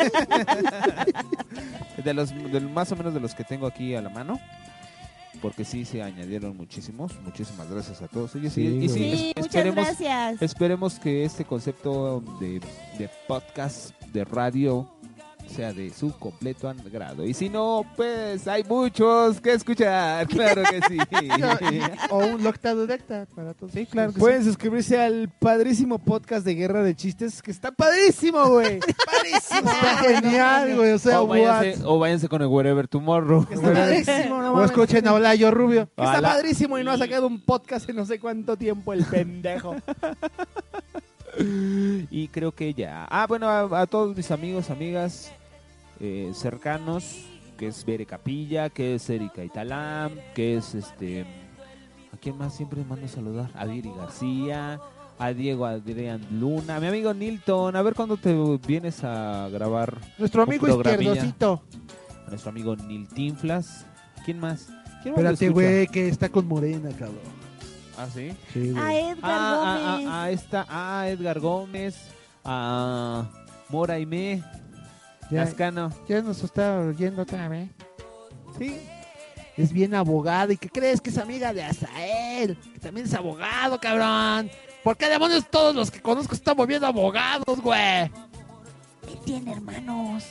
de los de más o menos de los que tengo aquí a la mano. Porque sí se añadieron muchísimos. Muchísimas gracias a todos ellos. Sí, y, y sí, Sí, es- muchas esperemos, gracias. esperemos que este concepto de, de podcast, de radio, sea de su completo agrado. Y si no, pues hay muchos que escuchar. Claro que sí. O un Locta Directa para todos. Sí, claro que Pueden suscribirse al padrísimo podcast de Guerra de Chistes, que está padrísimo, güey. Padrísimo. Está genial, güey. O sea, o, what? váyanse, o váyanse con el Wherever Tomorrow. Está padrísimo, no O mames. escuchen a Olayo Rubio. Que está Ala. padrísimo y no ha sacado un podcast en no sé cuánto tiempo el pendejo. Y creo que ya. Ah, bueno, a, a todos mis amigos, amigas eh, cercanos, que es Bere Capilla, que es Erika Italam, que es este. ¿A quién más siempre mando a saludar? A Viri García, a Diego Adrián Luna, a mi amigo Nilton. A ver cuándo te vienes a grabar. Nuestro un amigo programilla. izquierdocito. A nuestro amigo Niltinflas. ¿Quién más? ¿Quién más lo Espérate, escucha? güey, que está con Morena, cabrón. Ah, sí. Sí, A güey. Edgar Ah, Gómez. a, a, a esta, a Edgar Gómez, a Mora Aimé, Ya, Lascano. ya nos está oyendo otra vez. Sí. Es bien abogado. ¿Y qué crees? Que es amiga de Azael. Que también es abogado, cabrón. ¿Por qué demonios todos los que conozco están volviendo abogados, güey? Él tiene hermanos.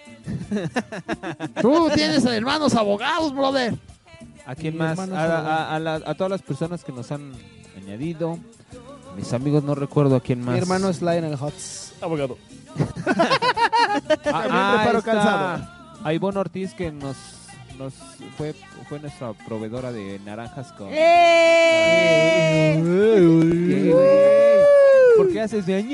Tú tienes hermanos abogados, brother. ¿A quién Mi más? hermano A, es a- abogado. a la- a todas las personas que nos han añadido. Mis amigos, no recuerdo a quién más. Mi hermano es Lionel Hutz, abogado. Ah, También ah, preparo está calzado. a Ivonne Ortiz, que nos, nos fue, fue nuestra proveedora de naranjas con... ¡Eh! ¿Qué, güey? ¿Por qué haces de...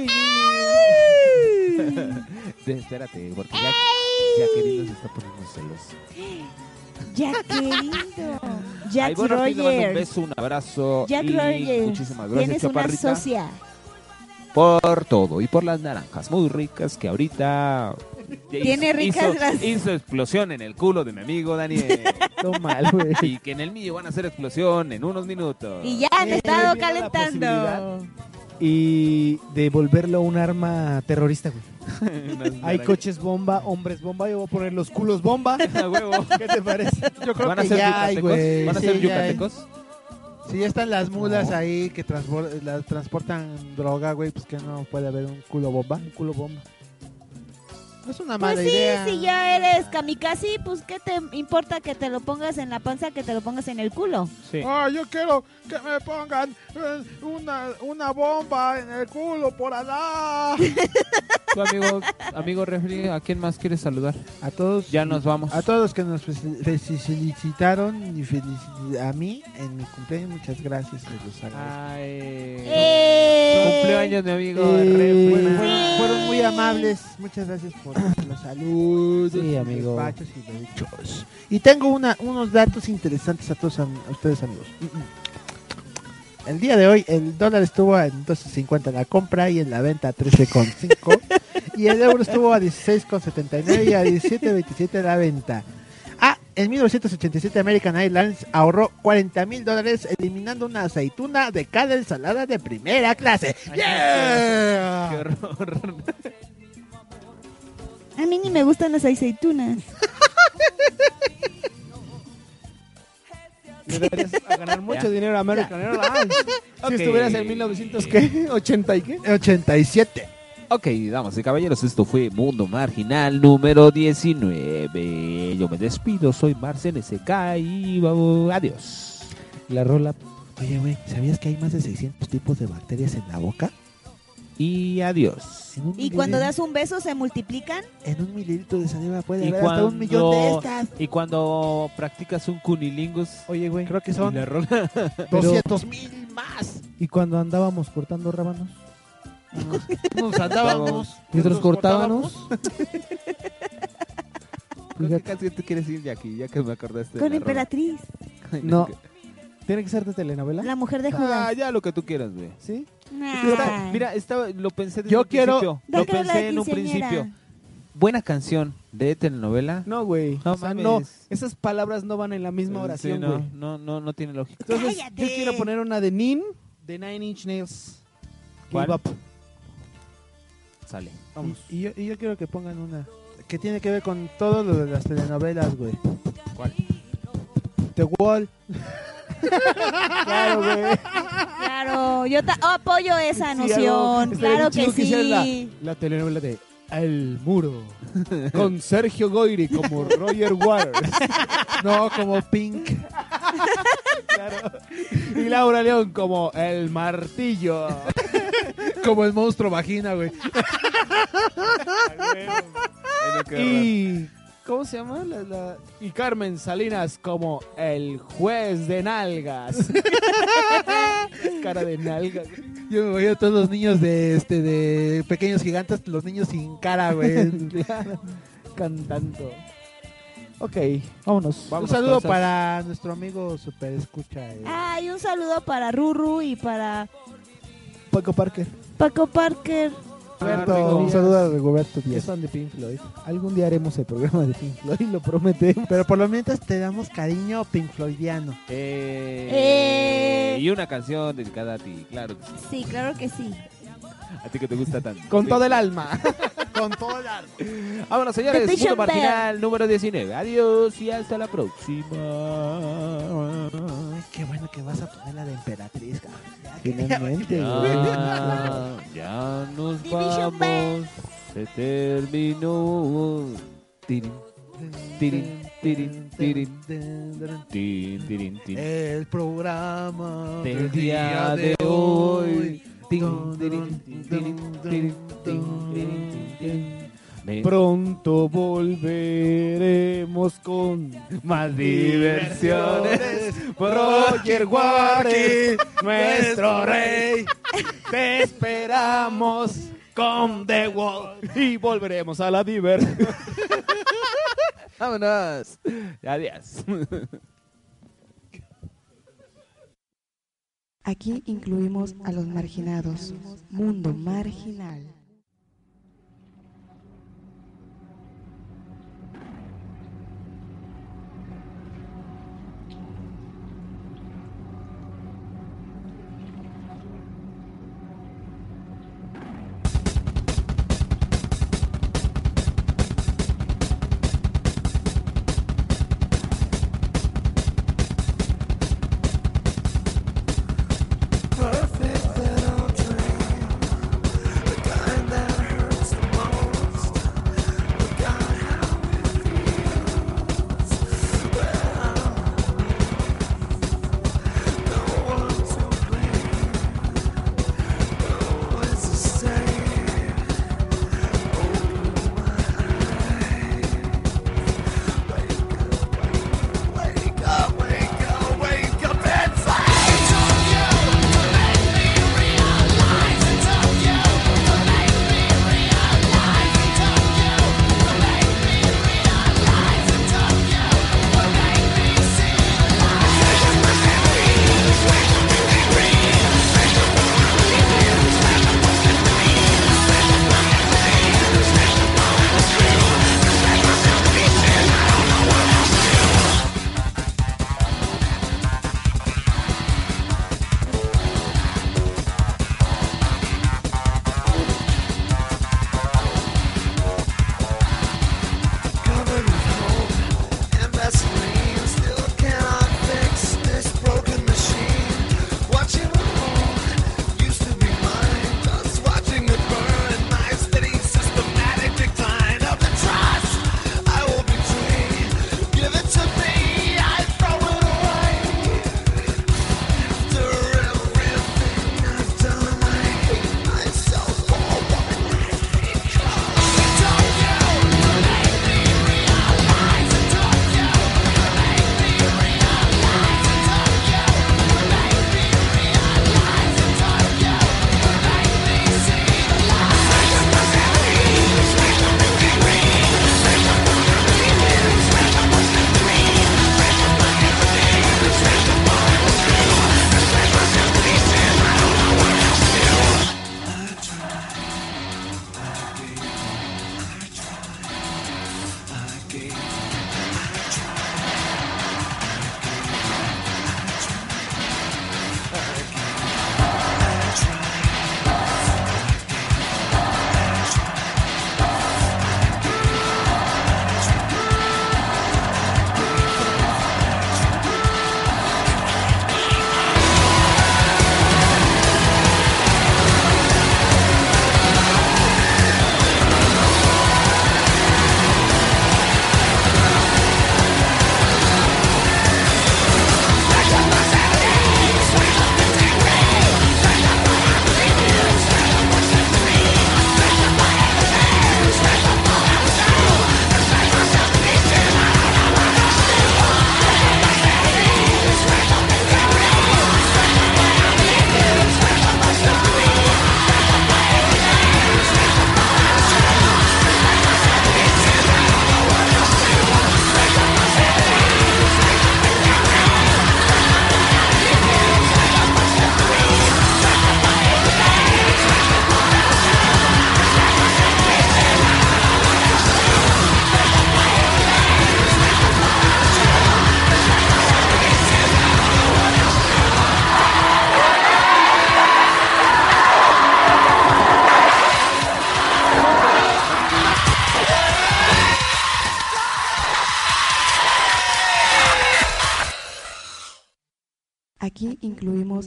De- espérate, porque ya, ya querido se está poniendo celos. Ya querido. Jack Ivonne Ortiz, le mando un Rogers. beso, un abrazo Jack y Rogers. muchísimas gracias, Tienes una chaparrita, socia. por todo y por las naranjas muy ricas que ahorita Tiene ricas hizo, las- hizo explosión en el culo de mi amigo Daniel. No mal, güey. Y que en el mío van a hacer explosión en unos minutos. Y ya han Eh, estado viene la calentando. posibilidad. Y de volverlo un arma terrorista, güey. Unas Hay naranjas. coches bomba, hombres bomba, yo voy a poner los culos bomba. A huevo. ¿Qué te parece? Yo creo ¿Van a que ser ya hay, yucatecos? güey. ¿Van a Sí, ser ya hay. yucatecos? Si ya están las mulas ahí que transpor- las transportan droga, güey, pues que no puede haber un culo bomba. Un culo bomba. No es una mala Pues sí, idea. si ya eres kamikaze, pues ¿qué te importa que te lo pongas en la panza, que te lo pongas en el culo? Sí. Ah, yo quiero que me pongan eh, una, una bomba en el culo por allá. Tu amigo, amigo refri, ¿a quién más quieres saludar? A todos. Ya nos vamos. A todos los que nos fe- fe- felicitaron y felici- a mí en mi cumpleaños, muchas gracias. Les los agradezco. Ay, ¡Eh! cumpleaños, mi amigo Eh, refri. fueron, fueron- fueron muy amables. Muchas gracias por los saludos. Sí, y amigo. despachos y derechos. Y tengo una, unos datos interesantes a todos am- a ustedes, amigos. Mm, mm. El día de hoy el dólar estuvo en doce cincuenta en la compra y en la venta a trece con cinco. Y el euro estuvo a dieciséis con setenta y nueve y a diecisiete veintisiete en la venta. Ah, en mil novecientos ochenta y siete American Airlines ahorró cuarenta mil dólares eliminando una aceituna de cada ensalada de primera clase. ¡Yeah! ¡Qué horror! A mí ni me gustan las aceitunas. Deberías ganar mucho Ya. dinero a American Ya. Airlines. Ok. Si estuvieras en mil novecientos, ¿qué? ¿ochenta y qué? ochenta y siete. Ok, damas y caballeros, esto fue Mundo Marginal número diecinueve. Yo me despido, soy Marcen S K y vamos, adiós. La rola. Oye, güey, ¿sabías que hay más de seiscientos tipos de bacterias en la boca? Y adiós. En un Y mililitro- cuando das un beso se multiplican. En un mililitro de saliva puede Y haber hasta un millón de estas. y cuando practicas un cunilingus, Oye, güey. Creo que son y la rola. doscientos mil más. ¿Y cuando andábamos cortando rábanos? Nos andábamos. ¿Y otros cortábamos? ¿Con qué canción te quieres ir, Jackie? Ya que me acordaste de Con la rola. Emperatriz. Ay, No. ¿Tiene que ser de telenovela? La mujer de Ah, Judas. ya lo que tú quieras, güey. ¿Sí? Nah. Mira, estaba, lo pensé desde Yo un quiero- principio. Yo Lo quiero la pensé de en un quinceañera. principio. Buena canción de telenovela. No, güey. No o sea, mames. no. Esas palabras no van en la misma Sí, oración, no, güey. no, no, no tiene lógica. Entonces, ¡Cállate! yo quiero poner una de Nin, de Nine Inch Nails. ¿Cuál? Give Up. Sale. Vamos. Y, y yo, y yo quiero que pongan una que tiene que ver con todo lo de las telenovelas, güey. ¿Cuál? The Wall. Claro, güey. Claro, yo ta- oh, apoyo esa Sí, algo- noción. estaría Claro bien que chido hicieran la, sí. la telenovela de El Muro. Con Sergio Goyri como Roger Waters. No, como Pink. Claro. Y Laura León como El Martillo. Como el monstruo vagina, güey. Bueno, qué horror. Y... ¿Cómo se llama? La, la- Y Carmen Salinas como el juez de nalgas. Cara de nalgas. Yo me voy a todos los niños de este de pequeños gigantes, los niños sin cara, güey. Claro, cantando. Ok, vámonos. Un saludo para nuestro amigo Super Escucha. eh. Ay, un saludo para Ruru y para Paco Parker. Paco Parker. Roberto, un saludo a Roberto Que Díaz. son de Pink Floyd. Algún día haremos el programa de Pink Floyd, lo prometemos. Pero por lo menos te damos cariño Pink Floydiano. Eh, Eh. Y una canción dedicada a ti, claro. que sí. Sí, claro que sí. A ti que te gusta tanto. Con Sí. todo el alma. Con todo el alma. Vámonos, señores. The Vision Mundo Marginal número diecinueve. Adiós y hasta la próxima. Ay, qué bueno que vas a poner la de Emperatriz, cabrón. Ya, Finalmente, güey. Ya, ya nos Division vamos. Se terminó. Tirin, tirin, tirin, tirin, tin, tirin, tin. El programa Del día de hoy. Tin, tirin, tin, tirin, tirin, tin, tirin, tin, tin. Me- Pronto volveremos con más diversiones. Roger Waters, nuestro rey. Te esperamos con The Wall y volveremos a la diversión. Vámonos. Adiós. Aquí incluimos a los marginados. Mundo marginal. Perfect little dream, the kind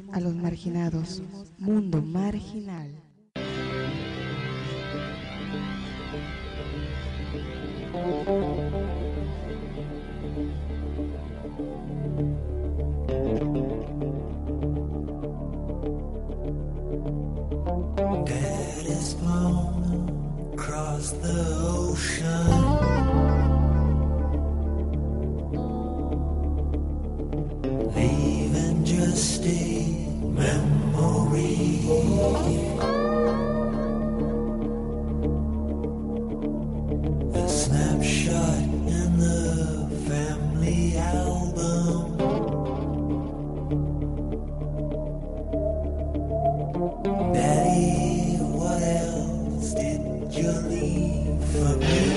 a los marginados. Mundo marginal. Dead is blown across the ocean. Leaving just a memory. A snapshot in the family album. Daddy, what else did you leave for me?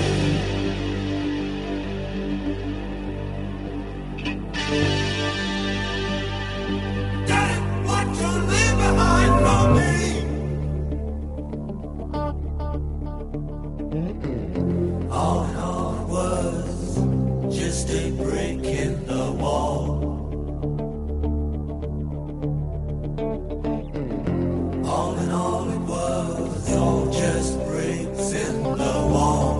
Daddy, what you leave behind for me? All in all it was just a brick in the wall. All in all it was all just bricks in the wall.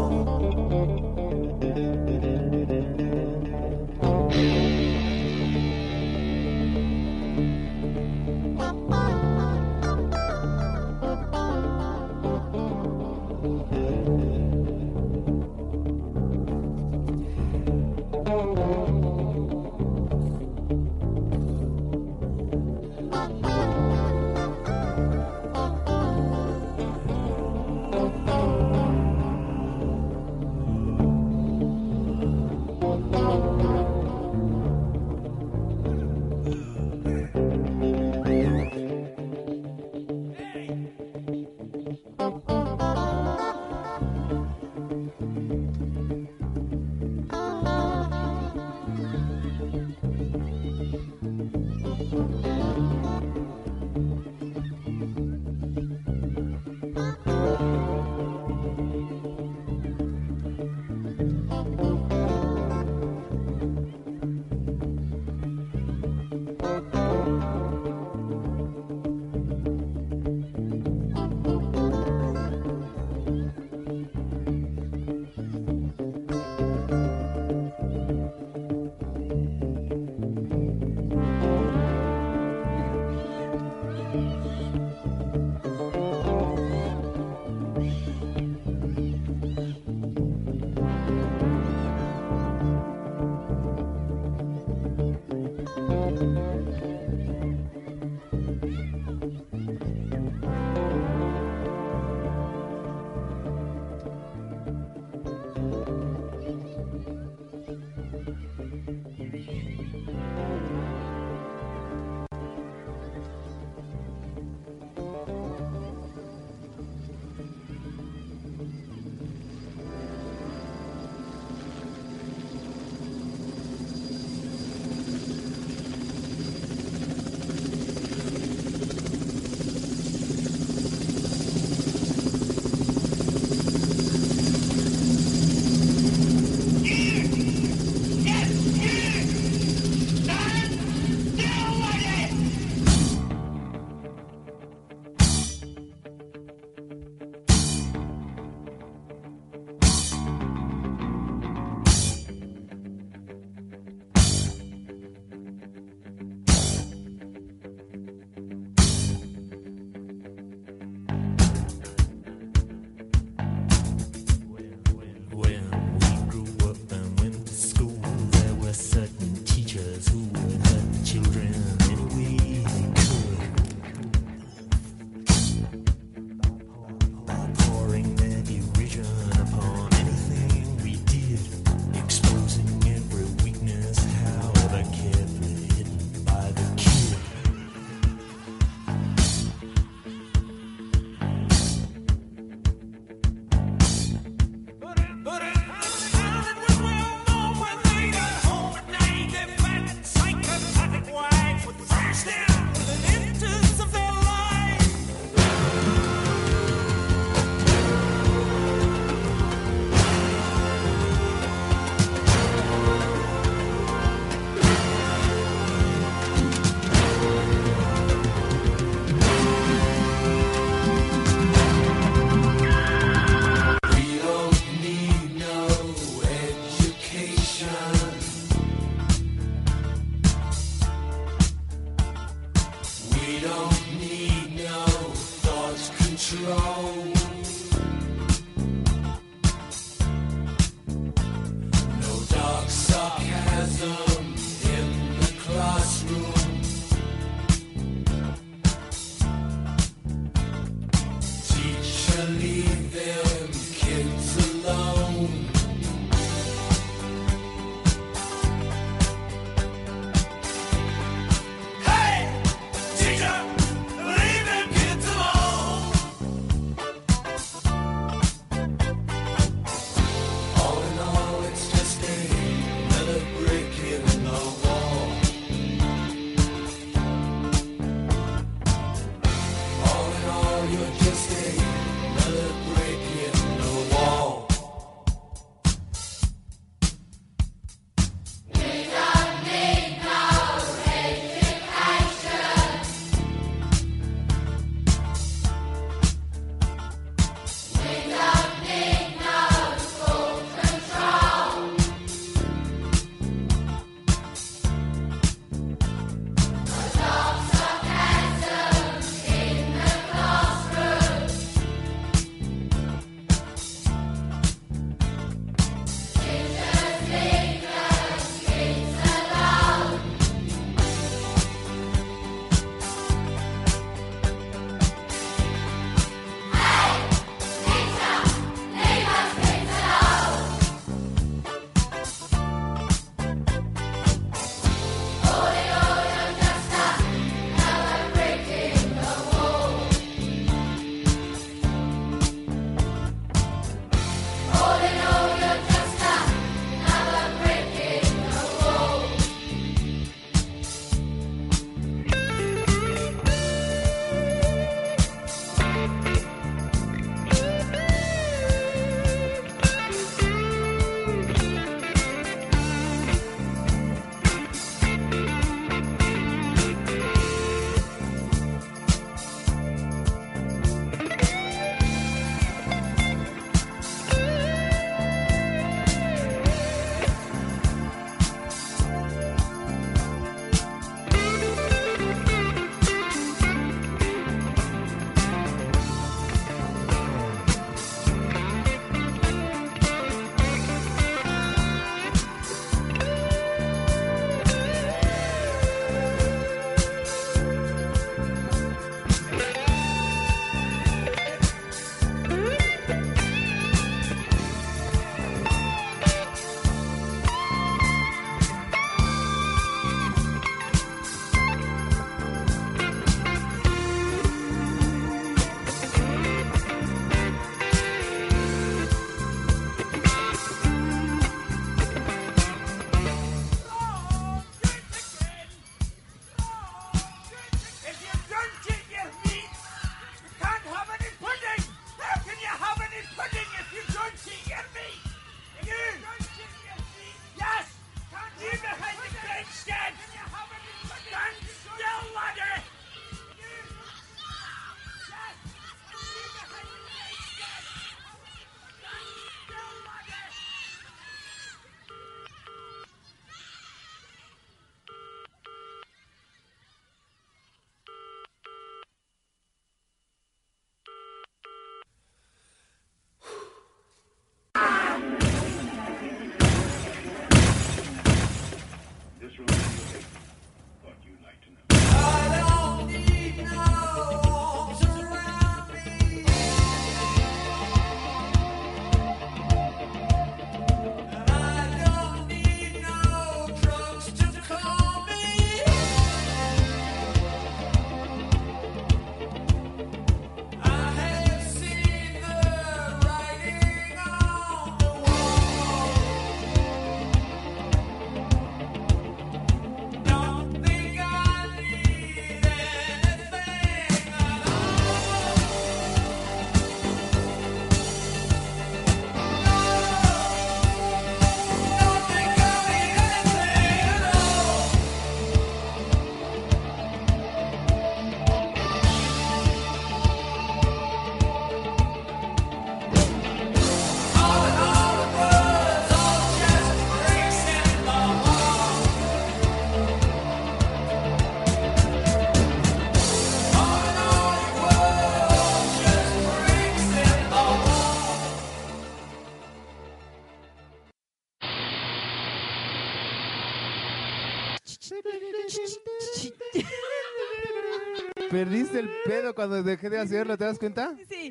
Perdiste el pedo cuando dejé de hacerlo, ¿te das cuenta? Sí.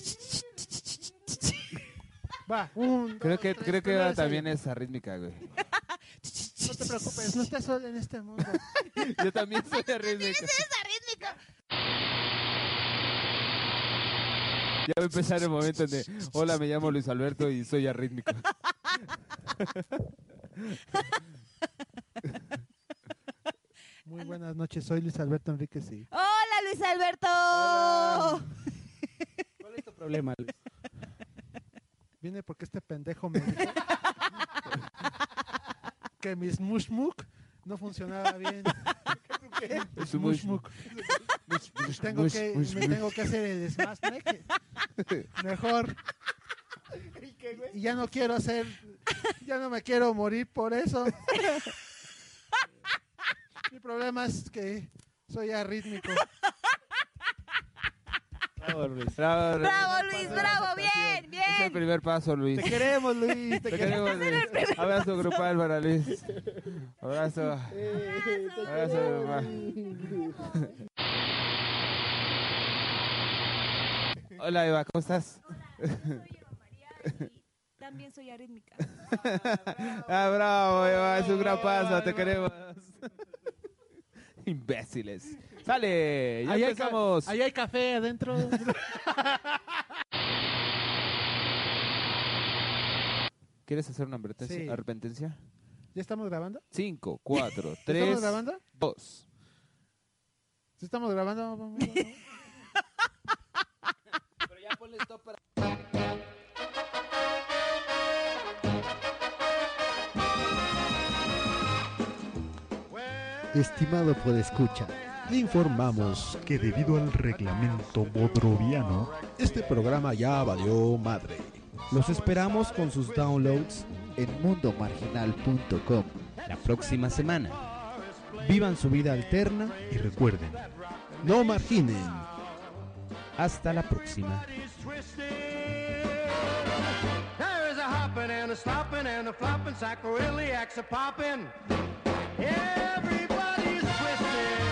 Va, un, Creo dos, que, tres, creo que primero ahora el también es arrítmica, güey. No te preocupes, no estás solo en este mundo. Yo también soy arrítmica. Ya va a empezar el momento de hola, me llamo Luis Alberto y soy arrítmico. Muy buenas noches, soy Luis Alberto Enríquez y... ¡Hola, Luis Alberto! ¿Cuál es tu problema, Luis? Viene porque este pendejo me dijo que mi smushmuk no funcionaba bien. ¿Qué? Smushmuk. Tengo Mush, que, mush, me mush. tengo que hacer el smash mejor. Y ya no quiero hacer, ya no me quiero morir por eso. Mi problema es que soy arrítmico. Bravo, Luis. Bravo, Luis. ¡Bravo, Luis! ¡Bravo! ¡Bien! Es el ¡Bien! primer paso, Luis. Te queremos, Luis. Te, Te queremos. queremos, Luis. Abrazo grupal para Luis. Abrazo. Abrazo grupal. Hola, Eva, ¿cómo estás? También soy arrítmica. Ah, bravo, Eva, es un gran paso, te queremos. Imbéciles. Sale, ya Ahí hay, empezamos. ca- ahí hay café adentro. ¿Quieres hacer una advertencia? Sí. ¿Arrepentencia? ¿Ya estamos grabando? Cinco, cuatro, ¿Estamos tres, grabando? dos. ¿Sí estamos grabando? Pero ya ponle stop para... Estimado podescucha, le informamos que debido al reglamento bodroviano, este programa ya valió madre. Los esperamos con sus downloads en mundo marginal punto com la próxima semana. Vivan su vida alterna Y recuerden, no marginen. hasta la próxima. There is a hopping and a stopping and a flopping, sacroiliacs a popping. Everybody's twisting.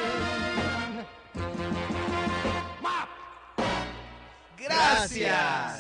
Mop! ¡Gracias!